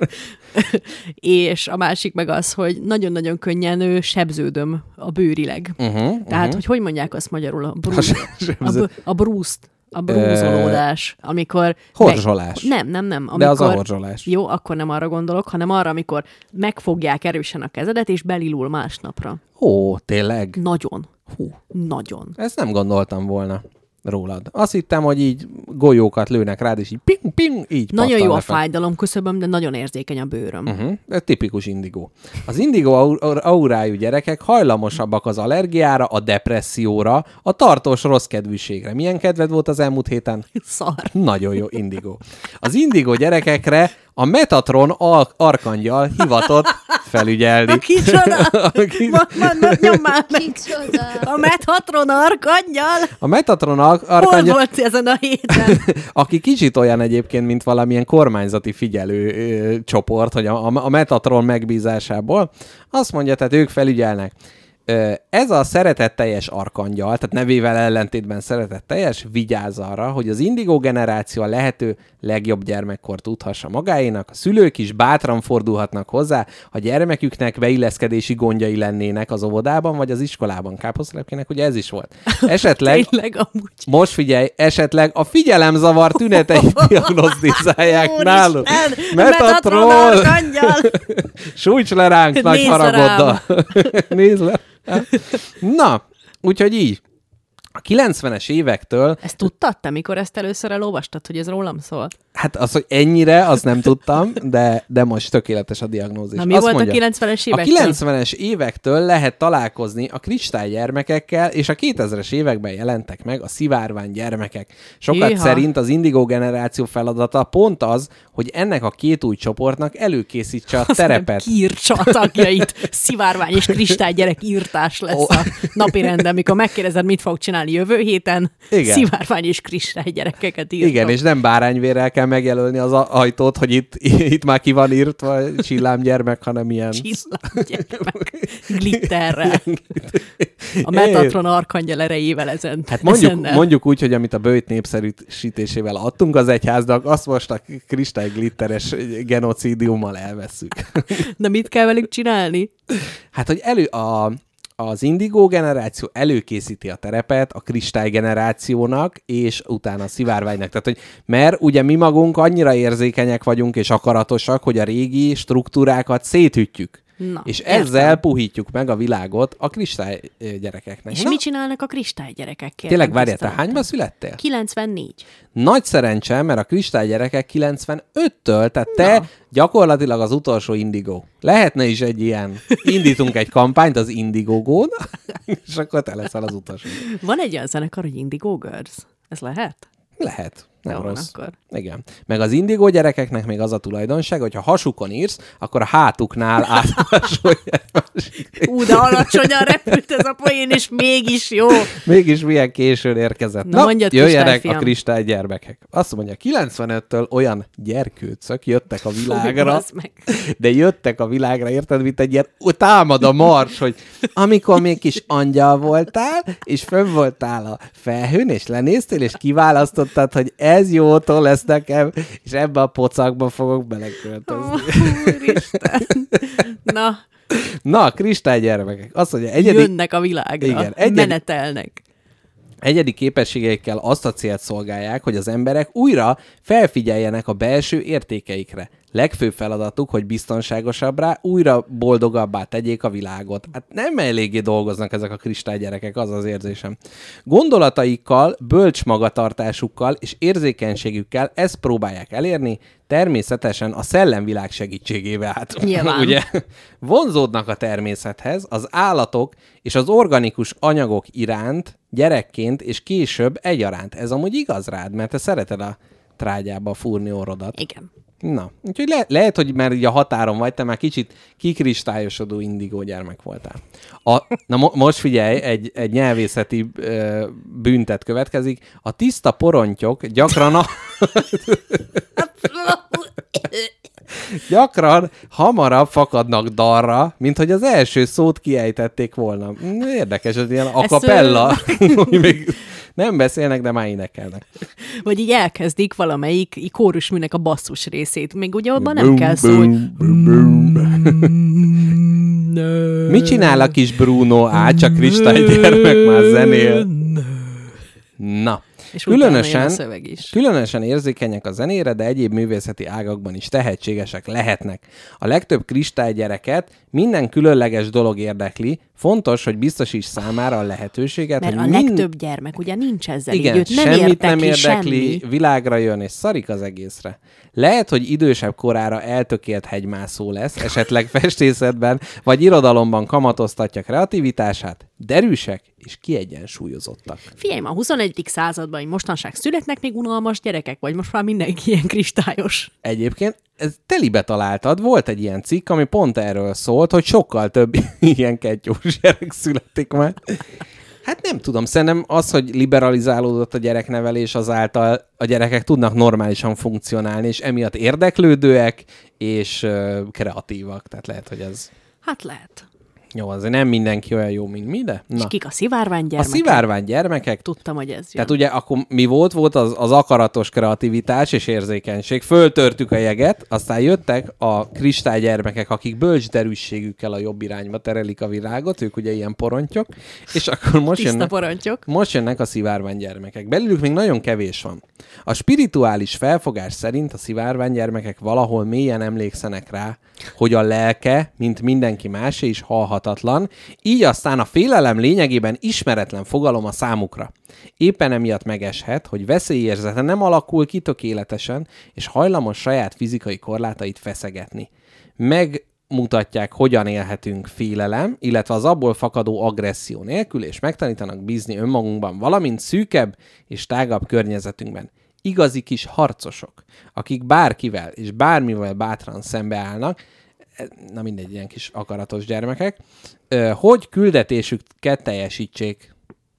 És a másik meg az, hogy nagyon-nagyon könnyen ő sebződöm a bőrileg. Uh-huh, Tehát, uh-huh. hogy hogy mondják azt magyarul? A, brú... A a, sebző- b- a brúzt. A brúzolódás, amikor... Horzsolás. Meg... Nem, nem, nem. Amikor... De az a horzsolás. Jó, akkor nem arra gondolok, hanem arra, amikor megfogják erősen a kezedet, és belilul másnapra. Ó, tényleg? Nagyon. Hú, Nagyon. ezt nem gondoltam volna. rólad. Azt hittem, hogy így golyókat lőnek rád, és így ping, ping, így Nagyon pattan jó a lefelé. fájdalom küszöböm, de nagyon érzékeny a bőröm. Uh-huh. Ez tipikus indigó. Az indigó aur- aurájú gyerekek hajlamosabbak az allergiára, a depresszióra, a tartós rossz kedvűségre. Milyen kedved volt az elmúlt héten? Szar. Nagyon jó, indigó. Az indigó gyerekekre a Metatron al- arkangyal hivatott felügyelni. Kicsoda? Aki- Ma, ma, ma, nyom már meg. Kicsoda. A Metatron arkangyal. A Metatron al- Hol arkangyal, volt ezen a héten? aki kicsit olyan egyébként, mint valamilyen kormányzati figyelő ö, csoport, hogy a, a Metatron megbízásából, azt mondja, tehát ők felügyelnek. Ö, ez a szeretetteljes arkangyal, tehát nevével ellentétben szeretetteljes, vigyáz arra, hogy az indigó generáció a lehető legjobb gyermekkor tudhassa magáénak, a szülők is bátran fordulhatnak hozzá, ha gyermeküknek beilleszkedési gondjai lennének az óvodában, vagy az iskolában. Káposztelepkének ugye ez is volt. Esetleg, Tényleg amúgy. most figyelj, esetleg a figyelemzavar tüneteit diagnosztizálják Úristen, náluk. Metatron arkangyal. Sújts le ránk nagy Nézz haragoddal. Nézd le. Na, úgyhogy így. A kilencvenes évektől, Ezt tudtad te, mikor ezt először elolvastad, hogy ez rólam szól? hát az, hogy ennyire, azt nem tudtam, de, de most tökéletes a diagnózis. Na mi Azt volt mondja, a kilencvenes a évektől? kilencvenes évektől lehet találkozni a kristálygyermekekkel, és a kétezres években jelentek meg a szivárvány gyermekek. Sokat Hűha. szerint az indigó generáció feladata pont az, hogy ennek a két új csoportnak előkészítse a terepet. Kiírtsa a tagjait. Szivárvány és kristálygyerek írtás lesz Ó. a napirenden, amikor megkérdezed, mit fog csinálni jövő héten. Igen. Szivárvány és kristálygyerekeket írtam. Igen, és nem bárányvérrel kell megjelölni az a- ajtót, hogy itt, itt már ki van írtva csillámgyermek, hanem ilyen... Csillaggyermek. Glitterrel. A Metatron arkangyal erejével ezen. Hát mondjuk, ezennel. mondjuk úgy, hogy amit a bőjt népszerűsítésével adtunk az egyháznak, azt most a kristályglitteres genocidiummal elvesszük. De mit kell velük csinálni? Hát, hogy elő a, az indigó generáció előkészíti a terepet a kristály generációnak, és utána a szivárványnak. Tehát, hogy mert ugye mi magunk annyira érzékenyek vagyunk, és akaratosak, hogy a régi struktúrákat széthütjük. Na, és értem. ezzel puhítjuk meg a világot a kristály ö, gyerekeknek. És Na, mit csinálnak a kristálygyerekek? kérlek tényleg várjál, te tiszteletem? hányba születtél? kilencvennégy. Nagy szerencse, mert a kristálygyerekek kilencvenöttől, tehát te Na. gyakorlatilag az utolsó indigó. Lehetne is egy ilyen, indítunk egy kampányt az Indigógón, és akkor te leszel az utolsó. Van egy olyan zenekar, hogy Indigo Girls? Ez lehet? Lehet. Nem Jó van, rossz. akkor. Igen. Meg az indigó gyerekeknek még az a tulajdonság, hogyha hasukon írsz, akkor a hátuknál átmásolják. Ú, de alacsonyan repült ez a poén, és mégis jó. Mégis milyen későn érkezett. Na, mondjad, jöjjenek kristályfiam. a kristálygyermekek. Azt mondja, kilencvenöttől olyan gyerkőcök jöttek a Fú, világra, bazd meg. de jöttek a világra, érted, mint egy ilyen ó, támad a mars, hogy amikor még kis angyal voltál, és fönn voltál a felhőn, és lenéztél, és kiválasztottad, hogy ez jótól lesz nekem, és ebbe a pocakba fogok beleköltözni. Ó, Úristen. Na, Na, kristálygyermekek. Azt mondja, egyedi, jönnek a világra. Igen, egyedi- Menetelnek. egyedi képességeikkel azt a célt szolgálják, hogy az emberek újra felfigyeljenek a belső értékeikre. Legfőbb feladatuk, hogy biztonságosabbá, újra boldogabbá tegyék a világot. Hát nem eléggé dolgoznak ezek a kristálygyerekek, az az érzésem. Gondolataikkal, bölcs magatartásukkal és érzékenységükkel ezt próbálják elérni, természetesen a szellemvilág segítségével. Hát, Nyilván. ugye, vonzódnak a természethez, az állatok és az organikus anyagok iránt gyerekként és később egyaránt. Ez amúgy igaz rád, mert te szereted a trágyába fúrni orrodat. Igen. Na, úgyhogy le- lehet, hogy már így a határon vagy, te már kicsit kikristályosodó indigó gyermek voltál. A, na mo- most figyelj, egy, egy nyelvészeti ö, büntet következik. A tiszta porontyok gyakran, a, gyakran hamarabb fakadnak dalra, mint hogy az első szót kiejtették volna. Érdekes, hogy ilyen a cappella, hogy még nem beszélnek, de már énekelnek. Vagy így elkezdik valamelyik így kórusműnek a basszus részét. Még ugye abban nem kell szó, hogy... Mit csinál a kis Bruno? Á, csak kristálygyermek már zenél. Na, És utána jön Különösen, a szöveg is. különösen érzékenyek a zenére, de egyéb művészeti ágakban is tehetségesek lehetnek. A legtöbb kristálygyereket minden különleges dolog érdekli, fontos, hogy biztosíts számára a lehetőséget, Mert hogy a mind... legtöbb gyermek ugye nincs ezzel Igen, így, őt nem semmit érdekli, nem érdekli, semmi. világra jön, és szarik az egészre. Lehet, hogy idősebb korára eltökélt hegymászó lesz, esetleg festészetben vagy irodalomban kamatoztatja kreativitását, derűsek és kiegyensúlyozottak. Figyelj, ma a huszonegyedik században, hogy mostanság születnek még unalmas gyerekek, vagy most már mindenki ilyen kristályos? Egyébként ez telibe találtad, volt egy ilyen cikk, ami pont erről szólt, hogy sokkal több ilyen kettyós gyerek születik már. Hát nem tudom, szerintem az, hogy liberalizálódott a gyereknevelés, azáltal a gyerekek tudnak normálisan funkcionálni, és emiatt érdeklődőek és uh, kreatívak. Tehát lehet, hogy ez Hát lehet. jó, azért nem mindenki olyan jó, mint mi, de... És Na. kik a szivárvány A gyermekek? szivárvány gyermekek, Tudtam, hogy ez jön. tehát ugye akkor mi volt? Volt az, az akaratos kreativitás és érzékenység. Föltörtük a jeget, aztán jöttek a kristálygyermekek, akik bölcsderűsségükkel a jobb irányba terelik a világot, ők ugye ilyen porontyok, és akkor most Tiszta jönnek, porontyok. most jönnek a szivárvány gyermekek. Belülük még nagyon kevés van. A spirituális felfogás szerint a szivárvány gyermekek valahol mélyen emlékszenek rá, hogy a lelke, mint mindenki másé is halhatatlan, így aztán a félelem lényegében ismeretlen fogalom a számukra. Éppen emiatt megeshet, hogy veszélyérzete nem alakul ki tökéletesen, és hajlamos saját fizikai korlátait feszegetni. Megmutatják, hogyan élhetünk félelem, illetve az abból fakadó agresszió nélkül, és megtanítanak bízni önmagunkban, valamint szűkebb és tágabb környezetünkben. Igazi kis harcosok, akik bárkivel és bármivel bátran szembeállnak, na mindegy, ilyen kis akaratos gyermekek, hogy küldetésüket teljesítsék.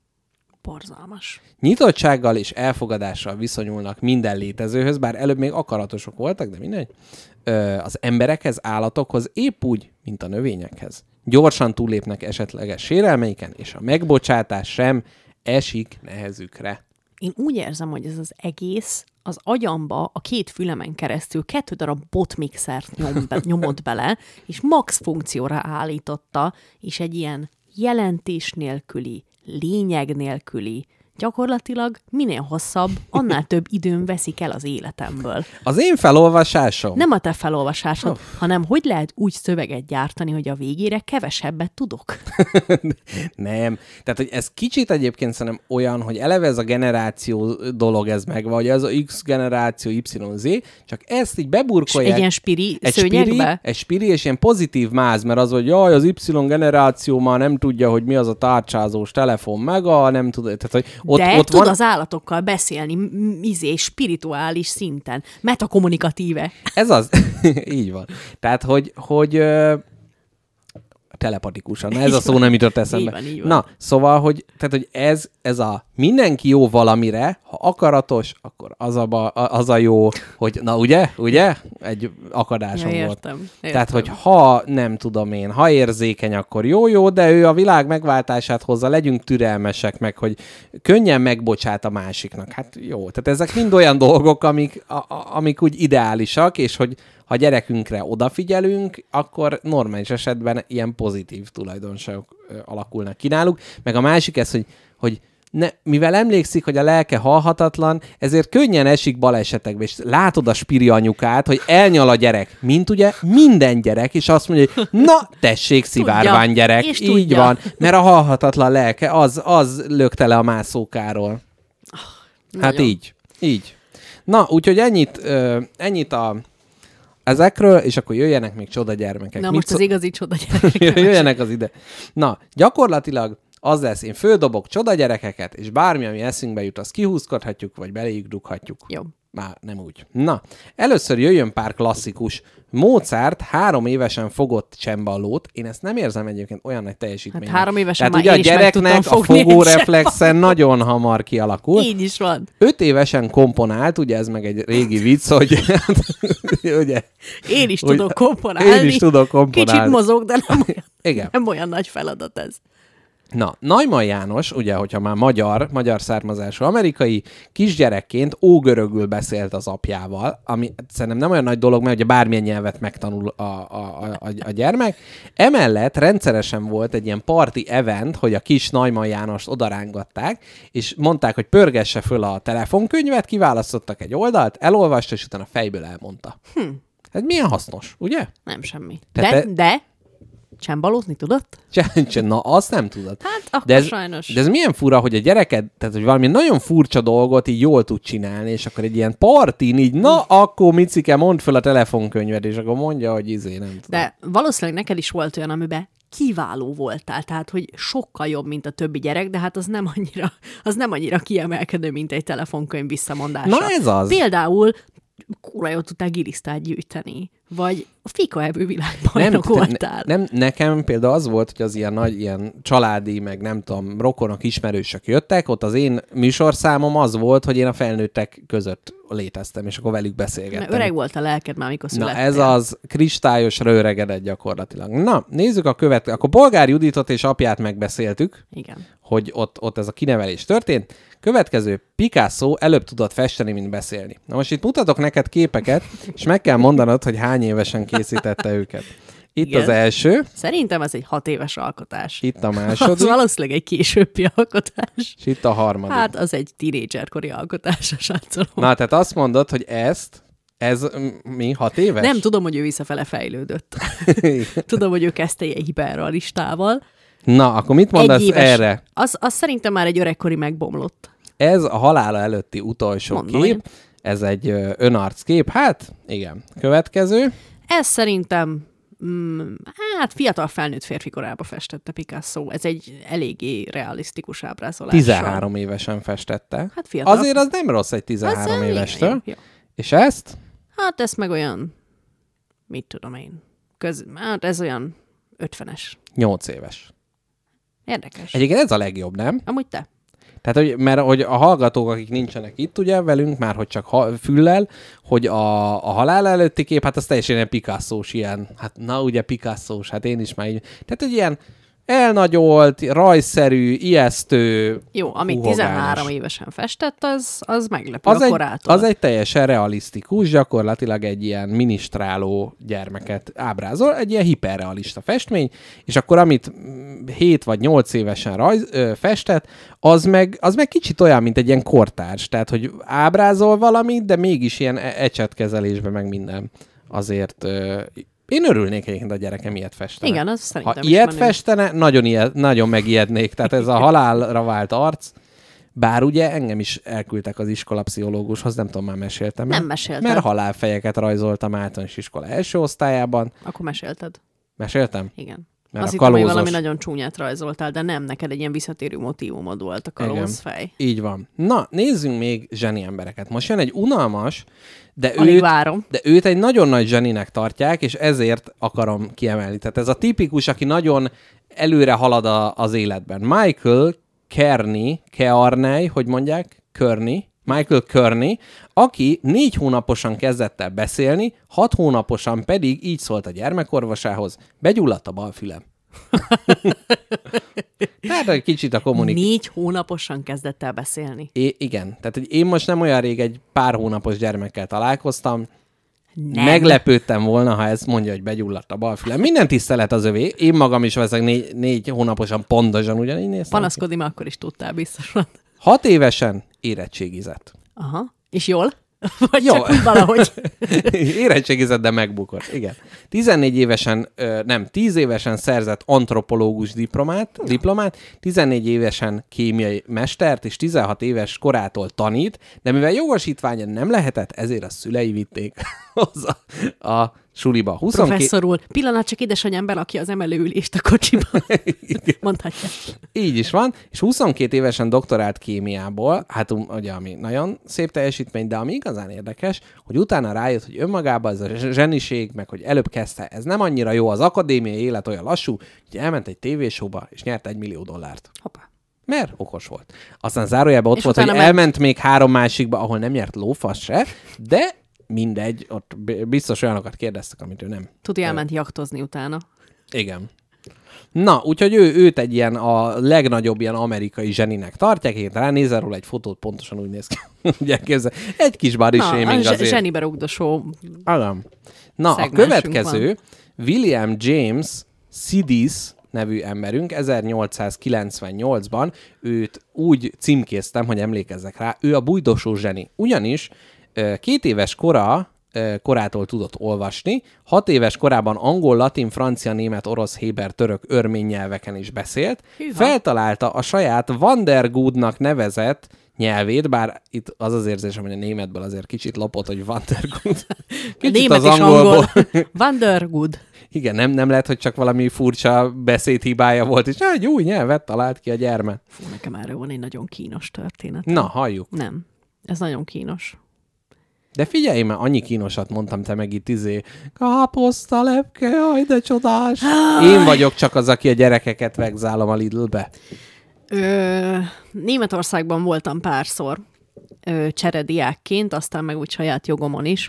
Borzalmas. Nyitottsággal és elfogadással viszonyulnak minden létezőhöz, bár előbb még akaratosok voltak, de mindegy. Az emberekhez, állatokhoz épp úgy, mint a növényekhez. Gyorsan túllépnek esetleges sérelmeiken, és a megbocsátás sem esik nehezükre. Én úgy érzem, hogy ez az egész az agyamba a két fülemen keresztül kettő darab botmixert nyom be, nyomott bele, és max funkcióra állította, és egy ilyen jelentés nélküli, lényeg nélküli, gyakorlatilag minél hosszabb, annál több időm veszik el az életemből. Az én felolvasásom. Nem a te felolvasásod, Oh. hanem hogy lehet úgy szöveget gyártani, hogy a végére kevesebbet tudok. Nem. Tehát, hogy ez kicsit egyébként szerintem olyan, hogy eleve ez a generáció dolog ez meg, vagy ez a X generáció, Y Z, csak ezt így És beburkolják. egy ilyen spiri egy spiri, szőnyegbe? egy spiri, és ilyen pozitív máz, mert az, hogy jaj, az Y generáció már nem tudja, hogy mi az a tárcsázós telefon meg, a nem tudja, tehát, hogy ott, De ott tud van... az állatokkal beszélni, m- m- izé, spirituális szinten, metakommunikatíve. Ez az. Így van. Tehát, hogy, hogy ö, telepatikusan. Na, ez a szó nem jutott eszembe. Így van, így van. Na, szóval, hogy, tehát, hogy ez, ez a mindenki jó valamire, ha akaratos, akkor az a, ba, az a jó, hogy na ugye, ugye? Egy akadásom Ja, volt. értem, értem. Tehát, hogy ha nem tudom én, ha érzékeny, akkor jó-jó, de ő a világ megváltását hozza, legyünk türelmesek meg, hogy könnyen megbocsát a másiknak. Hát jó, tehát ezek mind olyan dolgok, amik, a, a, amik úgy ideálisak, és hogy ha gyerekünkre odafigyelünk, akkor normális esetben ilyen pozitív tulajdonságok ö, alakulnak ki náluk. Meg a másik ez, hogy, hogy ne, mivel emlékszik, hogy a lelke halhatatlan, ezért könnyen esik balesetekbe, és látod a spiri anyukát, hogy elnyal a gyerek, mint ugye minden gyerek, és azt mondja, hogy na, tessék, szivárvány gyerek, és így tudja. van, mert a halhatatlan lelke, az, az lökte le a mászókáról. Hát Nagyon. így, így. Na, úgyhogy ennyit, ö, ennyit a ezekről, és akkor jöjjenek még csoda gyermekek. Na Mit most szó- az igazi csoda gyerekek. Jöjjenek az ide. Na, gyakorlatilag az lesz, én földobok csoda gyerekeket, és bármi, ami eszünkbe jut, azt kihúzkodhatjuk, vagy beléjük dughatjuk. Jó. Már nem úgy. Na, először jöjjön pár klasszikus. Mozart három évesen fogott csembalót. Én ezt nem érzem egyébként olyan nagy teljesítménynek. Hát három évesen Tehát már ugye én a is meg tudtam gyereknek a fogni egy fogóreflexe nagyon hamar kialakul. Így is van. Öt évesen komponált, ugye ez meg egy régi vicc, hogy ugye, Én is Úgy- tudok komponálni. én is tudok komponálni. Kicsit mozog, de nem olyan, Igen. nem olyan nagy feladat ez. Na, Neumann János, ugye, hogyha már magyar, magyar származású amerikai, kisgyerekként ógörögül beszélt az apjával, ami szerintem nem olyan nagy dolog, mert ugye bármilyen nyelvet megtanul a, a, a, a gyermek. Emellett rendszeresen volt egy ilyen party event, hogy a kis Neumann Jánost odarángatták, és mondták, hogy pörgesse föl a telefonkönyvet, kiválasztottak egy oldalt, elolvasta, és utána fejből elmondta. Hm. Ez milyen hasznos, ugye? Nem semmi. Te- De, te- de csembalózni tudott? Csen, na, azt nem tudod. Hát akkor de ez, sajnos. De ez milyen fura, hogy a gyereked, tehát hogy valami nagyon furcsa dolgot így jól tud csinálni, és akkor egy ilyen partin így, na, akkor Micike, mondd fel a telefonkönyved, és akkor mondja, hogy izé, nem tudom. De valószínűleg neked is volt olyan, amiben kiváló voltál, tehát hogy sokkal jobb, mint a többi gyerek, de hát az nem annyira, az nem annyira kiemelkedő, mint egy telefonkönyv visszamondása. Na ez az. Például kurva jól tudtál gilisztát gyűjteni, vagy a fikaevő világbajnok nem, voltál. ne, nem, nekem például az volt, hogy az ilyen nagy, ilyen családi, meg nem tudom, rokonok, ismerősök jöttek, ott az én műsorszámom az volt, hogy én a felnőttek között léteztem, és akkor velük beszélgettem. Mert öreg volt a lelked már, amikor Na születtél. ez az kristályosra öregedett gyakorlatilag. Na, nézzük a következő. Akkor Bolgár Juditot és apját megbeszéltük, Igen. hogy ott, ott ez a kinevelés történt. Következő, Picasso előbb tudott festeni, mint beszélni. Na most itt mutatok neked képeket, és meg kell mondanod, hogy hány évesen készítette őket. Itt Igen. az első, Szerintem ez egy hat éves alkotás. itt a Az második, valószínűleg egy későbbi alkotás. és itt a harmadik. Hát az egy tínédzserkori alkotás, a sátszolom. Na, tehát azt mondod, hogy ezt, ez mm, mi, hat éves? Nem tudom, hogy ő visszafele fejlődött. Tudom, hogy ő kezdte ilyen hiperrealistával. Na, akkor mit mondasz Egy éves. erre? Az, az szerintem már egy öregkori megbomlott. Ez a halála előtti utolsó Mondom kép. én. Ez egy ö, önarckép. Hát, igen. Következő. Ez szerintem mm, hát fiatal felnőtt férfi korába festette Picasso. Ez egy eléggé realisztikus ábrázolás. tizenhárom évesen festette. Hát fiatal. Azért az nem rossz egy tizenhárom Az, évestől. igen, jó. És ezt? Hát ez meg olyan, mit tudom én, köz, hát ez olyan ötvenes. nyolc éves. Érdekes. Egyébként ez a legjobb, nem? Amúgy te. Tehát, hogy, mert hogy a hallgatók, akik nincsenek itt ugye velünk, már hogy csak ha, füllel, hogy a, a halál előtti kép, hát az teljesen ilyen Picasso-s ilyen, hát na ugye Picasso-s, hát én is már így. Tehát, hogy ilyen elnagyolt, rajzszerű, ijesztő, Jó, amit húhogányos. tizenhárom évesen festett, az, az meglepő Az a egy, korától. az egy teljesen realisztikus, gyakorlatilag egy ilyen minisztráló gyermeket ábrázol, egy ilyen hiperrealista festmény, és akkor amit hét vagy nyolc évesen rajz, ö, festett, az meg, az meg kicsit olyan, mint egy ilyen kortárs, tehát hogy ábrázol valamit, de mégis ilyen e- ecsetkezelésben meg minden. Azért ö, én örülnék egyébként, a gyerekem ilyet festene. Igen, az Ha szerintem is ilyet menő. festene, nagyon, ijed, nagyon megijednék. Tehát ez a halálra vált arc. Bár ugye engem is elküldtek az iskolapszichológushoz, nem tudom, már meséltem. Nem el. mesélted. Mert halálfejeket rajzoltam általános iskola első osztályában. Akkor mesélted. Meséltem? Igen. Mert Azt a hittem, hogy kalózos- valami nagyon csúnyát rajzoltál, de nem, neked egy ilyen visszatérő motívumod volt a kalózfej. Így van. Na, nézzünk még zseni embereket. Most jön egy unalmas, de Alig őt, várom. de őt egy nagyon nagy zseninek tartják, és ezért akarom kiemelni. Tehát ez a tipikus, aki nagyon előre halad a, az életben. Michael Kearney, Kearney, hogy mondják? Kearney. Michael Kearney, aki négy hónaposan kezdett el beszélni, hat hónaposan pedig így szólt a gyermekorvosához, begyulladt a bal fülem. Tehát egy kicsit a kommunikáció. Négy hónaposan kezdett el beszélni. É, igen. Tehát, hogy én most nem olyan rég egy pár hónapos gyermekkel találkoztam, Nem. meglepődtem volna, ha ezt mondja, hogy begyulladt a bal fülem. Minden tisztelet az övé. Én magam is veszek négy, négy hónaposan pontosan ugyanígy néztem. Panaszkodni már akkor is tudtál biztosan. Hat évesen érettségizett. Aha. És jól? Vagy Jó. csak úgy valahogy? Érettségizett, de megbukott. Igen. tizennégy évesen, ö, nem, tíz évesen szerzett antropológus diplomát, diplomát, tizennégy évesen kémiai mestert, és tizenhat éves korától tanít, de mivel jogosítványa nem lehetett, ezért a szülei vitték hozzá a suliba. huszonkét Professzor úr, pillanat, csak édesanyám belakja az emelőülést a kocsiba. Mondhatja. Így is van, és huszonkét évesen doktorált kémiából, hát um, ugye, ami nagyon szép teljesítmény, de ami igazán érdekes, hogy utána rájött, hogy önmagában ez a zseniség, meg hogy előbb kezdte, ez nem annyira jó, az akadémiai élet olyan lassú, hogy elment egy tévésóba, és nyert egy millió dollárt. Hoppá. Mert okos volt. Aztán zárójában ott És volt, hogy utána ment- elment még három másikba, ahol nem nyert lófasz se, de mindegy, ott b- biztos olyanokat kérdeztek, amit ő nem. Tudja, elment jaktozni utána. Igen. Na, úgyhogy ő, őt egy ilyen a legnagyobb ilyen amerikai zseninek tartják, én ránézel róla egy fotót, pontosan úgy néz ki. Ugye képzel, egy kis body Na, shaming a azért. zsenibe rugdosó. Agam. Na, a következő van. William James Sidis nevű emberünk, ezernyolcszázkilencvennyolcban őt úgy címkéztem, hogy emlékezzek rá, ő a bújdosó zseni. Ugyanis két éves kora, korától tudott olvasni, hat éves korában angol, latin, francia, német, orosz, héber, török, örmény nyelveken is beszélt, Hűha. Feltalálta a saját Vandergoodnak nevezett nyelvét, bár itt az az érzésem, hogy a németből azért kicsit lopott, hogy Vandergood. Kicsit német az angolból. angol. Vandergood. Igen, nem, nem lehet, hogy csak valami furcsa beszédhibája volt, és egy új nyelvet talált ki a gyermek. Fú, nekem erről van egy nagyon kínos történet. Na, halljuk. Nem, ez nagyon kínos. De figyelj, mert annyi kínosat mondtam, te meg itt izé, káposzta lepke, jaj, de csodás. Én vagyok csak az, aki a gyerekeket vegzálom a Lidlbe. Ö, Németországban voltam párszor ö, cserediákként, aztán meg úgy saját jogomon is,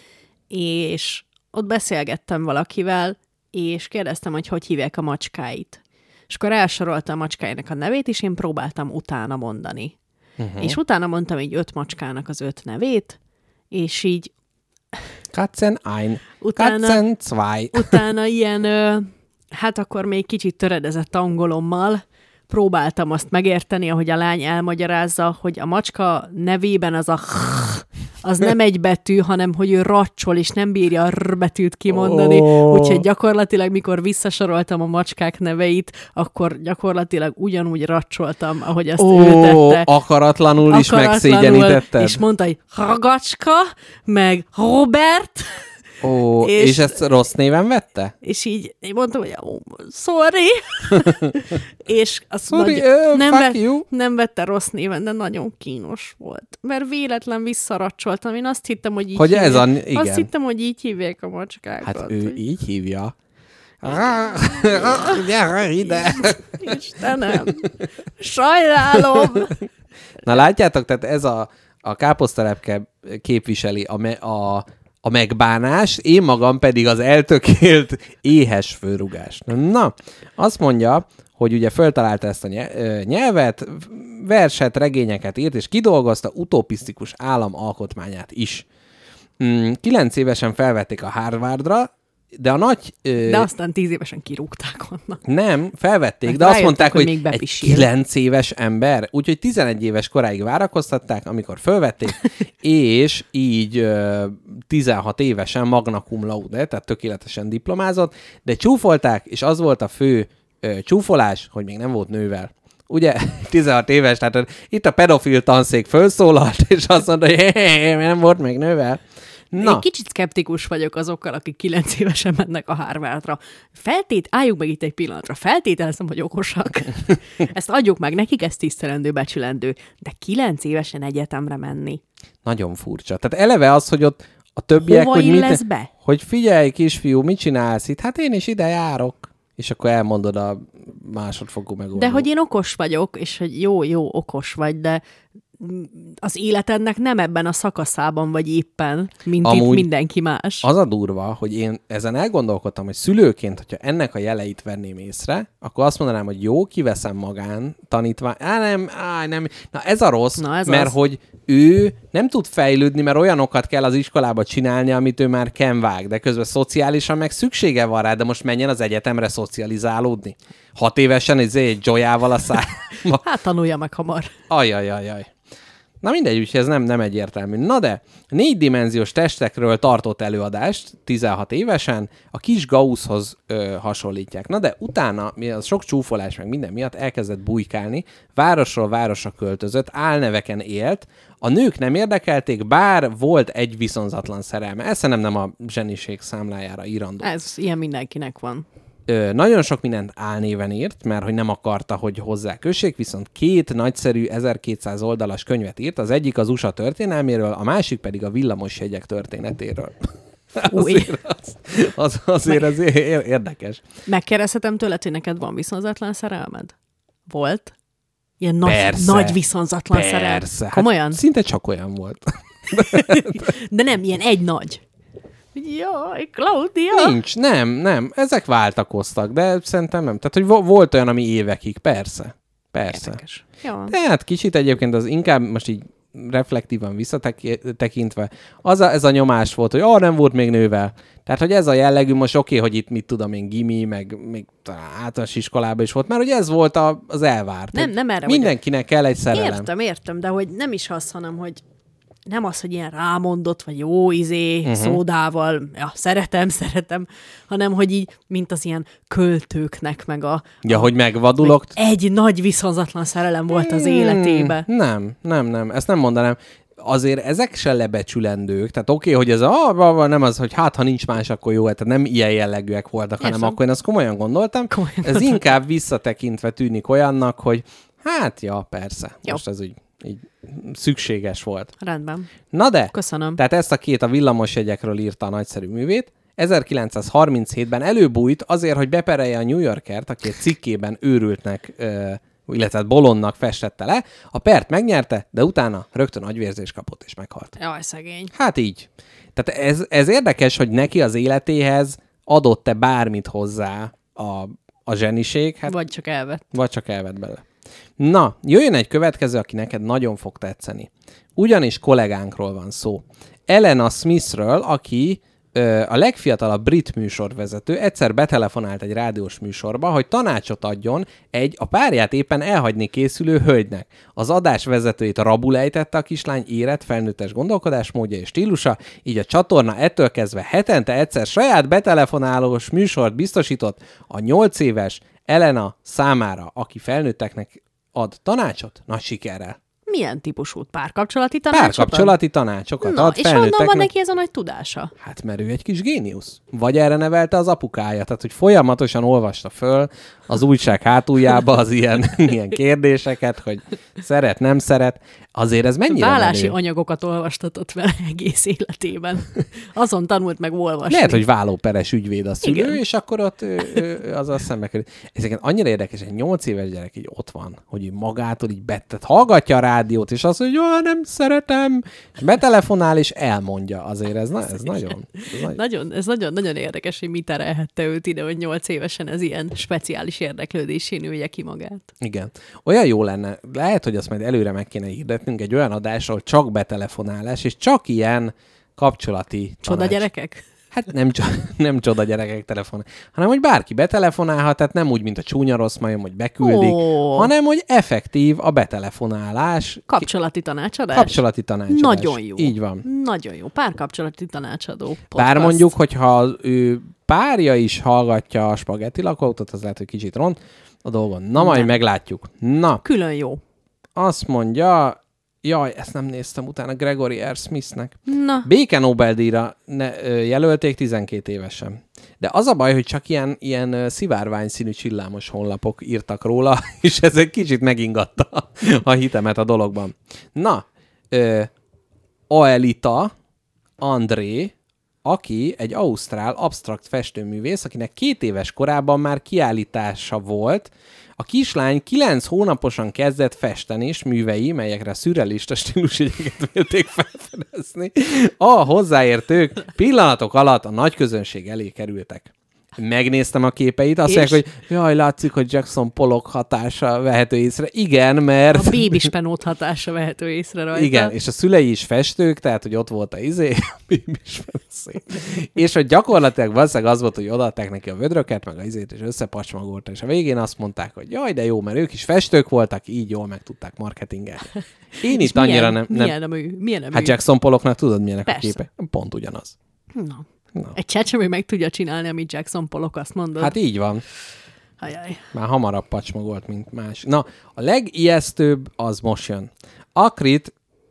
és ott beszélgettem valakivel, és kérdeztem, hogy hogy hívják a macskáit. És akkor elsorolta a macskáinak a nevét, és én próbáltam utána mondani. Uh-huh. És utána mondtam így öt macskának az öt nevét, és így... Katzen ein, utána, Katzen zwei. Utána ilyen, ö, hát akkor még kicsit töredezett angolommal próbáltam azt megérteni, ahogy a lány elmagyarázza, hogy a macska nevében az a az nem egy betű, hanem hogy ő racsol, és nem bírja a r betűt kimondani. Oh. Úgyhogy gyakorlatilag, mikor visszasoroltam a macskák neveit, akkor gyakorlatilag ugyanúgy racsoltam, ahogy azt oh, ő tette. Akaratlanul, akaratlanul is megszégyenítetted. És mondta, hogy Ragacska, meg Robert. Ó, és, és ezt rossz néven vette? És így én mondtam, hogy oh, sorry. és azt sorry, nagy, uh, nem, fuck ve- you. nem vette rossz néven, de nagyon kínos volt. Mert véletlen visszaracsoltam. Én azt hittem, hogy így hogy hívják. Ez a, igen. Azt hittem, hogy így hívják a macskákat. Hát ő hogy... így hívja. Gyere ide! Istenem! Sajnálom! Na látjátok, tehát ez a, a káposztelepke képviseli a, me, a a megbánás, én magam pedig az eltökélt éhes főrugást. Na, azt mondja, hogy ugye föltalálta ezt a nyelvet, verset, regényeket írt, és kidolgozta utopisztikus államalkotmányát is. Kilenc évesen felvették a Harvardra, de a nagy... Ö... De aztán tíz évesen kirúgták onnan. Nem, felvették, Meg de azt mondták, hogy, hogy egy kilenc éves ember, úgyhogy tizenegy éves koráig várakoztatták, amikor felvették, és így ö, tizenhat évesen magna cum laude, tehát tökéletesen diplomázott, de csúfolták, és az volt a fő ö, csúfolás, hogy még nem volt nővel. Ugye, tizenhat éves, tehát itt a pedofil tanszék felszólalt, és azt mondta, hogy nem volt még nővel. Na. Én kicsit szkeptikus vagyok azokkal, akik kilenc évesen mennek a Harvardra. Feltét, álljuk meg itt egy pillanatra. Feltételezem, hogy okosak. Ezt adjuk meg nekik, ez tisztelendő, becsülendő. De kilenc évesen egyetemre menni. Nagyon furcsa. Tehát eleve az, hogy ott a többiek, hova hogy, mit, be? hogy figyelj, kisfiú, mit csinálsz itt? Hát én is ide járok. És akkor elmondod a másodfokú megoldót. De hogy én okos vagyok, és hogy jó, jó, okos vagy, de az életednek nem ebben a szakaszában vagy éppen, mint amúgy itt mindenki más. Az a durva, hogy én ezen elgondolkodtam, hogy szülőként, hogyha ennek a jeleit venném észre, akkor azt mondanám, hogy jó, kiveszem magán tanítvány. Á, nem, á, nem. Na ez a rossz, Na ez mert az. hogy ő nem tud fejlődni, mert olyanokat kell az iskolába csinálni, amit ő már kenvág, de közben szociálisan meg szüksége van rá, de most menjen az egyetemre szocializálódni. Hat évesen egy dzsojával a szájba. Hát tanulja meg hamar. Ajajajaj. Na mindegy, úgyhogy ez nem, nem egyértelmű. Na de, négydimenziós testekről tartott előadást tizenhat évesen a kis Gausshoz ö, hasonlítják. Na de utána, mi az sok csúfolás meg minden miatt elkezdett bujkálni, városról városra költözött, álneveken élt, a nők nem érdekelték, bár volt egy viszonzatlan szerelme. Ez nem nem a zseniség számlájára írandó. Ez ilyen mindenkinek van. Ö, nagyon sok mindent álnéven írt, mert hogy nem akarta, hogy hozzá kössék, viszont két nagyszerű ezerkétszáz oldalas könyvet írt, az egyik az u es á történelméről, a másik pedig a villamosjegyek történetéről. azért az, az, azért az érdekes. Megkérdezhetem tőled, hogy neked van viszonzatlan szerelmed? Volt? Ilyen nagy, persze, nagy viszonzatlan persze. szerelmed? Komolyan? Hát szinte csak olyan volt. De nem, ilyen egy nagy. Jaj, Claudia! Nincs, nem, nem. Ezek váltakoztak, de szerintem nem. Tehát, hogy vo- volt olyan, ami évekig, persze. Persze. Érdekes. Jó. Tehát kicsit egyébként az inkább most így reflektívan visszatekintve, az a, ez a nyomás volt, hogy ah, nem volt még nővel. Tehát, hogy ez a jellegű, most oké, okay, hogy itt mit tudom én, gimi, meg még általános iskolában is volt, mert hogy ez volt a, az elvárt. Nem, nem erre mindenkinek kell egy szerelem. Értem, értem, de hogy nem is az, hanem, hogy nem az, hogy ilyen rámondott, vagy jó izé, uh-huh. szódával, ja, szeretem, szeretem, hanem, hogy így, mint az ilyen költőknek, meg a... Ja, a, hogy megvadulok. Egy nagy viszonzatlan szerelem volt az életébe. Nem, nem, nem, ezt nem mondanám. Azért ezek se lebecsülendők. Tehát oké, okay, hogy ez a, ah, nem az, hogy hát, ha nincs más, akkor jó, tehát nem ilyen jellegűek voltak, Érszem. hanem akkor én azt komolyan gondoltam. Komolyan ez gondoltam. Inkább visszatekintve tűnik olyannak, hogy hát, ja, persze. Jó. Most ez úgy így szükséges volt. Rendben. Na de, köszönöm. Tehát ezt a két a villamosjegyekről írta a nagyszerű művét. ezerkilencszázharminchétben előbújt azért, hogy beperelje a New Yorkert, aki egy cikkében őrültnek, illetve bolondnak festette le. A pert megnyerte, de utána rögtön agyvérzés kapott és meghalt. Jaj, szegény. Hát így. Tehát ez, ez érdekes, hogy neki az életéhez adott-e bármit hozzá a, a zseniség. Hát, vagy csak elvett. Vagy csak elvett bele. Na, jöjjön egy következő, aki neked nagyon fog tetszeni. Ugyanis kollégánkról van szó. Elena Smithről, aki ö, a legfiatalabb brit műsorvezető, egyszer betelefonált egy rádiós műsorba, hogy tanácsot adjon egy a párját éppen elhagyni készülő hölgynek. Az adás vezetőjét rabul ejtette a kislány érett, felnőttes gondolkodásmódja és stílusa, így a csatorna ettől kezdve hetente egyszer saját betelefonálós műsort biztosított a nyolc éves Elena számára, aki felnőtteknek ad tanácsot, nagy sikerrel. Milyen típusú párkapcsolati tanácsokat? Párkapcsolati tanácsokat Na, ad és honnan felnőtteknek. van neki ez a nagy tudása? Hát mert ő egy kis géniusz. Vagy erre nevelte az apukája, tehát hogy folyamatosan olvasta föl az újság hátuljába az ilyen, ilyen kérdéseket, hogy szeret, nem szeret. Azért ez mennyire Vállási menő? anyagokat olvastatott vele egész életében. Azon tanult meg olvasni. Lehet, hogy vállóperes ügyvéd a szülő, Igen. és akkor ott ő, ő, azzal szembe kerül. Ezeket annyira érdekes, egy nyolc éves gyerek így ott van, hogy magától így betett, hallgatja a rádiót, és azt mondja, hogy nem szeretem, és betelefonál, és elmondja. Azért ez, na, ez nagyon... Ez nagyon... Nagyon, ez nagyon, nagyon érdekes, hogy mit terelhette őt ide, hogy nyolc évesen ez ilyen speciális érdeklődésén ülje ki magát. Igen. Olyan jó lenne, lehet, hogy azt majd előre meg kéne hirdetnünk egy olyan adásról, csak betelefonálás, és csak ilyen kapcsolati Csoda tanács. gyerekek? Hát nem, nem csoda gyerekek telefon, hanem hogy bárki betelefonálhat, tehát nem úgy, mint a csúnya rossz majom, hogy beküldik, Ó. hanem hogy effektív a betelefonálás. Kapcsolati tanácsadás? Kapcsolati tanácsadás. Nagyon jó. Így van. Nagyon jó. Párkapcsolati tanácsadó podcast. Bár mondjuk, hogyha az ő párja is hallgatja a spagetti lakóautót, az lehet, hogy kicsit ront a dolgon. Na, majd Nem. meglátjuk. Na, Külön jó. azt mondja, jaj, ezt nem néztem utána, Gregory R. Smithnek. Na. Béke Nobel-díjra ne, ö, jelölték tizenkét évesen. De az a baj, hogy csak ilyen, ilyen ö, szivárvány színű csillámos honlapok írtak róla, és ez egy kicsit megingatta a hitemet a dologban. Na, ö, Aelita André, aki egy ausztrál absztrakt festőművész, akinek két éves korában már kiállítása volt. A kislány kilenc hónaposan kezdett festeni, és művei, melyekre szürrealista stílusjegyeket vélték felfedezni, a hozzáértők pillanatok alatt a nagy közönség elé kerültek. Megnéztem a képeit, azt mondják, hogy jaj, látszik, hogy Jackson Pollock hatása vehető észre. Igen, mert... A bébispenót hatása vehető észre rajta. Igen, és a szülei is festők, tehát, hogy ott volt a izé, a bébispenó. És hogy gyakorlatilag valószínűleg az volt, hogy odaadták neki a vödröket, meg a izét, és összepacsmagolta, és a végén azt mondták, hogy jaj, de jó, mert ők is festők voltak, így jól meg tudták marketingelni. Én itt milyen, annyira nem... nem... Milyen a mű? Milyen a mű? Hát Jackson Pollocknak tudod, milyenek Persze. a képe? Pont ugyanaz. Na. Na. Egy csecsemő meg tudja csinálni, amit Jackson Pollock, azt mondod. Hát így van. Ajaj. Már hamarabb pacsmagolt, mint más. Na, a legijesztőbb az most jön. Akrit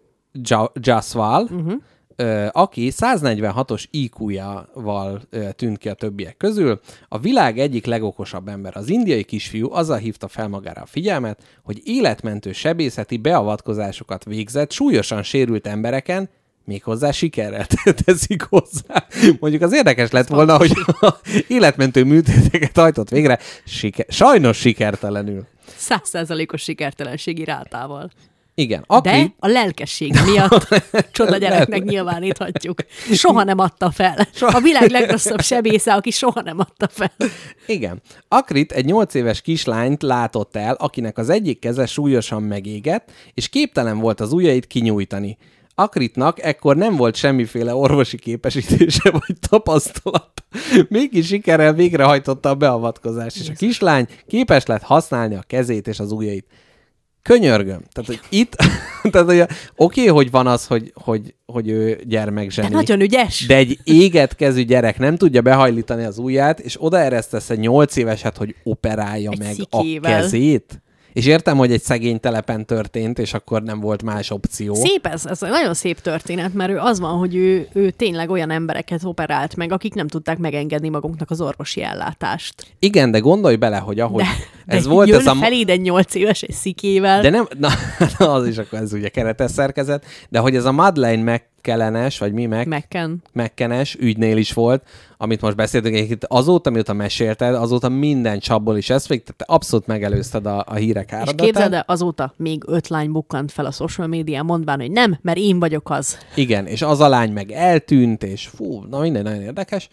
Jaswal, uh-huh. ö, aki száznegyvenhatos í kú-jával ö, tűnt ki a többiek közül. A világ egyik legokosabb ember. Az indiai kisfiú azzal hívta fel magára a figyelmet, hogy életmentő sebészeti beavatkozásokat végzett súlyosan sérült embereken, méghozzá sikerrel teszik hozzá. Mondjuk az érdekes lett volna, hogy életmentő műtéteket hajtott végre, siker, sajnos sikertelenül. Száz százalékos sikertelenségi rátával. Igen. Akrit... De a lelkesség miatt csoda gyereknek nyilváníthatjuk. Soha nem adta fel. A világ legrosszabb sebésze, aki soha nem adta fel. Igen. Akrit egy nyolc éves kislányt látott el, akinek az egyik keze súlyosan megégett, és képtelen volt az ujjait kinyújtani. Akritnak ekkor nem volt semmiféle orvosi képesítése vagy tapasztalat. Mégis sikerrel végrehajtotta a beavatkozást, és a kislány képes lett használni a kezét és az ujjait. Könyörgöm. Tehát, hogy itt, tehát, hogy oké, hogy van az, hogy, hogy, hogy ő gyermekzseni. De nagyon ügyes. De egy éget kezű gyerek nem tudja behajlítani az ujját, és odaeresztesz egy nyolc éveset, hogy operálja egy meg szikével. a kezét. És értem, hogy egy szegény telepen történt, és akkor nem volt más opció. Szép ez, ez egy nagyon szép történet, mert ő az van, hogy ő, ő tényleg olyan embereket operált meg, akik nem tudták megengedni maguknak az orvosi ellátást. Igen, de gondolj bele, hogy ahogy De, ez de volt jön ez a... feléd egy nyolc éves egy szikével. De nem, na, az is akkor ez ugye keretes szerkezet, de hogy ez a Madeleine McKellenes, vagy mi meg? Mekken. McKennes ügynél is volt, amit most beszéltünk, egyébként azóta, mióta mesélted, azóta minden csapból is ezt végig, tehát abszolút megelőzted a, a hírek áradatát. És képzeld el, azóta még öt lány bukkant fel a social médián, mondván, hogy nem, mert én vagyok az. Igen, és az a lány meg eltűnt, és fú, na minden nagyon érdekes,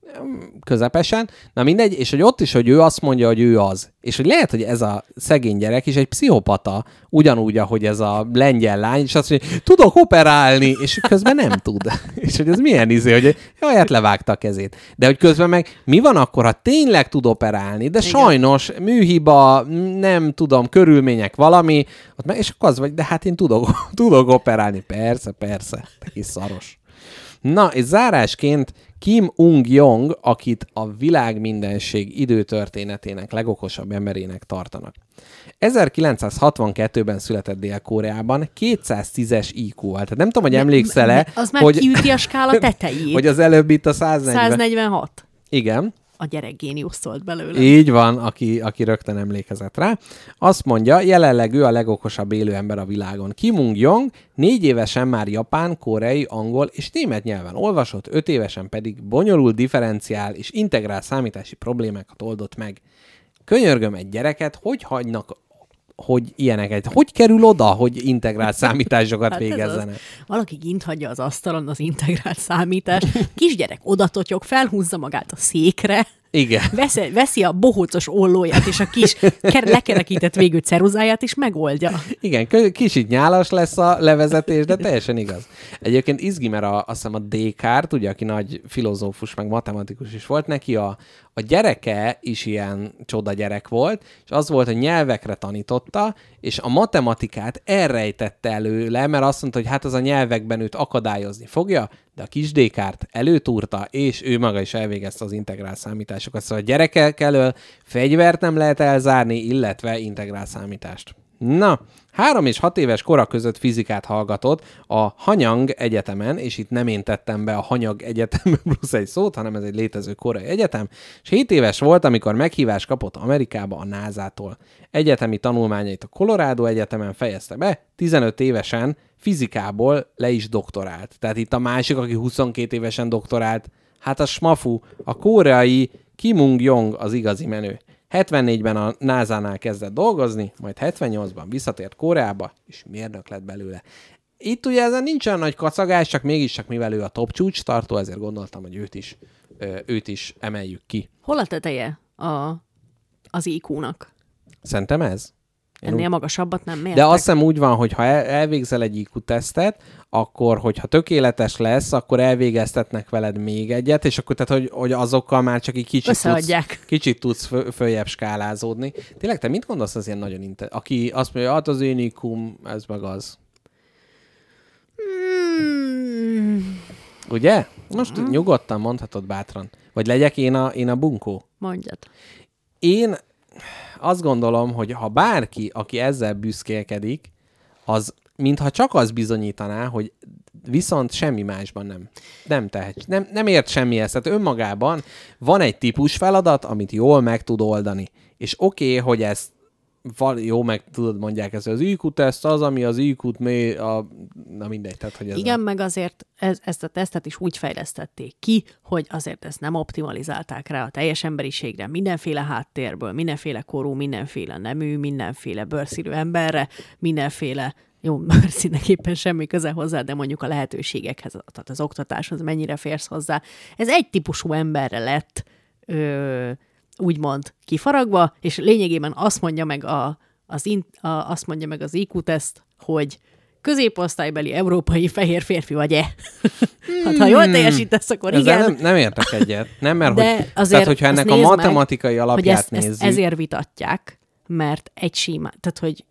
közepesen, na mindegy, és hogy ott is, hogy ő azt mondja, hogy ő az. És hogy lehet, hogy ez a szegény gyerek is egy pszichopata, ugyanúgy, ahogy ez a lengyel lány, és azt mondja, tudok operálni, és közben nem tud. És hogy ez milyen izé, hogy jaj, hát levágta a kezét. De hogy közben meg mi van akkor, ha tényleg tud operálni, de igen. Sajnos műhiba, nem tudom, körülmények valami, ott meg, és akkor az vagy, de hát én tudok, tudok operálni. Persze, persze, te kis szaros. Na, és zárásként Kim Ung-jong, akit a világ mindenség időtörténetének legokosabb emberének tartanak. ezerkilencszázhatvankettőben született Dél-Koreában, kétszáztízes í kú-val. Tehát nem tudom, hogy emlékszel-e, az már hogy, kiüti a skála tetejét. hogy az előbb itt a száznegyven. száznegyvenhat. Igen. A gyerek géniusz szólt belőle. Így van, aki, aki rögtön emlékezett rá. Azt mondja, jelenleg ő a legokosabb élő ember a világon. Kim Ung-jong négy évesen már japán, koreai, angol és német nyelven olvasott, öt évesen pedig bonyolult differenciál és integrál számítási problémákat oldott meg. Könyörgöm, egy gyereket, hogy hagynak, hogy ilyeneket, hogy kerül oda, hogy integrált számításokat hát végezzenek? Valaki kint hagyja az asztalon az integrált számítást, kisgyerek odatotyog, felhúzza magát a székre, igen. Veszi, veszi a bohócos ollóját és a kis lekerekített végű ceruzáját, és megoldja. Igen, kicsit nyálas lesz a levezetés, de teljesen igaz. Egyébként izgi, mert a, azt hiszem a Descartes, ugye, aki nagy filozófus, meg matematikus is volt, neki a, a gyereke is ilyen csoda gyerek volt, és az volt, hogy nyelvekre tanította, és a matematikát elrejtette előle, mert azt mondta, hogy hát az a nyelvekben őt akadályozni fogja, de a kis Descartes előtúrta, és ő maga is elvégezte az integrál számításokat. Szóval a gyerekek elől fegyvert nem lehet elzárni, illetve integrál számítást. Na, három és hat éves kora között fizikát hallgatott a Hanyang Egyetemen, és itt nem én tettem be a Hanyag Egyetem plusz egy szót, hanem ez egy létező koreai egyetem, és hét éves volt, amikor meghívást kapott Amerikába a názától. Egyetemi tanulmányait a Colorado Egyetemen fejezte be, tizenöt évesen fizikából le is doktorált. Tehát itt a másik, aki huszonkét évesen doktorált, hát a smafu, a koreai Kim Ung-jong az igazi menő. hetvennégyben a názánál kezdett dolgozni, majd hetvennyolcban visszatért Koreába, és mérnök lett belőle. Itt ugye ezen nincs olyan nagy kacagás, csak mégiscsak mivel ő a top csúcs tartó, ezért gondoltam, hogy őt is, őt is emeljük ki. Hol a teteje a, az í kú-nak? Szerintem ez. Én Ennél úgy... magasabbat nem mértek. De azt hiszem úgy van, hogy ha el, elvégzel egy í kú-tesztet, akkor, hogyha tökéletes lesz, akkor elvégeztetnek veled még egyet, és akkor tehát, hogy, hogy azokkal már csak egy kicsit tudsz, kicsit tudsz fö, följebb skálázódni. Tényleg, te mit gondolsz az ilyen nagyon inter... Aki azt mondja, hát az én í kúm, ez meg az. Hmm. Ugye? Most hmm. nyugodtan mondhatod bátran. Vagy legyek én a, én a bunkó? Mondjad. Én azt gondolom, hogy ha bárki, aki ezzel büszkélkedik, az mintha csak az bizonyítaná, hogy viszont semmi másban nem. Nem tehet. Nem, nem ért semmihez. Tehát önmagában van egy típus feladat, amit jól meg tud oldani. És oké, okay, hogy ezt val- jó, meg tudod, mondják ezt, az í kú-teszt az, ami az í kút mély, a... na mindegy. Tehát, hogy ez igen, a... meg azért ez, ezt a tesztet is úgy fejlesztették ki, hogy azért ezt nem optimalizálták rá a teljes emberiségre, mindenféle háttérből, mindenféle korú, mindenféle nemű, mindenféle bőrszínű emberre, mindenféle jó, már színeképpen semmi köze hozzá, de mondjuk a lehetőségekhez, tehát az oktatáshoz mennyire férsz hozzá. Ez egy típusú emberre lett ö, úgymond kifaragva, és lényegében azt mondja meg, a, az, in, a, azt mondja meg az í kú-teszt, hogy középosztálybeli európai fehér férfi vagy-e? Hát, ha jól teljesítesz, akkor Ezzel igen. nem, nem értek egyet. Nem, mert De hogy, azért tehát, hogyha ennek a nézd meg, matematikai hogy alapját ezt, nézzük. ezt ezért vitatják, mert egy simán, tehát hogy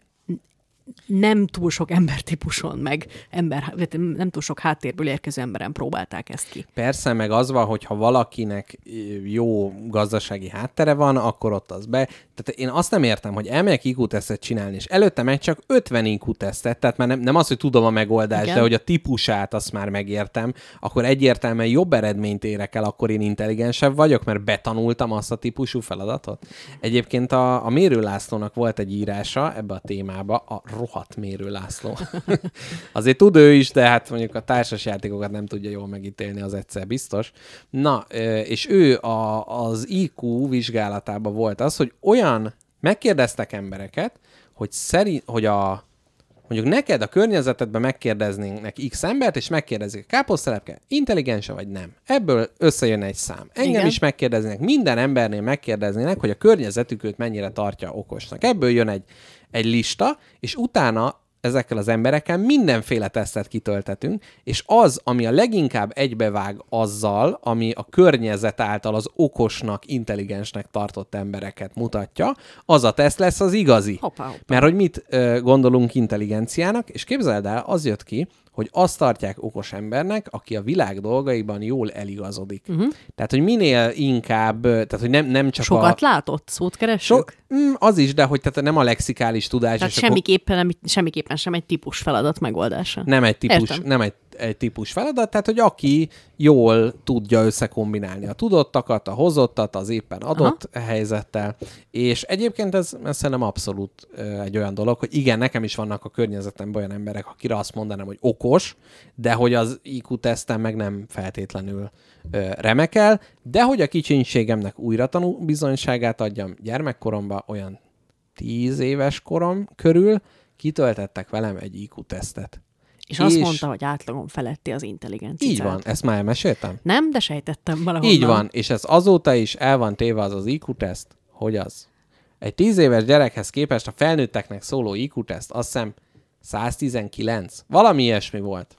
nem túl sok embertípuson, meg ember, nem túl sok háttérből érkező emberen próbálták ezt ki. Persze, meg az van, hogyha valakinek jó gazdasági háttere van, akkor ott az be. Tehát én azt nem értem, hogy elmegyek í kú-tesztet csinálni, és előtte meg csak ötven í kú-tesztet, tehát már nem, nem az, hogy tudom a megoldást, igen, de hogy a típusát azt már megértem, akkor egyértelműen jobb eredményt érek el, akkor én intelligensebb vagyok, mert betanultam azt a típusú feladatot. Egyébként a, a Mérő Lászlónak volt egy írása ebbe a témába, a rohadt Mérő László. Azért tud ő is, de hát mondjuk a társasjátékokat nem tudja jól megítélni, az egyszer biztos. Na, és ő a, az í kú vizsgálatában volt az, hogy olyan, megkérdeztek embereket, hogy, szerint, hogy a, mondjuk neked a környezetedben megkérdeznének X embert, és megkérdezik, káposztelepke, intelligense vagy nem? Ebből összejön egy szám. Engem igen. is megkérdeznének, minden embernél megkérdeznének, hogy a környezetük őt mennyire tartja okosnak. Ebből jön egy egy lista, és utána ezekkel az emberekkel mindenféle tesztet kitöltetünk, és az, ami a leginkább egybevág azzal, ami a környezet által az okosnak, intelligensnek tartott embereket mutatja, az a teszt lesz az igazi. Hoppá, hoppá. Mert hogy mit ö, gondolunk intelligenciának, és képzeld el, az jött ki, hogy azt tartják okos embernek, aki a világ dolgaiban jól eligazodik. Uh-huh. Tehát, hogy minél inkább, tehát, hogy nem, nem csak sokat a... Sokat látott? Szót keressük? So, mm, az is, de hogy tehát nem a lexikális tudás. Tehát és semmiképpen, akkor... nem, semmiképpen sem egy típus feladat megoldása. Nem egy típus, nem egy, egy típus feladat, tehát, hogy aki jól tudja összekombinálni a tudottakat, a hozottat, az éppen adott aha. helyzettel. És egyébként ez, ez szerintem abszolút uh, egy olyan dolog, hogy igen, nekem is vannak a környezetemben olyan emberek, akire azt mondanám, hogy okos, de hogy az í kú-teszten meg nem feltétlenül uh, remekel, de hogy a kicsinségemnek újra tanú bizonyságát adjam gyermekkoromban, olyan tíz éves korom körül kitöltettek velem egy í kú-tesztet. És, és azt mondta, hogy átlagon feletti az intelligenciát. Így van, ezt már elmeséltem? Nem, de sejtettem valahonnan. Így van, és ez azóta is el van téve az az í kú-teszt, hogy az. Egy tíz éves gyerekhez képest a felnőtteknek szóló í kú-teszt, azt hiszem száztizenkilenc. Valami ilyesmi volt.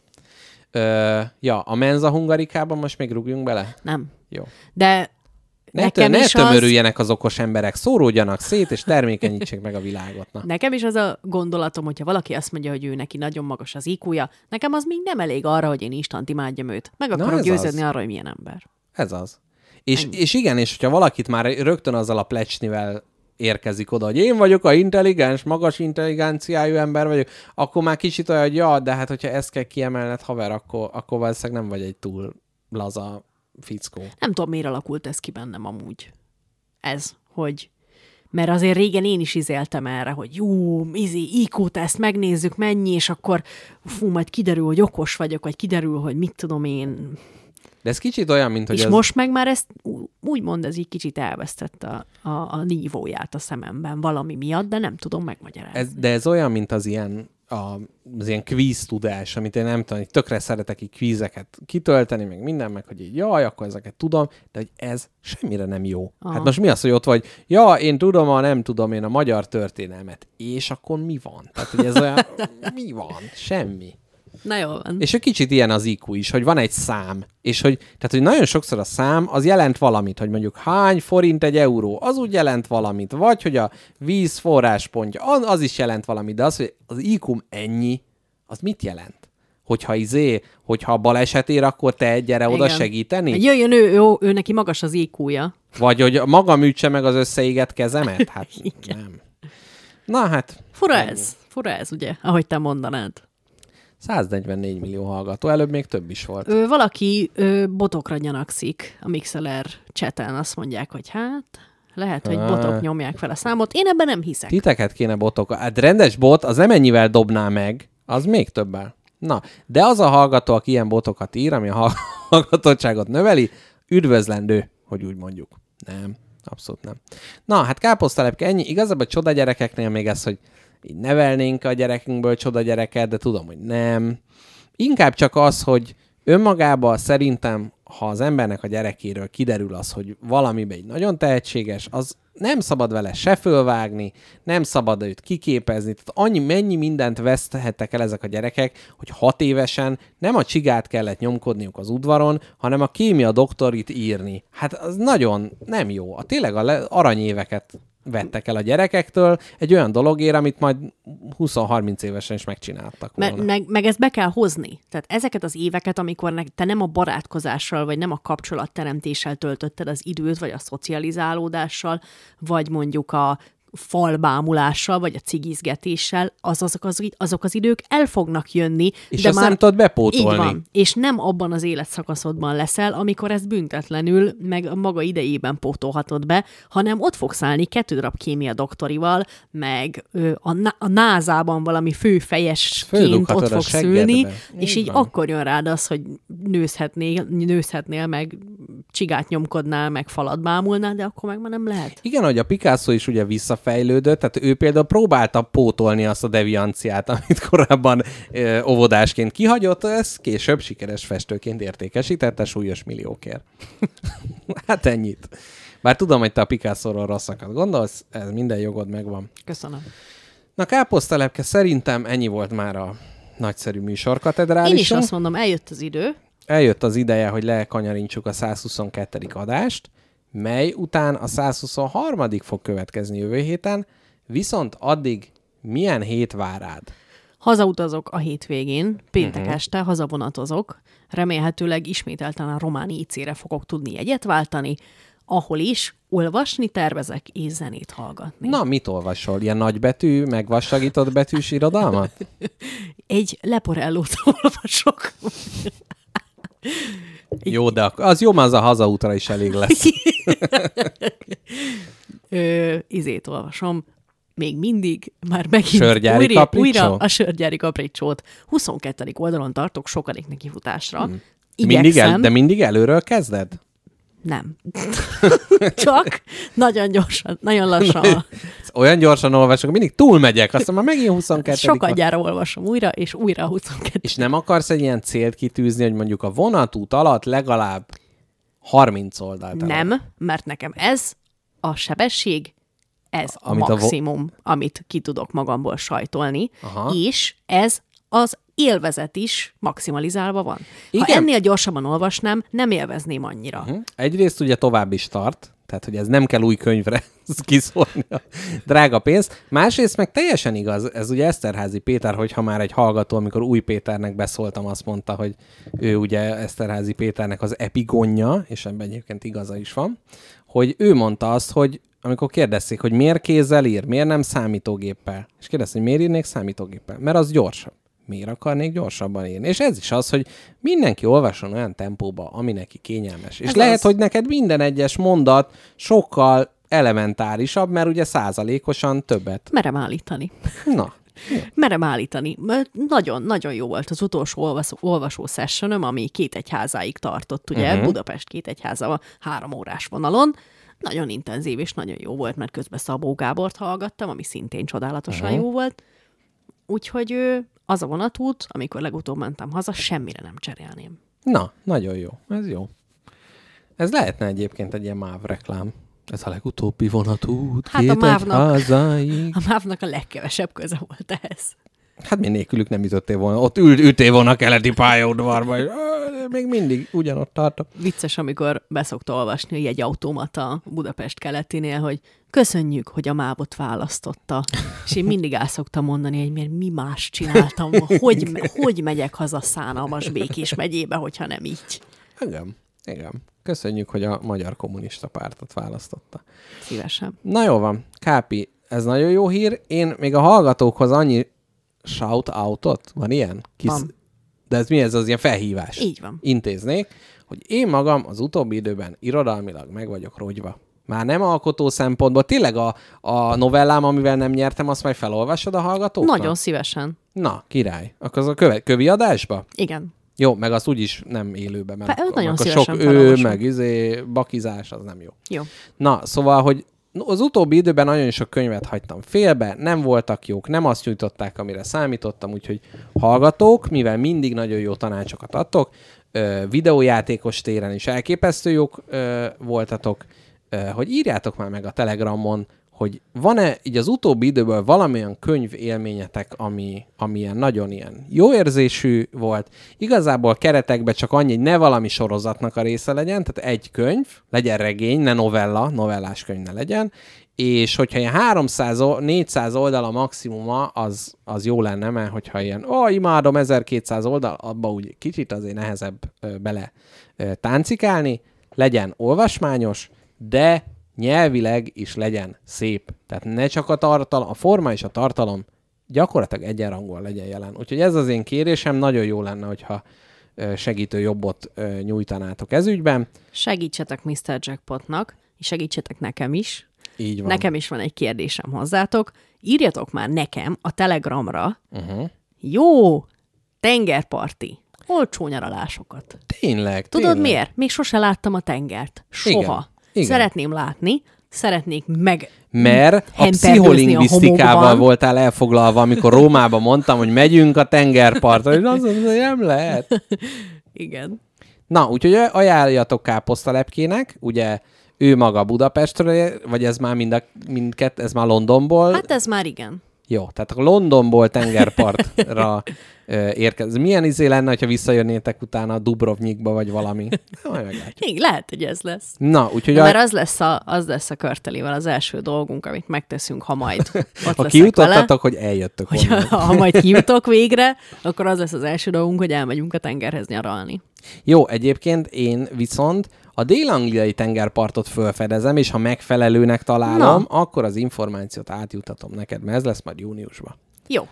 Ö, ja, a Menza Hungarikában most még rúgjunk bele? Nem. Jó. De ne, nekem tö- ne is tömörüljenek az... az okos emberek, szóródjanak szét, és termékenyítsék meg a világot. Na. Nekem is az a gondolatom, hogyha valaki azt mondja, hogy ő neki nagyon magas az í kúja, nekem az még nem elég arra, hogy én instant imádjam őt. Meg akarok győződni arra, hogy milyen ember. Ez az. És, és igen, és hogyha valakit már rögtön azzal a plecsnivel érkezik oda, hogy én vagyok a intelligens, magas intelligenciájú ember vagyok, akkor már kicsit olyan, hogy ja, de hát hogyha ezt kell kiemelned, haver, akkor, akkor valószínűleg nem vagy egy túl laza fickó. Nem tudom, miért alakult ez ki bennem amúgy. Ez, hogy... Mert azért régen én is izéltem erre, hogy jó, izé, í kú-teszt megnézzük, mennyi, és akkor fú, majd kiderül, hogy okos vagyok, vagy kiderül, hogy mit tudom én... De ez kicsit olyan, mint hogy És ez... most meg már ezt úgymond ez így kicsit elvesztette a, a, a nívóját a szememben valami miatt, de nem tudom megmagyarázni. Ez, de ez olyan, mint az ilyen, a, az ilyen kvíz tudás, amit én nem tudom, hogy tökre szeretek így kvízeket kitölteni, meg minden, meg hogy így jaj, akkor ezeket tudom, de hogy ez semmire nem jó. Aha. Hát most mi az, hogy ott vagy, ja, én tudom, a nem tudom én a magyar történelmet, és akkor mi van? Tehát, hogy ez olyan, mi van? Semmi. Na jó van. És egy kicsit ilyen az í kú is, hogy van egy szám, és hogy, tehát, hogy nagyon sokszor a szám az jelent valamit, hogy mondjuk hány forint egy euró, az úgy jelent valamit, vagy hogy a víz forráspontja, az, az is jelent valamit, de az, hogy az í kú ennyi, az mit jelent? Hogyha izé, hogyha baleset ér, akkor te gyere oda segíteni? Hogy jöjjön ő, ő, ő, neki magas az í kúja. Vagy hogy magam ütse meg az összeégett kezemet? Hát nem. Na hát. Fura ennyi. ez, fura ez ugye, ahogy te mondanád. száznegyvennégy millió hallgató, előbb még több is volt. Ö, valaki ö, botokra gyanakszik a Mixeler chaten, azt mondják, hogy hát lehet, hogy botok nyomják fel a számot. Én ebben nem hiszek. Titeket kéne botok. Hát rendes bot, az nem ennyivel dobná meg, az még többel. Na, de az a hallgató, aki ilyen botokat ír, ami a hallgatottságot növeli, üdvözlendő, hogy úgy mondjuk. Nem, abszolút nem. Na, hát káposztalepke, ennyi. Igazából csoda gyerekeknél még ez, hogy így nevelnénk a gyerekünkből csoda gyereket, de tudom, hogy nem. Inkább csak az, hogy önmagában szerintem, ha az embernek a gyerekéről kiderül az, hogy valamiben egy nagyon tehetséges, az nem szabad vele se fölvágni, nem szabad őt kiképezni. Tehát annyi, mennyi mindent vesztehettek el ezek a gyerekek, hogy hat évesen nem a csigát kellett nyomkodniuk az udvaron, hanem a kémia doktorit írni. Hát az nagyon nem jó. A tényleg a le- aranyéveket vettek el a gyerekektől egy olyan dologért, amit majd húsz-harminc évesen is megcsináltak volna. Meg, meg, meg ezt be kell hozni. Tehát ezeket az éveket, amikor ne, te nem a barátkozással, vagy nem a kapcsolatteremtéssel töltötted az időt, vagy a szocializálódással, vagy mondjuk a falbámulással, vagy a cigizgetéssel, az, azok, az, azok az idők el fognak jönni. És de azt már nem tudod bepótolni. Így van. És nem abban az életszakaszodban leszel, amikor ezt büntetlenül, meg a maga idejében pótolhatod be, hanem ott fogsz állni kettő darab kémia doktorival, meg ö, a, a názában valami főfejesként ott fogsz ülni, és így van. akkor jön rád az, hogy nőzhetnél, nőzhetnél, meg csigát nyomkodnál, meg falat bámulnál, de akkor meg már nem lehet. Igen, hogy a Picasso is ugye visszafejlődött, tehát ő például próbálta pótolni azt a devianciát, amit korábban ö, óvodásként kihagyott, ez később sikeres festőként értékesítette súlyos milliókért. Hát ennyit. Bár tudom, hogy te a Picasso-ról rosszakat gondolsz, ez minden jogod megvan. Köszönöm. Na, káposztelepke, szerintem ennyi volt már a nagyszerű műsorkatedrálisunk. Én is azt mondom, eljött az idő. Eljött az ideje, hogy lekanyarintsuk a százhuszonkettő adást, mely után a százhuszonharmadik fog következni jövő héten, viszont addig milyen hét vár rád? Hazautazok a hétvégén, péntek Mhm. este hazavonatozok, remélhetőleg ismételten a román í cére fogok tudni jegyet váltani, ahol is olvasni tervezek és zenét hallgatni. Na, mit olvasol? Ilyen nagybetű, megvassagított betűs irodalmat? Egy Leporellót olvasok. Jó, de ak- az jó, mert az a hazaútra is elég lesz. Ö, izét olvasom. Még mindig, már megint Sörgyári újra, kapricsó? újra a Sörgyári kapricsót. huszonkettő oldalon tartok, sokadik nekifutásra. Hmm. Mindig el, de mindig előről kezded? Nem. Csak nagyon gyorsan, nagyon lassan. Olyan gyorsan olvasok, mindig túlmegyek, aztán már megint huszonkettő. Sokadjára olvasom újra, és újra huszonkettő. És nem akarsz egy ilyen célt kitűzni, hogy mondjuk a vonatút alatt legalább harminc oldalt? Nem, mert nekem ez a sebesség, ez Amit a a vo- maximum, amit ki tudok magamból sajtolni, Aha. és ez az élvezet is maximalizálva van. Igen. Ha ennél gyorsabban olvasnám, nem élvezném annyira. Hm? Egyrészt ugye tovább is tart, tehát hogy ez nem kell új könyvre kiszólni a drága pénzt. Másrészt meg teljesen igaz, ez ugye Eszterházy Péter, hogyha már egy hallgató, amikor Új Péternek beszóltam, azt mondta, hogy ő ugye Eszterházy Péternek az epigonja, és ebben egyébként igaza is van, hogy ő mondta azt, hogy amikor kérdezték, hogy miért kézzel ír, miért nem számítógéppel, és kérdezték, hogy miért írnék számítógéppel, mert az gyorsabb. Miért akarnék gyorsabban írni? És ez is az, hogy mindenki olvasson olyan tempóba, ami neki kényelmes. És Ez lehet, az. hogy neked minden egyes mondat sokkal elementárisabb, mert ugye százalékosan többet. Merem állítani. Na, Merem állítani. Mert Nagyon-nagyon jó volt az utolsó olvasó, olvasó sessionom, ami két egyházáig tartott, ugye, Mhm. uh-huh. Budapest két egyháza három órás vonalon. Nagyon intenzív és nagyon jó volt, mert közben Szabó Gábort hallgattam, ami szintén csodálatosan Mhm. jó volt. Úgyhogy ő, az a vonatút, amikor legutóbb mentem haza, semmire nem cserélném. na, nagyon jó. Ez jó. Ez lehetne egyébként egy ilyen MÁV reklám. Ez a legutóbbi vonatút, Hát a két mávnak- egyházáig. A mávnak a legkevesebb köze volt ehhez. Hát mi nélkülük nem ütöttél volna. Ott ül, ültél volna a keleti pályaudvarba, és ah, még mindig ugyanott tartok. Vicces, amikor beszokta olvasni a jegyautomata Budapest keletinél, hogy köszönjük, hogy a mávot választotta. És én mindig el szoktam mondani, hogy miért mi más csináltam, hogy, me- hogy megyek haza szánalmas Békés megyébe, hogyha nem így. Igen, igen. Köszönjük, hogy a Magyar Kommunista Pártot választotta. Szívesen. Na jó van, Kápi, ez nagyon jó hír. Én még a hallgatókhoz annyi shout-outot, van ilyen? Kis... Van. De ez mi ez, az ilyen felhívás? Így van. Intéznék, hogy én magam az utóbbi időben irodalmilag meg vagyok rogyva. Már nem alkotó szempontból. Tényleg a, a novellám, amivel nem nyertem, azt majd felolvasod a hallgatóknak? Nagyon szívesen. Na, király. Akkor az a köve, kövi adásba? Igen. Jó, meg azt úgyis nem élőben, mert Fe- akkor, nagyon akkor szívesen sok ő, felolvasom. meg izé, bakizás, az nem jó. Jó. Na, szóval, hogy az utóbbi időben nagyon sok könyvet hagytam félbe, nem voltak jók, nem azt nyújtották, amire számítottam, úgyhogy hallgatók, mivel mindig nagyon jó tanácsokat adtok, ö, videójátékos téren is elképesztő jók ö, voltatok, ö, hogy írjátok már meg a Telegramon, hogy van-e így az utóbbi időből valamilyen könyv élményetek, ami, ami ilyen nagyon ilyen jó érzésű volt. Igazából keretekben csak annyi, hogy ne valami sorozatnak a része legyen, tehát egy könyv, legyen regény, ne novella, novellás könyv ne legyen, és hogyha ilyen háromszáz-négyszáz oldal a maximuma, az, az jó lenne, mert hogyha ilyen, ó, oh, imádom, ezerkétszáz oldal, abba úgy kicsit azért nehezebb ö, bele ö, táncikálni, legyen olvasmányos, de nyelvileg is legyen szép. Tehát ne csak a tartalom, a forma és a tartalom gyakorlatilag egyenrangúan legyen jelen. Úgyhogy ez az én kérésem, nagyon jó lenne, hogyha segítő jobbot nyújtanátok ez ügyben. Segítsetek miszter Jackpotnak, és segítsetek nekem is. Így van. Nekem is van egy kérdésem hozzátok. Írjatok már nekem a Telegramra Uh-huh. jó tengerparti, olcsó nyaralásokat. Tényleg, Tudod tényleg. miért? Még sose láttam a tengert. Soha. Igen. Igen. Szeretném látni, szeretnék meg Mert a hempergőzni pszicholingvisztikával homokban. voltál elfoglalva, amikor Rómában mondtam, hogy megyünk a tengerpartra, és az, az nem lehet. Igen. Na, úgyhogy ajánljatok káposztalepkének, ugye ő maga Budapestről, vagy ez már mind a, mindkett, ez már Londonból. Hát ez már igen. Jó, tehát a Londonból tengerpartra érkez. Milyen izé lenne, ha visszajönnétek utána a Dubrovnikba, vagy valami? Majd meglátjuk. Igen, lehet, hogy ez lesz. Na, úgyhogy Na, a... mert az lesz, a, az lesz a körtelével az első dolgunk, amit megteszünk, ha majd ott ha leszek kijutottatok, vele. hogy eljöttök Hogy onnan. ha, ha majd kijutok végre, akkor az lesz az első dolgunk, hogy elmegyünk a tengerhez nyaralni. Jó, egyébként én viszont a dél-angliai tengerpartot fölfedezem, és ha megfelelőnek találom, Na. akkor az információt átjutatom neked, mert ez lesz majd júniusban. Jó.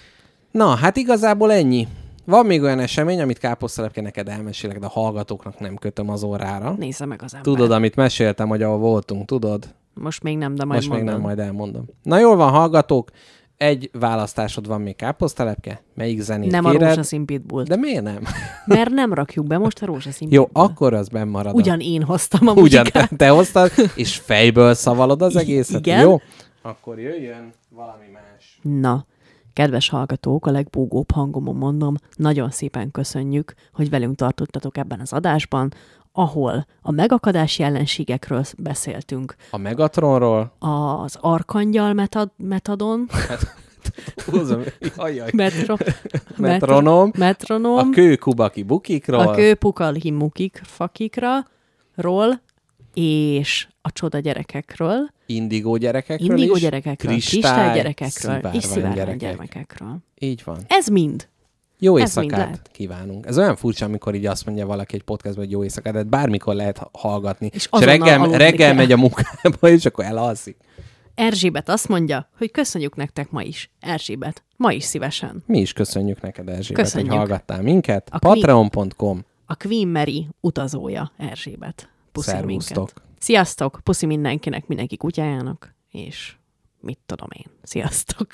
Na, hát igazából ennyi. Van még olyan esemény, amit káposztalepke neked elmesélek, de a hallgatóknak nem kötöm az órára. Nézze meg az ember. Tudod, amit meséltem, hogy ahol voltunk, tudod? Most még nem, de majd Most még mondom. nem, majd elmondom. Na jól van, hallgatók. Egy választásod van még káposztalepke. Melyik zenét Nem a kéred? rózsaszín pitbullt. De miért nem? Mert nem rakjuk be most a rózsaszín Jó, pitbull. akkor az benn marad. Ugyan én hoztam a Ugyan muzsikát. te, te hoztad, és fejből szavalod az egészet. Igen. Jó? Akkor jöjjön valami más. Na, kedves hallgatók, a legbúgóbb hangomon mondom, nagyon szépen köszönjük, hogy velünk tartottatok ebben az adásban, ahol a megakadás jelenségekről beszéltünk, A Megatronról. az arkangyal metad, metadon, Húzom, jajjaj. metro, Metronom. metronom, A kőkubaki bukikról. a kőpukali mukik, fakikra, ról, és a csoda gyerekekről, Indigó gyerekekről indigó is. gyerekekről, Kristály, kristály gyerekekről, és szivárvány szivárvány gyerekek. gyermekekről. Így van. Ez mind. Jó Ez mind éjszakát lehet. kívánunk. Ez olyan furcsa, amikor így azt mondja valaki egy podcastban, hogy jó éjszakát, de bármikor lehet ha- hallgatni. És És azonnal reggel, aludni reggel kell. megy a munkába, és akkor elalszik. Erzsébet azt mondja, hogy köszönjük nektek ma is. Erzsébet, ma is szívesen. Mi is köszönjük neked, Erzsébet, Köszönjük. hogy hallgattál minket. A Queen- patreon pont com. A Queen Mary utazója Erzsébet. Puszi Szervusztok. minket. Sziasztok, puszi mindenkinek, mindenki kutyájának, és mit tudom én. Sziasztok.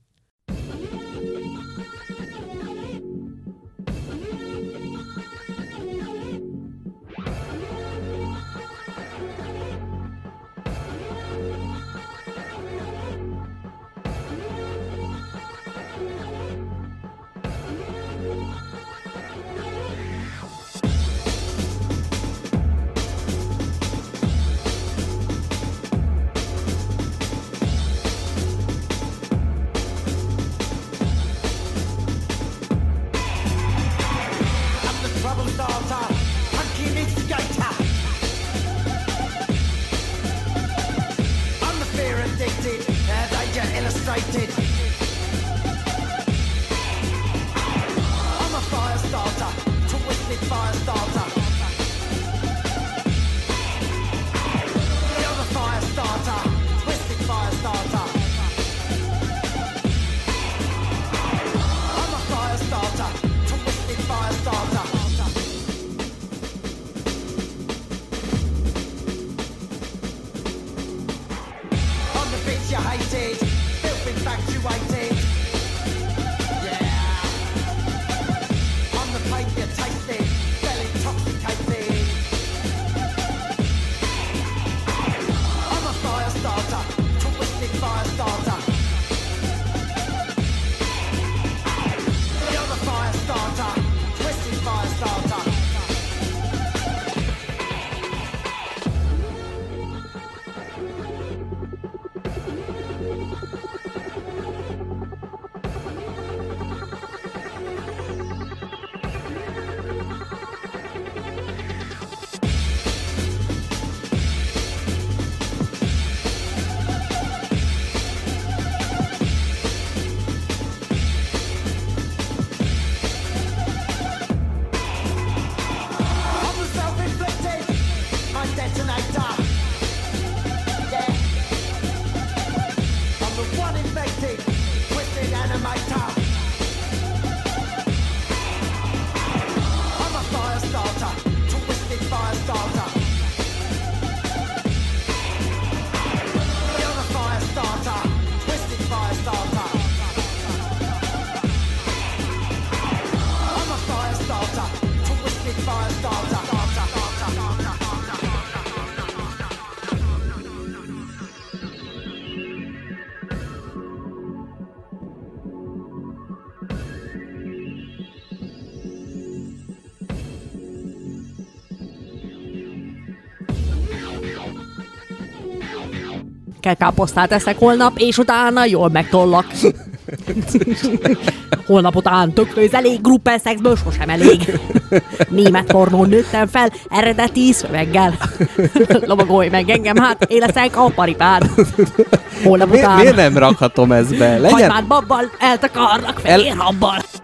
Trouble starter, punky instigator. I'm the fear addicted, uh, danger illustrated. I'm a fire starter, twisted fire starter. You're the fire starter, twisted fire starter. I'm a fire starter, twisted fire starter. I'm the bitch you hated, filth infatuated. Yeah. I'm the pain you tasted, fell intoxicated. I'm a fire starter. animated, twisted animator. I'm a fire starter, twisted fire starter. You're a fire starter, twisted fire starter. I'm a fire starter, twisted fire starter. Kell káposztát eszek holnap, és utána jól megtollak. Holnap után tök főzelég, gruppelszexből sosem elég. Német pornón nőttem fel, eredeti szöveggel. Lovagolj meg engem, hát én leszek a paripád. Holnap Mi, után... miért nem rakhatom ezt be? Legyen... Hagymát babbal, eltakarlak fehér habbal.